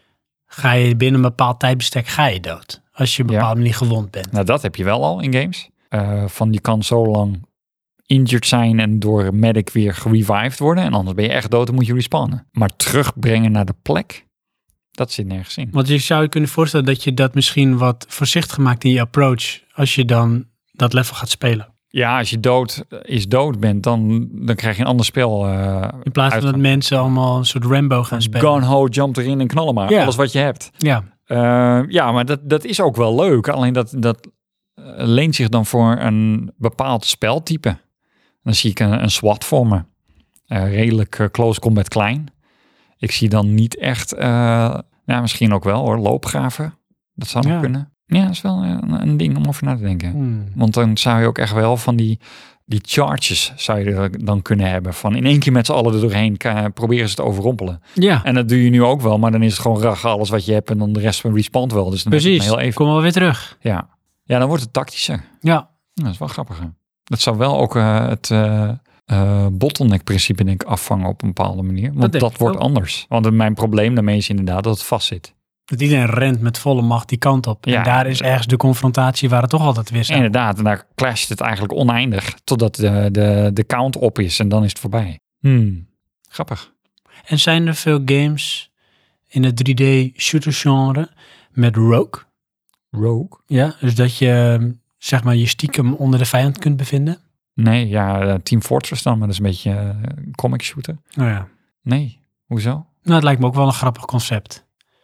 ga je binnen een bepaald tijdbestek ga je dood. Als je op een Ja. bepaalde manier gewond bent. Nou, dat heb je wel al in games. Uh, van je kan zo lang injured zijn en door een medic weer gerevived worden. En anders ben je echt dood, dan moet je respawnen. Maar terugbrengen naar de plek, dat zit nergens in. Want je zou je kunnen voorstellen dat je dat misschien wat voorzichtig maakt in je approach als je dan dat level gaat spelen. Ja, als je dood is dood bent, dan, dan krijg je een ander spel. Uh, In plaats van dat mensen allemaal een soort Rambo gaan spelen. Gun ho, jump erin en knallen maar. Ja. Alles wat je hebt. Ja, Uh, ja, maar dat, dat is ook wel leuk. Alleen dat, dat uh, leent zich dan voor een bepaald speltype. Dan zie ik een, een SWAT voor me. Uh, redelijk uh, close combat klein. Ik zie dan niet echt, uh, ja, misschien ook wel hoor, loopgraven. Dat zou nog Ja. kunnen. Ja, dat is wel een, een ding om over na te denken. Hmm. Want dan zou je ook echt wel van die, die charges zou je er dan kunnen hebben. Van in één keer met z'n allen er doorheen ka- proberen ze te overrompelen. Ja, En dat doe je nu ook wel, maar dan is het gewoon rag alles wat je hebt en dan de rest van respawnt wel. Dus dan heb je het precies. maar heel even. Kom wel weer terug. Ja. ja, dan wordt het tactischer. Ja, Ja, dat is wel grappiger. Dat zou wel ook uh, het uh, uh, bottleneck-principe denk ik afvangen op een bepaalde manier. Want denk dat, ik wordt ook. anders. Want mijn probleem daarmee is inderdaad dat het vast zit. dat iedereen rent met volle macht die kant op. Ja. En daar is ergens de confrontatie waar het toch altijd weer staat. Inderdaad, en daar clasht het eigenlijk oneindig totdat de, de, de count op is en dan is het voorbij. Hmm. Grappig. En zijn er veel games in het drie D shooter genre met rogue? Rogue? Ja, dus dat je zeg maar je stiekem onder de vijand kunt bevinden? Nee, ja, uh, Team Fortress dan, maar dat is een beetje uh, comic shooter. Nou ja. Nee, hoezo? Nou, het lijkt me ook wel een grappig concept.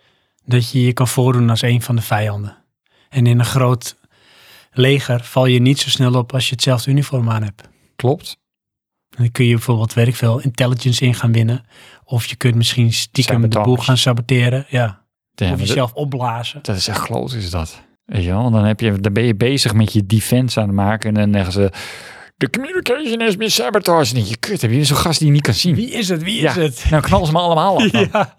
Dat je je kan voordoen als een van de vijanden. En in een groot leger val je niet zo snel op als je hetzelfde uniform aan hebt. Klopt. Dan kun je bijvoorbeeld, weet ik veel, intelligence in gaan winnen. Of je kunt misschien stiekem de Sabotage. boel gaan saboteren. Ja. Ja, of maar jezelf opblazen. Dat is echt groot, is dat. Weet je wel? Dan, heb je, dan ben je bezig met je defense aan het maken. En dan zeggen ze, the communication has been sabotaged. En dan denk je, kut, heb je zo'n gast die je niet kan zien? Wie is het? Wie Ja. is het? Nou knallen ze me allemaal af. dan. Ja.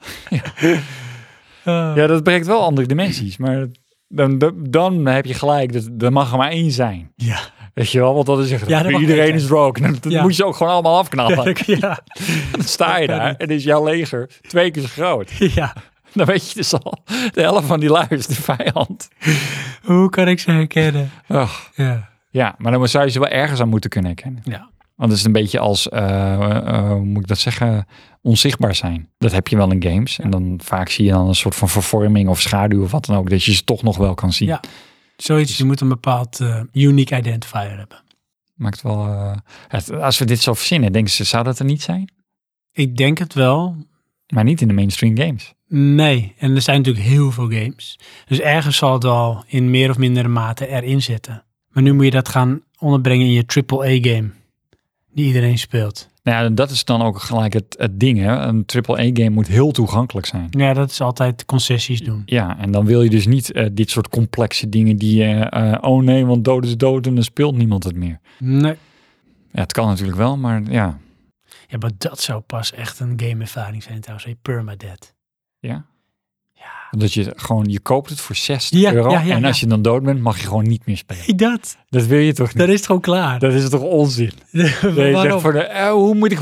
Uh, Ja, dat brengt wel andere dimensies. Maar dan, dan, dan heb je gelijk, dat, er mag er maar één zijn. ja. Weet je wel, want dat is echt, Ja, dat mag iedereen niet, is rogue. Dan dat Ja. moet je ook gewoon allemaal afknappen. Ja, Dan sta je daar en is jouw leger twee keer zo groot. ja. Dan weet je dus al, de helft van die lui is de vijand. Hoe kan ik ze herkennen? Ach, Ja. ja, maar dan zou je ze wel ergens aan moeten kunnen herkennen. Ja. Want het is een beetje als, uh, uh, hoe moet ik dat zeggen, onzichtbaar zijn. Dat heb je wel in games. En dan vaak zie je dan een soort van vervorming of schaduw of wat dan ook. Dat je ze toch nog wel kan zien. Ja. Zoiets, je moet een bepaald uh, unique identifier hebben. Maakt wel, uh, het, als we dit zo verzinnen, denken ze, zou dat er niet zijn? Ik denk het wel. Maar niet in de mainstream games. Nee, en er zijn natuurlijk heel veel games. Dus ergens zal het wel in meer of mindere mate erin zitten. Maar nu moet je dat gaan onderbrengen in je triple A game. Die iedereen speelt. Nou ja, dat is dan ook gelijk het, het ding. Hè? Een triple A game moet heel toegankelijk zijn. Ja, dat is altijd concessies doen. Ja, en dan wil je dus niet uh, dit soort complexe dingen die... Uh, uh, oh nee, want dood is dood en dan speelt niemand het meer. Nee. Ja, het kan natuurlijk wel, maar ja. Ja, maar dat zou pas echt een gameervaring zijn trouwens. Hey, permadeath. Ja? Ja. Dat je gewoon, je koopt het voor zestig Ja, euro ja, ja, en als ja. je dan dood bent, mag je gewoon niet meer spelen. Hey, dat. Dat wil je toch niet? Dan is het gewoon klaar. Dat is toch onzin? Nee, je zegt voor de, uh, hoe moet ik...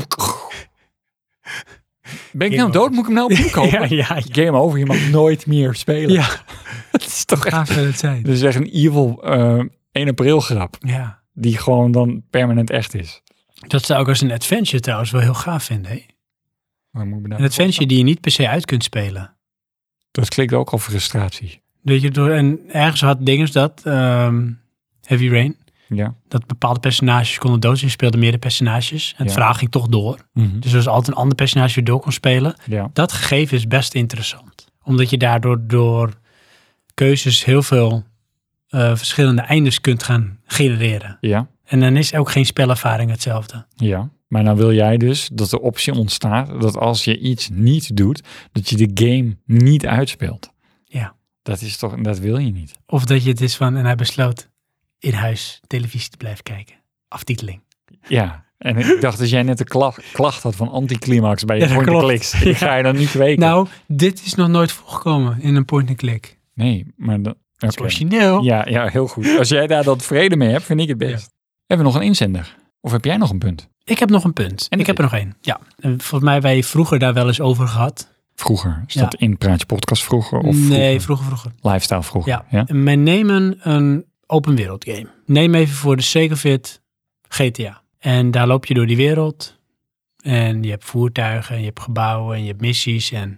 Ben ik Game nou dood? over. Moet ik hem nou opnieuw kopen? Ja, ja, ja. Game over, je mag nooit meer spelen. Ja, Dat is toch echt... gaaf zou het zijn. Dat is echt een evil uh, één april grap. Ja. Die gewoon dan permanent echt is. Dat zou ik als een adventure trouwens wel heel gaaf vinden. Hè? Maar moet ik me nou Een adventure die je niet per se uit kunt spelen. Dat klinkt ook al frustratie. Weet je, door, en ergens had dingen dat, um, Heavy Rain, Ja. dat bepaalde personages konden dood zijn, speelden meerdere personages. En het Ja. verhaal ging toch door. Mm-hmm. Dus er was altijd een ander personage weer door kon spelen. Ja. Dat gegeven is best interessant. Omdat je daardoor door keuzes heel veel uh, verschillende eindes kunt gaan genereren. Ja. En dan is ook geen spelervaring hetzelfde. Ja. Maar dan wil jij dus dat de optie ontstaat dat als je iets niet doet, dat je de game niet uitspeelt. Ja. Dat is toch, dat wil je niet. Of dat je het is van, en hij besloot in huis televisie te blijven kijken. Aftiteling. Ja. En ik dacht, als jij net de kla- klacht had van anticlimax bij je Ja, dat point-and-clicks, klopt. die Ja. ga je dan niet weten. Nou, dit is nog nooit voorgekomen in een point-and-click. Nee, maar dan... Dat is oké. origineel. Ja, ja, heel goed. Als jij daar dan vrede mee hebt, vind ik het best. Hebben we nog een inzender? Of heb jij nog een punt? Ik heb nog een punt. En ik heb er nog één. Ja. En volgens mij hebben wij vroeger daar wel eens over gehad. Vroeger. Is Ja. dat in Praatje Podcast vroeger? Of nee, vroeger? vroeger, vroeger. Lifestyle vroeger. Ja. Ja. En wij nemen een open wereld game. Neem even voor de sake of it G T A. En daar loop je door die wereld. En je hebt voertuigen, en je hebt gebouwen, en je hebt missies. En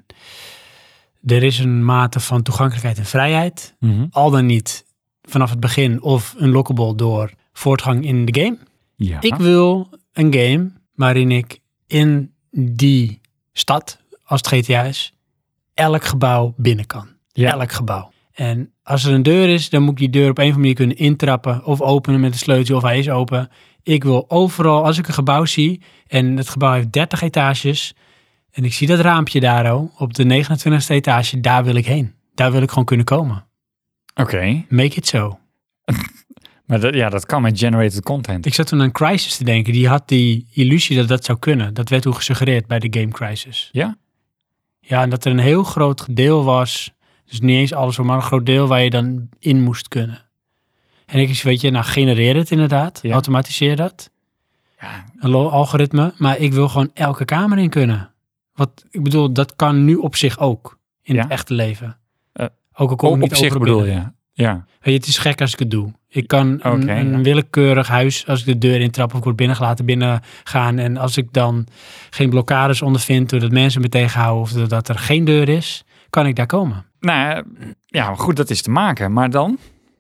er is een mate van toegankelijkheid en vrijheid. Mhm. Al dan niet vanaf het begin of unlockable door voortgang in de game. Ja. Ik wil een game waarin ik in die stad, als het G T A is, elk gebouw binnen kan. Ja. Elk gebouw. En als er een deur is, dan moet ik die deur op een of andere manier kunnen intrappen of openen met een sleutel of hij is open. Ik wil overal, als ik een gebouw zie en het gebouw heeft dertig etages en ik zie dat raampje daar al op de negenentwintigste etage, daar wil ik heen. Daar wil ik gewoon kunnen komen. Oké. Make it so. Maar dat, ja, dat kan met generated content. Ik zat toen aan Crysis te denken. Die had die illusie dat dat zou kunnen. Dat werd toen gesuggereerd bij de game Crysis. Ja? Ja, en dat er een heel groot deel was. Dus niet eens alles, maar een groot deel waar je dan in moest kunnen. En ik weet je, nou genereer het inderdaad. Ja. Automatiseer dat. Ja. Een lo- algoritme. Maar ik wil gewoon elke kamer in kunnen. Wat, ik bedoel, dat kan nu op zich ook. In Ja. het echte leven. Uh, ook al kom ik Op, niet op zich overal bedoel binnen. je? Ja. Weet je, het is gek als ik het doe. Ik kan een, Oké, een ja. willekeurig huis, als ik de deur intrap of ik word binnengelaten, binnen gaan. En als ik dan geen blokkades ondervind, doordat mensen me tegenhouden of doordat er geen deur is, kan ik daar komen. Nou ja, goed, dat is te maken. Maar dan?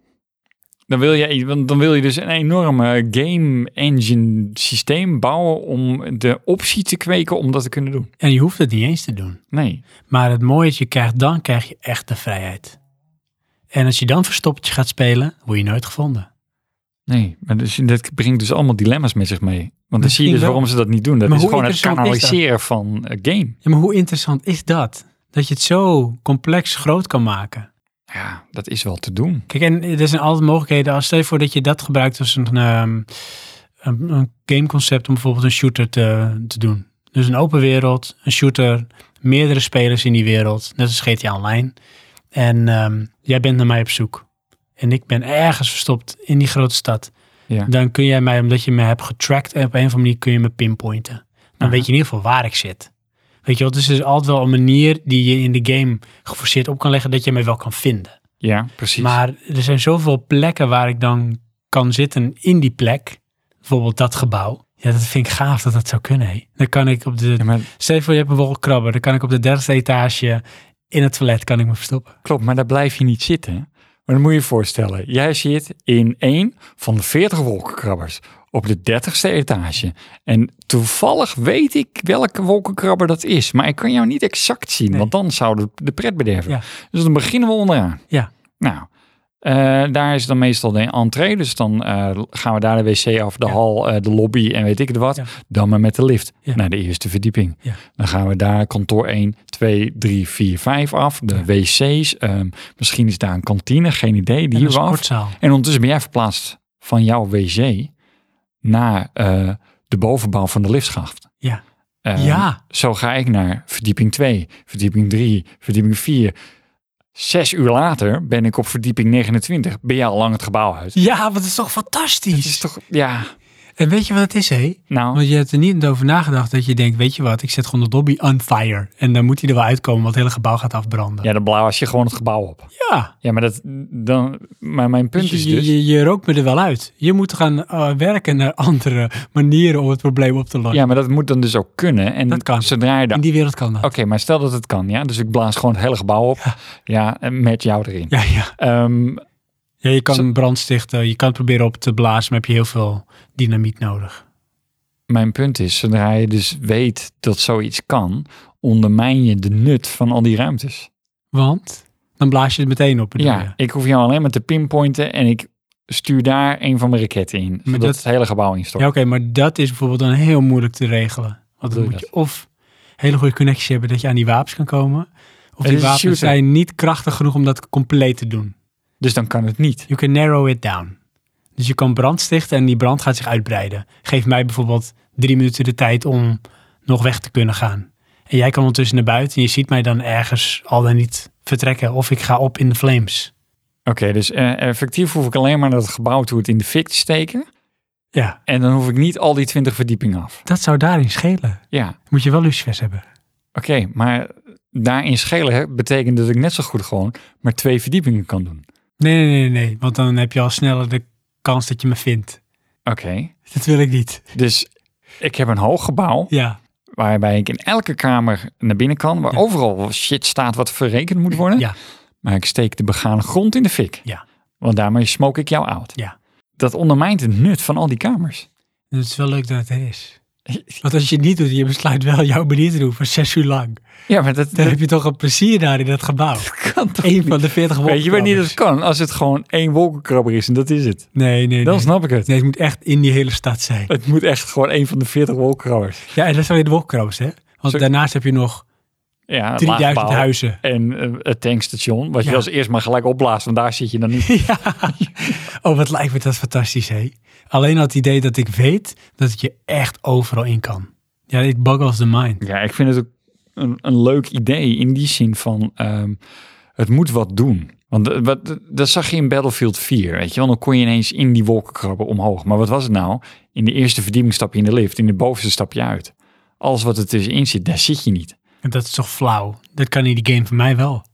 Dan wil je, want dan wil je dus een enorme game engine systeem bouwen om de optie te kweken om dat te kunnen doen. En je hoeft het niet eens te doen. Nee. Maar het mooie is, je krijgt, dan krijg je echt de vrijheid. En als je dan verstoppertje gaat spelen, word je nooit gevonden. Nee, maar dus, dat brengt dus allemaal dilemma's met zich mee. Want dan Misschien zie je dus wel. waarom ze dat niet doen. Dat Maar is hoe gewoon het interessant is dat? kanaliseren van een game. Ja, maar hoe interessant is dat? Dat je het zo complex groot kan maken. Ja, dat is wel te doen. Kijk, en er zijn altijd mogelijkheden. Als stel je voor dat je dat gebruikt als een, um, een, een gameconcept om bijvoorbeeld een shooter te, te doen. Dus een open wereld, een shooter, meerdere spelers in die wereld, net als G T A Online. En um, jij bent naar mij op zoek. En ik ben ergens verstopt in die grote stad. Ja. Dan kun jij mij, omdat je me hebt getracked en op een of andere manier kun je me pinpointen. Dan Aha. weet je in ieder geval waar ik zit. Weet je wel, dus er is altijd wel een manier die je in de game geforceerd op kan leggen dat je mij wel kan vinden. Ja, precies. Maar er zijn zoveel plekken waar ik dan kan zitten in die plek. Bijvoorbeeld dat gebouw. Ja, dat vind ik gaaf dat dat zou kunnen. Hé. Dan kan ik op de... Ja, maar, Stel je voor, je hebt een wolkenkrabber. Dan kan ik op de dertigste etage in het toilet kan ik me verstoppen. klopt, maar daar blijf je niet zitten. Maar dan moet je je voorstellen. Jij zit in één van de veertig wolkenkrabbers op de dertigste etage. En toevallig weet ik welke wolkenkrabber dat is. Maar ik kan jou niet exact zien, Nee. want dan zou de, de pret bederven. Ja. Dus dan beginnen we onderaan. Ja. Nou, uh, daar is dan meestal de entree. Dus dan uh, gaan we daar de wc af, de Ja. hal, uh, de lobby en weet ik het wat. Ja. Dan maar met de lift Ja. naar de eerste verdieping. Ja. Dan gaan we daar kantoor één, twee, drie, vier, vijf af. De Ja. wc's. Um, misschien is daar een kantine, geen idee. Die En een we af. sportzaal. En ondertussen ben jij verplaatst van jouw wc naar uh, de bovenbouw van de liftschacht. Ja. Um, Ja. Zo ga ik naar verdieping twee, verdieping drie, verdieping vier. Zes uur later ben ik op verdieping negenentwintig. Ben jij al lang het gebouw uit? Ja, want het is toch fantastisch. Het is toch, ja, En weet je wat het is, hé? nou, Want je hebt er niet over nagedacht dat je denkt, weet je wat, ik zet gewoon de lobby on fire. En dan moet hij er wel uitkomen, want het hele gebouw gaat afbranden. ja, dan blaas je gewoon het gebouw op. Ja. Ja, maar dat, dan, maar mijn punt Dus is je, dus, je, je rookt me er wel uit. Je moet gaan uh, werken naar andere manieren om het probleem op te lossen. ja, maar dat moet dan dus ook kunnen. En Dat kan. zodra je In die wereld kan dat. Oké, maar stel dat het kan, ja. Dus ik blaas gewoon het hele gebouw op. Ja, ja en met jou erin. Ja, ja. Um, ja, je kan Zo- een brand stichten, je kan het proberen op te blazen, maar heb je heel veel dynamiet nodig. mijn punt is, zodra je dus weet dat zoiets kan, ondermijn je de nut van al die ruimtes. Want dan blaas je het meteen op. bedoel Ja, je? ik hoef jou alleen maar te pinpointen en ik stuur daar een van mijn raketten in. Zodat dat- het hele gebouw instort. Ja, oké, maar dat is bijvoorbeeld dan heel moeilijk te regelen. Want dan Doe moet je je of hele goede connecties hebben dat je aan die wapens kan komen. Of Het die is een wapens shooter. zijn niet krachtig genoeg om dat compleet te doen. Dus dan kan het niet. You can narrow it down. Dus je kan brand stichten en die brand gaat zich uitbreiden. Geef mij bijvoorbeeld drie minuten de tijd om nog weg te kunnen gaan. En jij kan ondertussen naar buiten en je ziet mij dan ergens al dan niet vertrekken. Of ik ga op in de flames. Oké, dus uh, effectief hoef ik alleen maar naar het gebouw toe het in de fik te steken. Ja, En dan hoef ik niet al die twintig verdiepingen af. dat zou daarin schelen. Ja, Moet je wel lucifers hebben. oké, maar daarin schelen hè, betekent dat ik net zo goed gewoon maar twee verdiepingen kan doen. Nee, nee, nee, nee. Want dan heb je al sneller de kans dat je me vindt. Oké, Dat wil ik niet. dus ik heb een hoog gebouw Ja, waarbij ik in elke kamer naar binnen kan, waar Ja. overal shit staat wat verrekend moet worden. ja, Maar ik steek de begane grond in de fik. ja, Want daarmee smoke ik jou out. ja. Dat ondermijnt het nut van al die kamers. En het is wel leuk dat het er is. Want als je het niet doet, je besluit wel jouw manier te doen voor zes uur lang. Ja, maar dat, Dan dat heb je toch een plezier daar in dat gebouw. kan toch Eén niet? van de veertig Weet je wanneer dat wolkenkrabbers. kan? Als het gewoon één wolkenkrabber is en dat is het. Nee, nee, Dan nee. snap ik het. Nee, het moet echt in die hele stad zijn. Het moet echt gewoon één van de veertig wolkenkrabbers. Ja, en dat zijn weer de wolkenkrabbers, hè? Want Zo- daarnaast heb je nog Ja, het drieduizend laaggebouw huizen. en uh, het tankstation, wat je Ja. als eerst maar gelijk opblaast, want daar zit je dan niet. Ja. Oh, wat lijkt me dat fantastisch, hè? Alleen al het idee dat ik weet dat je echt overal in kan. Ja, it boggles the mind. Ja, ik vind het ook een, een leuk idee in die zin van um, het moet wat doen. Want uh, wat, dat zag je in Battlefield vier, weet je wel. Dan kon je ineens in die wolkenkrabber omhoog. Maar wat was het nou? In de eerste verdieping stap je in de lift, in de bovenste stap je uit. Alles wat er tussenin zit, daar zit je niet. En dat is toch flauw? Dat kan in die game voor mij wel.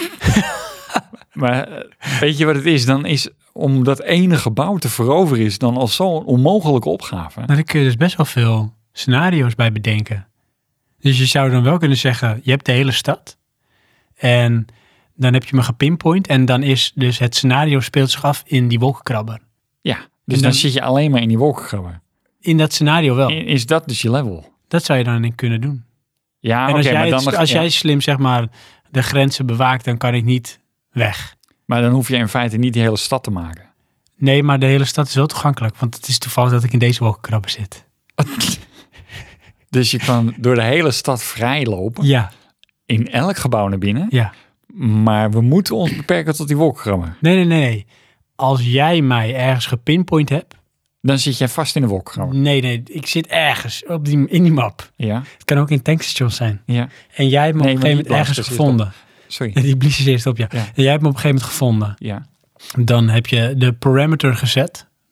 Maar uh, weet je wat het is? Dan is om dat ene gebouw te veroveren is dan al zo'n onmogelijke opgave. Maar daar kun je dus best wel veel scenario's bij bedenken. Dus je zou dan wel kunnen zeggen, je hebt de hele stad. En dan heb je me gepinpoint. En dan is dus het scenario speelt zich af in die wolkenkrabber. Ja, dus dan- dan zit je alleen maar in die wolkenkrabber. In dat scenario wel. Is dat dus je level? Dat zou je dan in kunnen doen. Ja, en oké, als, jij, maar het- dan... als ja. jij slim zeg maar de grenzen bewaakt, dan kan ik niet weg. Maar dan hoef je in feite niet die hele stad te maken. Nee, maar de hele stad is wel toegankelijk. Want het is toevallig dat ik in deze wolkenkrabber zit. Dus je kan door de hele stad vrij lopen. Ja, In elk gebouw naar binnen. ja. Maar we moeten ons beperken tot die wolkenkrabber. Nee, nee, nee, nee. Als jij mij ergens gepinpoint hebt. Dan zit jij vast in de wolkenkrabber. Nee, nee, ik zit ergens op die, in die map. Ja, Het kan ook in tankstations zijn. ja. En jij hebt me Nee, op maar een gegeven die moment ergens blaast dus gevonden. Sorry. Die blies je eerst op, ja. Ja. En jij hebt me op een gegeven moment gevonden. Ja, Dan heb je de parameter gezet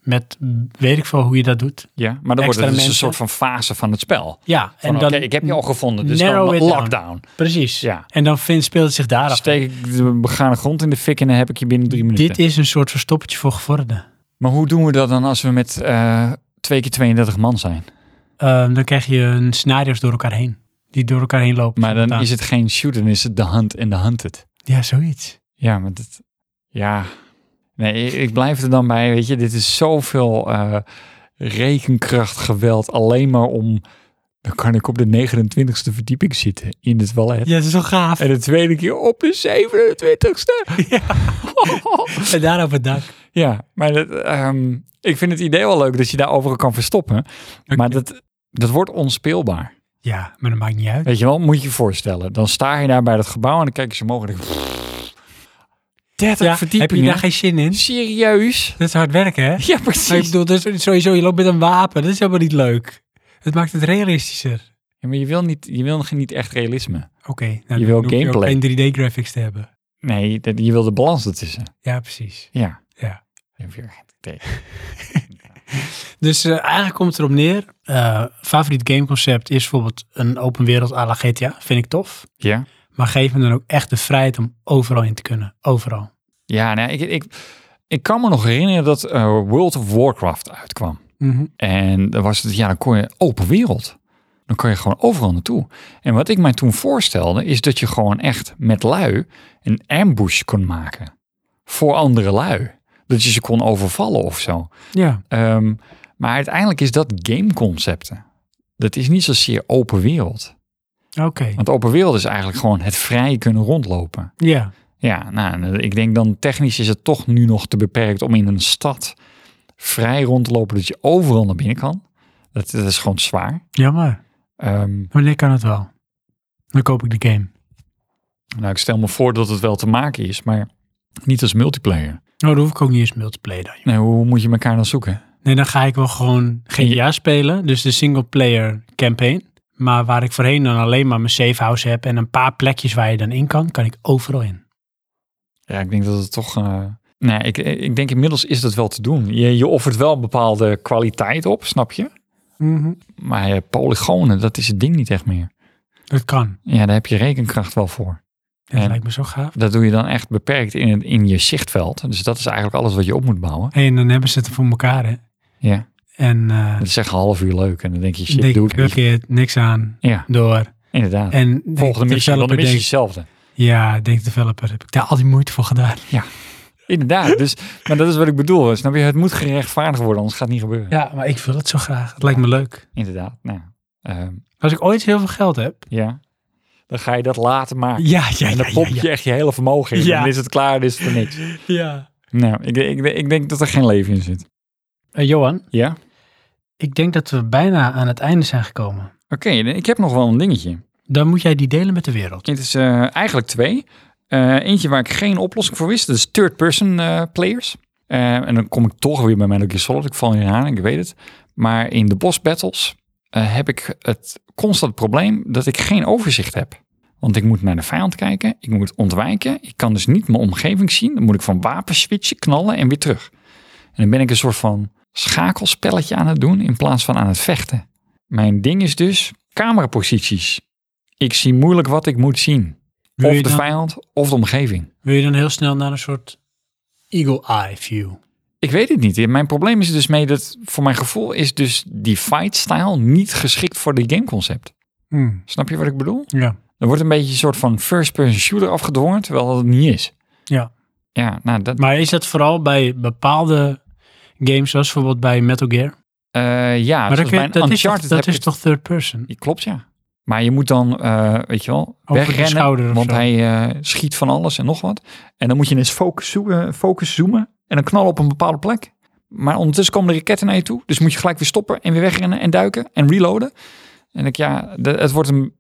met weet ik veel hoe je dat doet. Ja, maar dan wordt Extra het dus een mensen. soort van fase van het spel. Ja, Van, en oké, dan ik heb je al gevonden, dus narrow dan it down. lockdown. Precies. Ja. En dan vindt, speelt het zich daar af. Steek ik de begane grond in de fik en dan heb ik je binnen drie minuten. Dit is een soort verstoppertje voor gevorderden. Maar hoe doen we dat dan als we met uh, twee keer tweeëndertig man zijn? Uh, dan krijg je een scenario's door elkaar heen. Die door elkaar heen lopen. Maar dan is het geen shooter, dan is het de hunt en de hunted. Ja, zoiets. Ja, maar dat... Ja... Nee, ik blijf er dan bij, weet je. Dit is zoveel uh, rekenkracht geweld alleen maar om... Dan kan ik op de negenentwintigste verdieping zitten in het toilet. Ja, dat is zo gaaf. En de tweede keer op de zevenentwintigste. Ja. En daar op het dak. Ja, maar dat, um, ik vind het idee wel leuk dat je daar overal kan verstoppen. Okay. Maar dat, dat wordt onspeelbaar. Ja, maar dat maakt niet uit. Weet je wel, moet je je voorstellen. Dan sta je daar bij dat gebouw en dan kijk je zo omhoog en denk dertig ja, verdiepingen. Heb je daar geen zin in? Serieus? Dat is hard werken, hè? Ja, precies. Maar ik bedoel, dat is sowieso, je loopt met een wapen. Dat is helemaal niet leuk. Het maakt het realistischer. Ja, maar je wil niet, je wil niet echt realisme. Oké. Okay, nou, je wil gameplay. Je geen drie D-graphics te hebben. Nee, je wil de balans ertussen. Ja, precies. Ja. Ja. Dus uh, eigenlijk komt het erop neer. Uh, favoriet gameconcept is bijvoorbeeld een open wereld à la G T A. Vind ik tof. Ja. Maar geef me dan ook echt de vrijheid om overal in te kunnen. Overal. Ja, nou, ik, ik, ik kan me nog herinneren dat uh, World of Warcraft uitkwam. Mm-hmm. En dan was het, ja, dan kon je open wereld. Dan kon je gewoon overal naartoe. En wat ik mij toen voorstelde, is dat je gewoon echt met lui een ambush kon maken. Voor andere lui. Dat je ze kon overvallen of zo. Ja. Um, maar uiteindelijk is dat gameconcepten. Dat is niet zozeer open wereld. Oké. Okay. Want open wereld is eigenlijk gewoon het vrij kunnen rondlopen. Ja. Ja, nou, ik denk dan technisch is het toch nu nog te beperkt om in een stad vrij rond te lopen, dat je overal naar binnen kan. Dat, dat is gewoon zwaar. Jammer. Um, Wanneer kan het wel? Dan koop ik de game. Nou, ik stel me voor dat het wel te maken is, maar niet als multiplayer. Oh, dan hoef ik ook niet eens multiplayer dan. Nee, hoe moet je elkaar dan zoeken? Nee, dan ga ik wel gewoon G T A je... spelen, dus de single player campaign. Maar waar ik voorheen dan alleen maar mijn safe house heb en een paar plekjes waar je dan in kan, kan ik overal in. Ja, ik denk dat het toch... Uh... Nee, ik, ik denk inmiddels is dat wel te doen. Je, je offert wel een bepaalde kwaliteit op, snap je? Mm-hmm. Maar ja, polygonen, dat is het ding niet echt meer. Dat kan. Ja, daar heb je rekenkracht wel voor. Dat en lijkt me zo gaaf. Dat doe je dan echt beperkt in, in je zichtveld. Dus dat is eigenlijk alles wat je op moet bouwen. Hey, en dan hebben ze het voor elkaar, hè? Ja. En uh, dat is echt een half uur leuk. En dan denk je, shit, denk, doe ik niet. Niks aan. Ja. Door. Inderdaad. En volgende missie, dan de missie hetzelfde. Ja, denk developer, heb ik daar al die moeite voor gedaan. Ja. Inderdaad, dus, maar dat is wat ik bedoel. Snap je? Het moet gerechtvaardigd worden, anders gaat het niet gebeuren. Ja, maar ik wil het zo graag. Het lijkt me leuk. Inderdaad. Nou, um, Als ik ooit heel veel geld heb. Ja. Dan ga je dat laten maken. Ja, ja, en dan ja, pop ja, je ja. echt je hele vermogen in. Ja. Dan is het klaar, dan is het voor niks. Ja. Nou, ik, ik, ik denk dat er geen leven in zit. Uh, Johan? Ja? Ik denk dat we bijna aan het einde zijn gekomen. Oké, okay, ik heb nog wel een dingetje. Dan moet jij die delen met de wereld. Het is uh, eigenlijk twee. Uh, eentje waar ik geen oplossing voor wist. Dat is third-person uh, players. Uh, en dan kom ik toch weer bij Metal Gear Solid. Ik val hier aan, ik weet het. Maar in de boss battles uh, heb ik het constant probleem dat ik geen overzicht heb. Want ik moet naar de vijand kijken. Ik moet ontwijken. Ik kan dus niet mijn omgeving zien. Dan moet ik van wapen switchen, knallen en weer terug. En dan ben ik een soort van schakelspelletje aan het doen in plaats van aan het vechten. Mijn ding is dus cameraposities. Ik zie moeilijk wat ik moet zien. Wil of de dan, vijand of de omgeving. Wil je dan heel snel naar een soort eagle eye view? Ik weet het niet. Mijn probleem is dus mee dat voor mijn gevoel is dus die fight style niet geschikt voor de gameconcept. Hmm. Snap je wat ik bedoel? Ja. Er wordt een beetje een soort van first-person shooter afgedwongen, terwijl dat het niet is. Ja. Ja, nou dat... Maar is dat vooral bij bepaalde games, zoals bijvoorbeeld bij Metal Gear? Uh, ja, maar dat, bij dat, is, toch, dat is toch third person? Klopt, ja. Maar je moet dan, uh, weet je wel, over wegrennen, want hij uh, schiet van alles en nog wat. En dan moet je eens focus, uh, focus zoomen en dan knallen op een bepaalde plek. Maar ondertussen komen de raketten naar je toe, dus moet je gelijk weer stoppen en weer wegrennen en duiken en reloaden. En ik, ja, de, het wordt een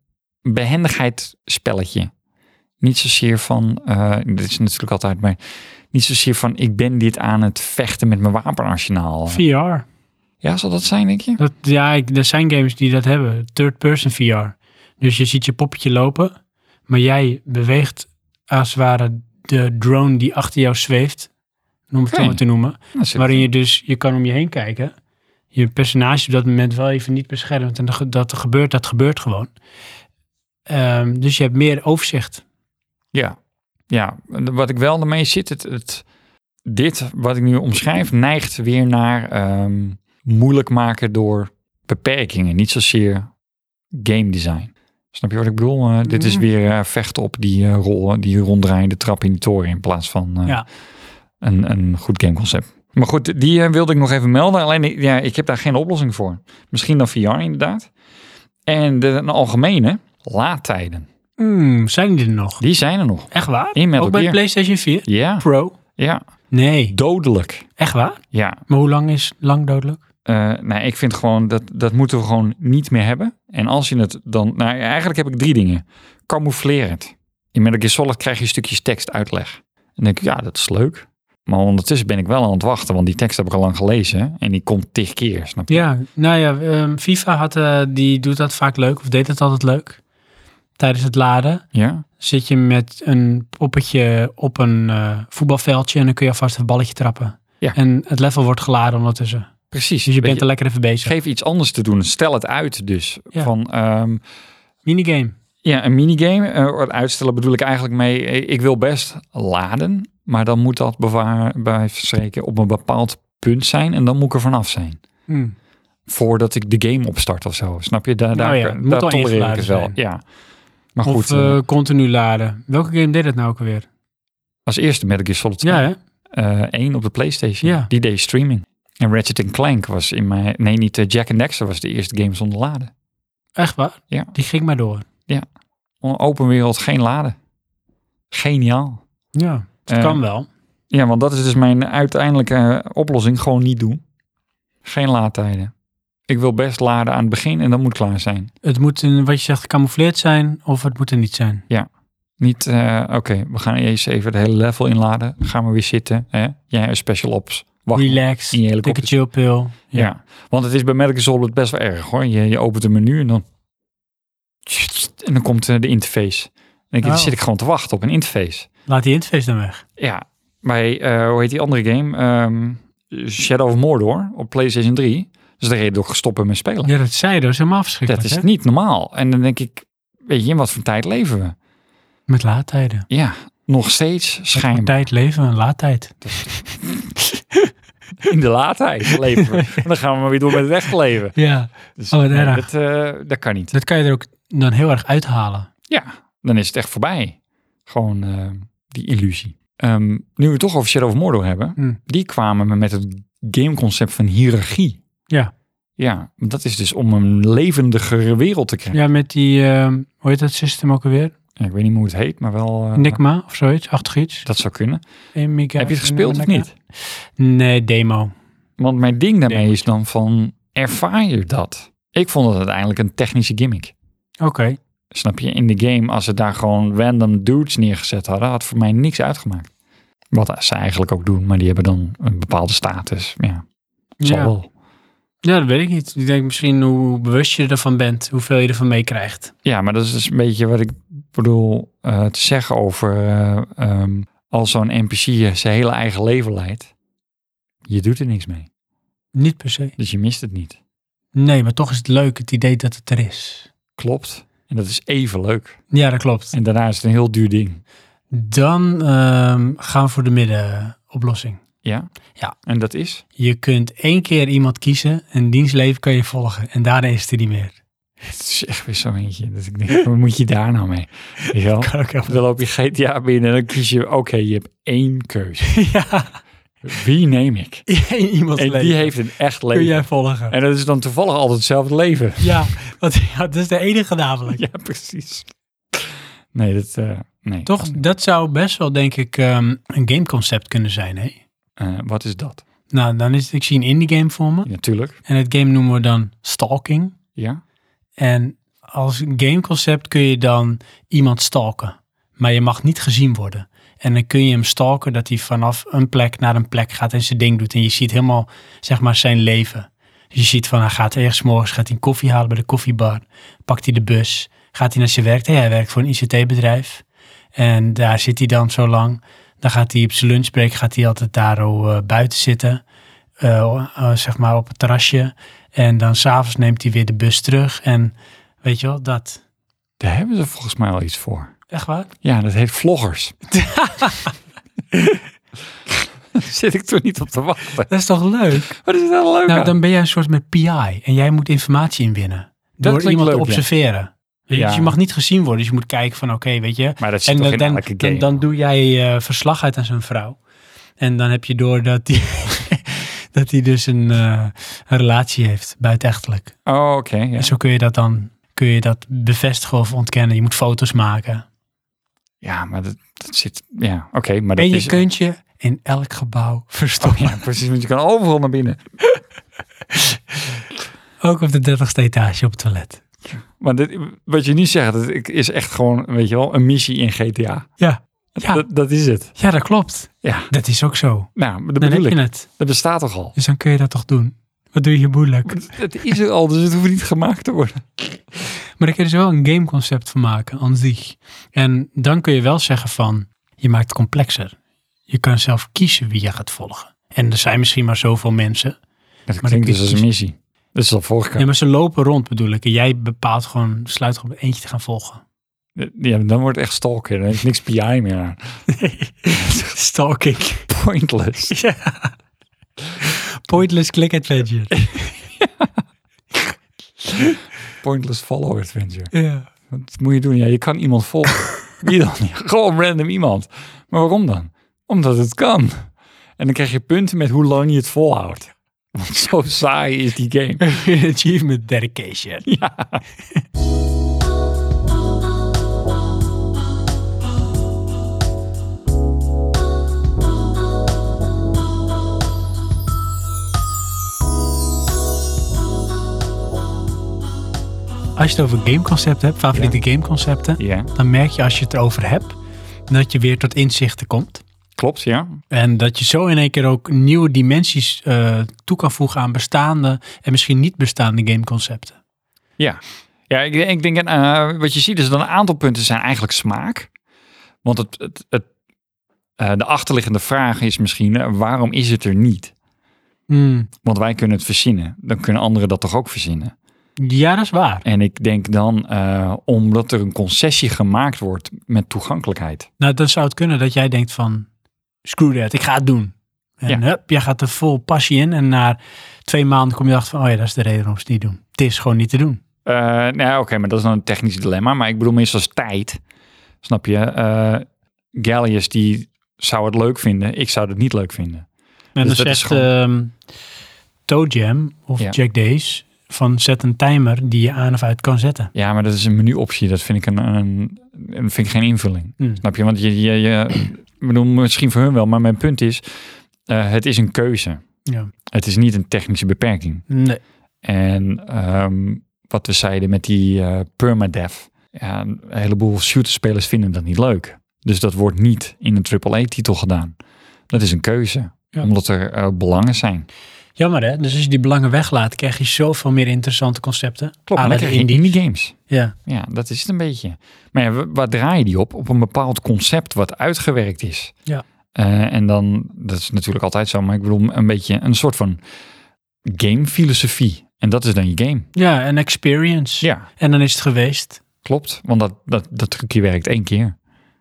behendigheidsspelletje. Niet zozeer van, uh, dit is natuurlijk altijd, maar niet zozeer van ik ben dit aan het vechten met mijn wapenarsenaal. V R. Ja, zal dat zijn, denk je? Dat, ja, ik, er zijn games die dat hebben. Third person V R. Dus je ziet je poppetje lopen, maar jij beweegt als het ware de drone die achter jou zweeft om het zo Nee. maar te noemen. Dat is- Waarin je dus, je kan om je heen kijken. Je personage op dat moment wel even niet beschermd. En dat, dat er gebeurt, dat gebeurt gewoon. Um, dus je hebt meer overzicht. Ja, ja, wat ik wel ermee zit, het, het, dit wat ik nu omschrijf, neigt weer naar um, moeilijk maken door beperkingen. Niet zozeer game design. Snap je wat ik bedoel? Uh, dit is weer uh, vechten op die uh, rol, die ronddraaiende trap in die toren in plaats van uh, ja. een, een goed gameconcept. Maar goed, die uh, wilde ik nog even melden. Alleen, ja, ik heb daar geen oplossing voor. Misschien dan V R inderdaad. En de, een algemene laadtijden. Mm, zijn die er nog? Die zijn er nog. Echt waar? In Metal Ook bij Gear. PlayStation vier? Ja. Pro? Ja. Nee. Dodelijk. Echt waar? Ja. Maar hoe lang is lang dodelijk? Uh, nou, ik vind gewoon dat dat moeten we gewoon niet meer hebben. En als je het dan, nou eigenlijk heb ik drie dingen. Camoufleer het. In Metal Gear Solid krijg je stukjes tekst uitleg. En dan denk ik, ja, dat is leuk. Maar ondertussen ben ik wel aan het wachten, want die tekst heb ik al lang gelezen. En die komt tig keer, snap je? Ja, nou ja, um, FIFA had, uh, die doet dat vaak leuk, of deed het altijd leuk. Tijdens het laden ja? zit je met een poppetje op een uh, voetbalveldje en dan kun je alvast een balletje trappen. Ja. En het level wordt geladen ondertussen. Precies. Dus je bent je, er lekker even bezig. Geef iets anders te doen. Stel het uit dus. Ja. Van, um, minigame. Ja, een minigame. Uh, uitstellen bedoel ik eigenlijk mee. Ik wil best laden, maar dan moet dat bewaar, bij spreken op een bepaald punt zijn. En dan moet ik er vanaf zijn. Hmm. Voordat ik de game opstart of zo. Snap je? Daar, nou ja, daar, daar tolereer ik het wel. Zijn. Ja. Maar of goed. Uh, continu laden. Welke game deed dat nou ook alweer? Als eerste Metal Gear Solid twee. Ja, hè? Uh, één op de PlayStation. Ja. Die deed streaming. En Ratchet and Clank was in mijn... Nee, niet uh, Jack and Daxter was de eerste game zonder laden. Echt waar? Ja. Die ging maar door. Ja. Open wereld, geen laden. Geniaal. Ja, dat uh, kan wel. Ja, want dat is dus mijn uiteindelijke oplossing. Gewoon niet doen. Geen laadtijden. Ik wil best laden aan het begin en dan moet het klaar zijn. Het moet, wat je zegt, gecamoufleerd zijn of het moet er niet zijn. Ja. Niet, uh, oké, okay, we gaan eerst even het hele level inladen. Gaan we weer zitten. Hè? Jij special ops. Wacht, relax, dikke chillpil. Ja. ja, want het is bij Metal Gear Solid best wel erg hoor. Je, je opent een menu en dan... En dan komt de interface. En dan oh. zit ik gewoon te wachten op een interface. Laat die interface dan weg. Ja, bij, uh, hoe heet die andere game? Um, Shadow of Mordor op PlayStation drie. Dus de reden door gestopt met spelen. Ja, dat zei je, dat is helemaal verschrikkelijk. Dat is hè? niet normaal. En dan denk ik, weet je, in wat voor tijd leven we? Met laadtijden. Ja, nog steeds schijnbaar. tijd leven we, een laadtijd. In de laadtijd leven we. Dan gaan we maar weer door met het echte leven. Ja, dus, oh, nee, dat, uh, dat kan niet. Dat kan je er ook dan heel erg uithalen. Ja, dan is het echt voorbij. Gewoon uh, die illusie. Um, nu we het toch over Shadow of Mordor hebben. Hmm. Die kwamen met het gameconcept van hiërarchie. Ja. Ja, dat is dus om een levendigere wereld te krijgen. Ja, met die, uh, hoe heet dat systeem ook alweer? Ja, ik weet niet hoe het heet, maar wel... Uh, Enigma of zoiets, achtig iets. Dat zou kunnen. Amiga, Heb je het gespeeld of niet? Nee, demo. Want mijn ding daarmee demo. is dan van, ervaar je dat? Ik vond het uiteindelijk een technische gimmick. Oké. Okay. Snap je, in de game, als ze daar gewoon random dudes neergezet hadden, had voor mij niks uitgemaakt. Wat ze eigenlijk ook doen, maar die hebben dan een bepaalde status. Ja, zal ja. wel. Ja, dat weet ik niet. Ik denk misschien hoe bewust je ervan bent, hoeveel je ervan meekrijgt. Ja, maar dat is dus een beetje wat ik bedoel uh, te zeggen over uh, um, als zo'n N P C zijn hele eigen leven leidt. Je doet er niks mee. Niet per se. Dus je mist het niet. Nee, maar toch is het leuk, het idee dat het er is. Klopt. En dat is even leuk. Ja, dat klopt. En daarna is het een heel duur ding. Dan um, gaan we voor de middenoplossing. Ja? Ja. En dat is? Je kunt één keer iemand kiezen en diens leven kan je volgen. En daarna is het er niet meer. Het is echt weer zo eentje. Dus ik denk, wat moet je daar nou mee? Weet je wel? Kan ook dan loop je G T A binnen en dan kies je, oké, okay, je hebt één keuze. Ja. Wie neem ik? Iemand en leven. die heeft een echt leven. Kun jij volgen. En dat is dan toevallig altijd hetzelfde leven. Ja, want ja, dat is de enige namelijk. Ja, precies. Nee, dat... Uh, nee. Toch, dat zou best wel, denk ik, um, een gameconcept kunnen zijn, hè? Uh, wat is dat? Nou, dan is het, ik zie een indie game voor me. Ja, natuurlijk. En het game noemen we dan Stalking. Ja. En als gameconcept kun je dan iemand stalken. Maar je mag niet gezien worden. En dan kun je hem stalken dat hij vanaf een plek naar een plek gaat en zijn ding doet. En je ziet helemaal, zeg maar, zijn leven. Dus je ziet van, hij gaat ergens morgens, gaat hij een koffie halen bij de koffiebar. Pakt hij de bus, gaat hij naar zijn werk. Hey, hij werkt voor een I C T-bedrijf. En daar zit hij dan zo lang Dan gaat hij op zijn lunchbreak gaat hij altijd daar uh, buiten zitten. Uh, uh, zeg maar op het terrasje. En dan s'avonds neemt hij weer de bus terug. En weet je wel, dat... Daar hebben ze volgens mij al iets voor. Echt waar? Ja, dat heet vloggers. Zit ik toch niet op te wachten. Dat is toch leuk? Wat is het dan leuk Nou, aan? dan ben jij een soort met P I. En jij moet informatie inwinnen. Door klinkt iemand leuk, te observeren. ja. Weet je, Ja. Dus je mag niet gezien worden. Dus je moet kijken van, oké, okay, weet je. Maar dat zit en toch dan, in elke game? dan, dan doe jij uh, verslag uit aan zijn vrouw. En dan heb je door dat hij dat hij dus een, uh, een relatie heeft, buitenechtelijk. Oh, oké. Okay, ja. En zo kun je dat dan kun je dat bevestigen of ontkennen. Je moet foto's maken. Ja, maar dat, dat zit... Ja, oké. Okay, maar dat en je is... kunt je in elk gebouw verstoppen. Oh, ja, precies. Want je kan overal naar binnen. Ook op de dertigste etage op het toilet. Maar dit, wat je niet zegt, dat is echt gewoon, weet je wel, een missie in G T A. Ja. Ja. Dat, dat is het. Ja, dat klopt. Ja. Dat is ook zo. Nou, dat Dan bedoel heb ik. je het. Dat bestaat toch al? Dus dan kun je dat toch doen. Wat doe je hier moeilijk? Het is er al, dus het hoeft niet gemaakt te worden. Maar daar kun je dus wel een gameconcept van maken, aan zich. En dan kun je wel zeggen van, je maakt het complexer. Je kan zelf kiezen wie je gaat volgen. En er zijn misschien maar zoveel mensen. Dat maar klinkt dus als dus een missie. Dat is al vorige keer. Ja, maar ze lopen rond bedoel ik. En jij bepaalt gewoon, besluit gewoon eentje te gaan volgen. Ja, dan wordt het echt stalker. Dan heeft niks P I meer aan. Stalking. Pointless. Ja. Pointless click adventure. Pointless follow adventure. Ja. Wat moet je doen? Ja, je kan iemand volgen. Wie dan? Gewoon random iemand. Maar waarom dan? Omdat het kan. En dan krijg je punten met hoe lang je het volhoudt. Want zo saai is die game. Achievement dedication. Ja. Als je het over gameconcepten hebt, favoriete ja. gameconcepten, Ja. dan merk je als je het erover hebt, dat je weer tot inzichten komt. Klopt, ja. En dat je zo in één keer ook nieuwe dimensies uh, toe kan voegen aan bestaande en misschien niet bestaande gameconcepten. Ja, ja ik, ik denk, uh, wat je ziet is dat een aantal punten zijn eigenlijk smaak. Want het, het, het, uh, de achterliggende vraag is misschien, uh, waarom is het er niet? Mm. Want wij kunnen het verzinnen. Dan kunnen anderen dat toch ook verzinnen? Ja, dat is waar. En ik denk dan, uh, omdat er een concessie gemaakt wordt met toegankelijkheid. Nou, dan zou het kunnen dat jij denkt van, screw that, ik ga het doen. En ja. hup, jij gaat er vol passie in. En na twee maanden kom je achter van, oh ja, dat is de reden waarom ze het niet doen. Het is gewoon niet te doen. Uh, nou, oké, okay, maar dat is dan een technisch dilemma. Maar ik bedoel meestal als tijd. Snap je? Uh, Gallius, die zou het leuk vinden. Ik zou het niet leuk vinden. En dus dan zegt gewoon... um, Toe Jam of ja. Jack Days van zet een timer die je aan of uit kan zetten. Ja, maar dat is een menuoptie. Dat vind ik, een, een, een, vind ik geen invulling. Mm. Snap je? Want je, je, je ik bedoel, misschien voor hun wel, maar mijn punt is, uh, het is een keuze. Ja. Het is niet een technische beperking. Nee. En um, wat we zeiden met die uh, permadeath. Ja, een heleboel shooterspelers vinden dat niet leuk. Dus dat wordt niet in een triple A-titel gedaan. Dat is een keuze. Ja. Omdat er uh, belangen zijn. Jammer hè? Dus als je die belangen weglaat, krijg je zoveel meer interessante concepten. Klopt, maar dan krijg je indie games. Ja. Ja, dat is het een beetje. Maar ja, waar draai je die op? Op een bepaald concept wat uitgewerkt is. Ja. Uh, en dan, dat is natuurlijk altijd zo, maar ik bedoel een beetje een soort van gamefilosofie. En dat is dan je game. Ja, een experience. Ja. En dan is het geweest. Klopt, want dat, dat, dat trucje werkt één keer.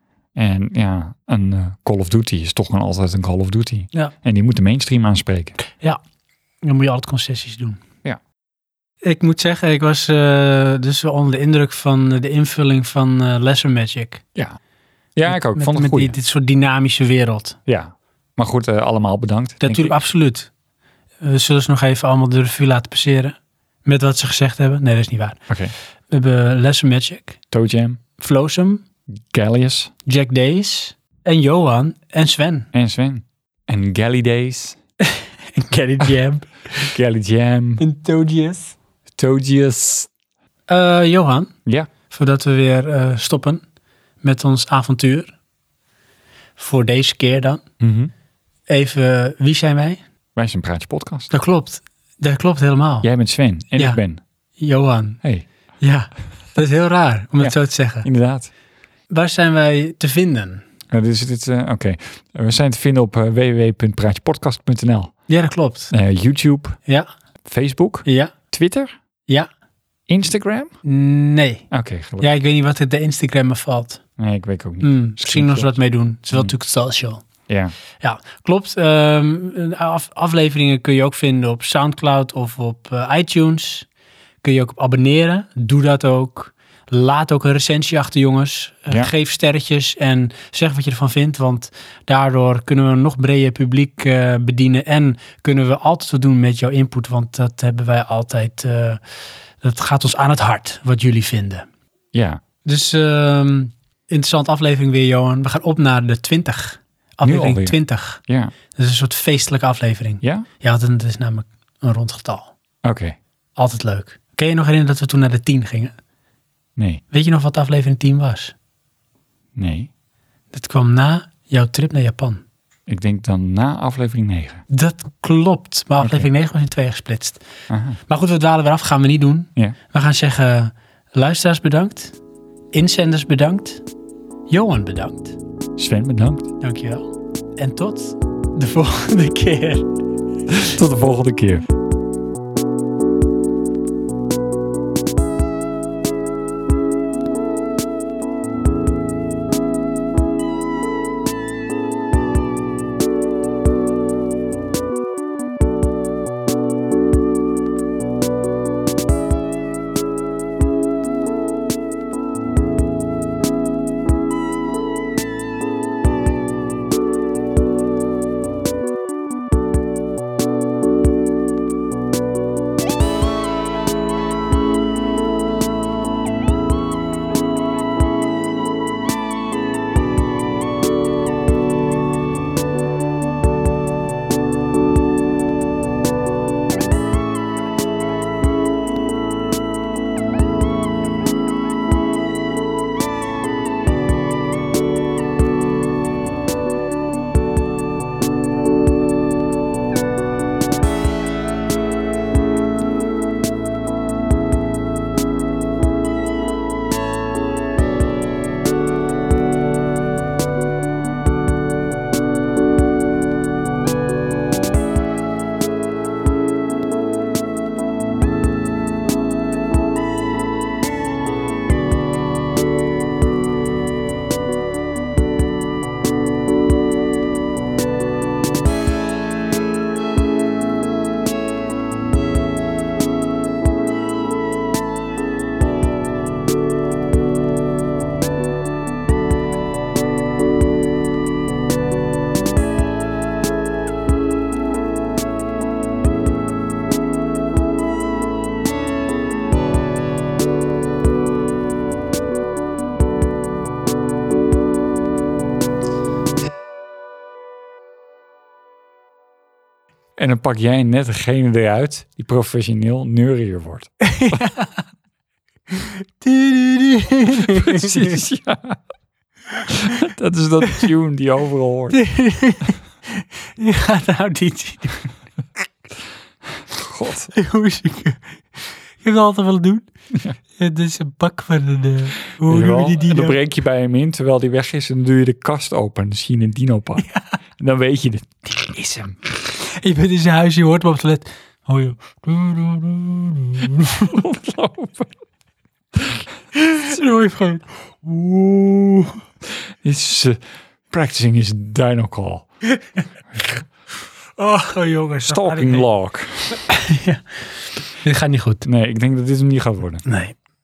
En ja, een uh, Call of Duty is toch gewoon altijd een Call of Duty. Ja. En die moet de mainstream aanspreken. Ja, dan moet je altijd concessies doen. Ja. Ik moet zeggen, ik was uh, dus wel onder de indruk van de invulling van uh, Lesser Magic. Ja, ja ik ook. Met, vond het met goed. Dit soort dynamische wereld. Ja, maar goed, uh, allemaal bedankt. Natuurlijk, absoluut. We zullen ze nog even allemaal de revue laten passeren. Met wat ze gezegd hebben. Nee, dat is niet waar. Oké. Okay. We hebben Lesser Magic. Toe Jam. Flowsome. Gallius. Jack Days. En Johan. En Sven. En Sven. En Gally Days. en Gally Jam. Gally Jam. En Togius. Togius. Uh, Johan. Ja. Voordat we weer uh, stoppen met ons avontuur. Voor deze keer dan. Mm-hmm. Even, wie zijn wij? Wij zijn Praatje Podcast. Dat klopt. Dat klopt helemaal. Jij bent Sven en ja. ik ben... Johan. Hey. Ja, dat is heel raar om ja, het zo te zeggen. Inderdaad. Waar zijn wij te vinden? Uh, dus dit, uh, Oké, okay. We zijn te vinden op uh, w w w punt praatjepodcast punt n l. Ja, dat klopt. Uh, YouTube. Ja. Facebook. Ja. Twitter. Ja. Instagram? Nee. Oké, okay, ja, ik weet niet wat het de Instagram valt. Nee, ik weet ook niet. Mm, misschien nog eens wat mee doen. Het is wel mm. natuurlijk social. Ja. Ja, klopt. Um, af, afleveringen kun je ook vinden op Soundcloud of op uh, iTunes. Kun je ook op abonneren. Doe dat ook. Laat ook een recensie achter, jongens. Uh, ja. Geef sterretjes en zeg wat je ervan vindt. Want daardoor kunnen we een nog breder publiek uh, bedienen. En kunnen we altijd wat doen met jouw input. Want dat hebben wij altijd... Uh, dat gaat ons aan het hart, wat jullie vinden. Ja. Dus um, interessante aflevering weer, Johan. We gaan op naar de twintig. Aflevering twintig. Ja. Dat is een soort feestelijke aflevering. Ja? Ja, want het is namelijk een rond getal. Oké. Okay. Altijd leuk. Kun je nog herinneren dat we toen naar de tien gingen? Nee. Weet je nog wat aflevering tien was? Nee. Dat kwam na jouw trip naar Japan. Ik denk dan na aflevering negen. Dat klopt. Maar aflevering okay. negen was in twee gesplitst. Aha. Maar goed, we dwalen weer af. Gaan we niet doen. Ja. We gaan zeggen, luisteraars bedankt. Inzenders bedankt. Johan bedankt. Sven bedankt. Dankjewel. En tot de volgende keer. Tot de volgende keer. En dan pak jij net degene eruit die professioneel neurier wordt. Precies, ja. Dat is dat tune die overal hoort. Je gaat nou niet doen. God. Je wil altijd wel doen. Ja. Het is een bak van een... Uh, hoe noem je die dino? En dan breek je bij hem in terwijl die weg is en dan doe je de kast open. En dan zie je een dino-pak. Ja. En dan weet je, dit is hem. Je bent in zijn huis, je hoort hem op het toilet. Hoor je... Rondlopen. Dan hoor je gewoon... Oeh. Is, uh, practicing is dino call. Oh, oh jongens. Stalking log. Ja. Dit gaat niet goed. Nee, ik denk dat dit hem niet gaat worden. Nee.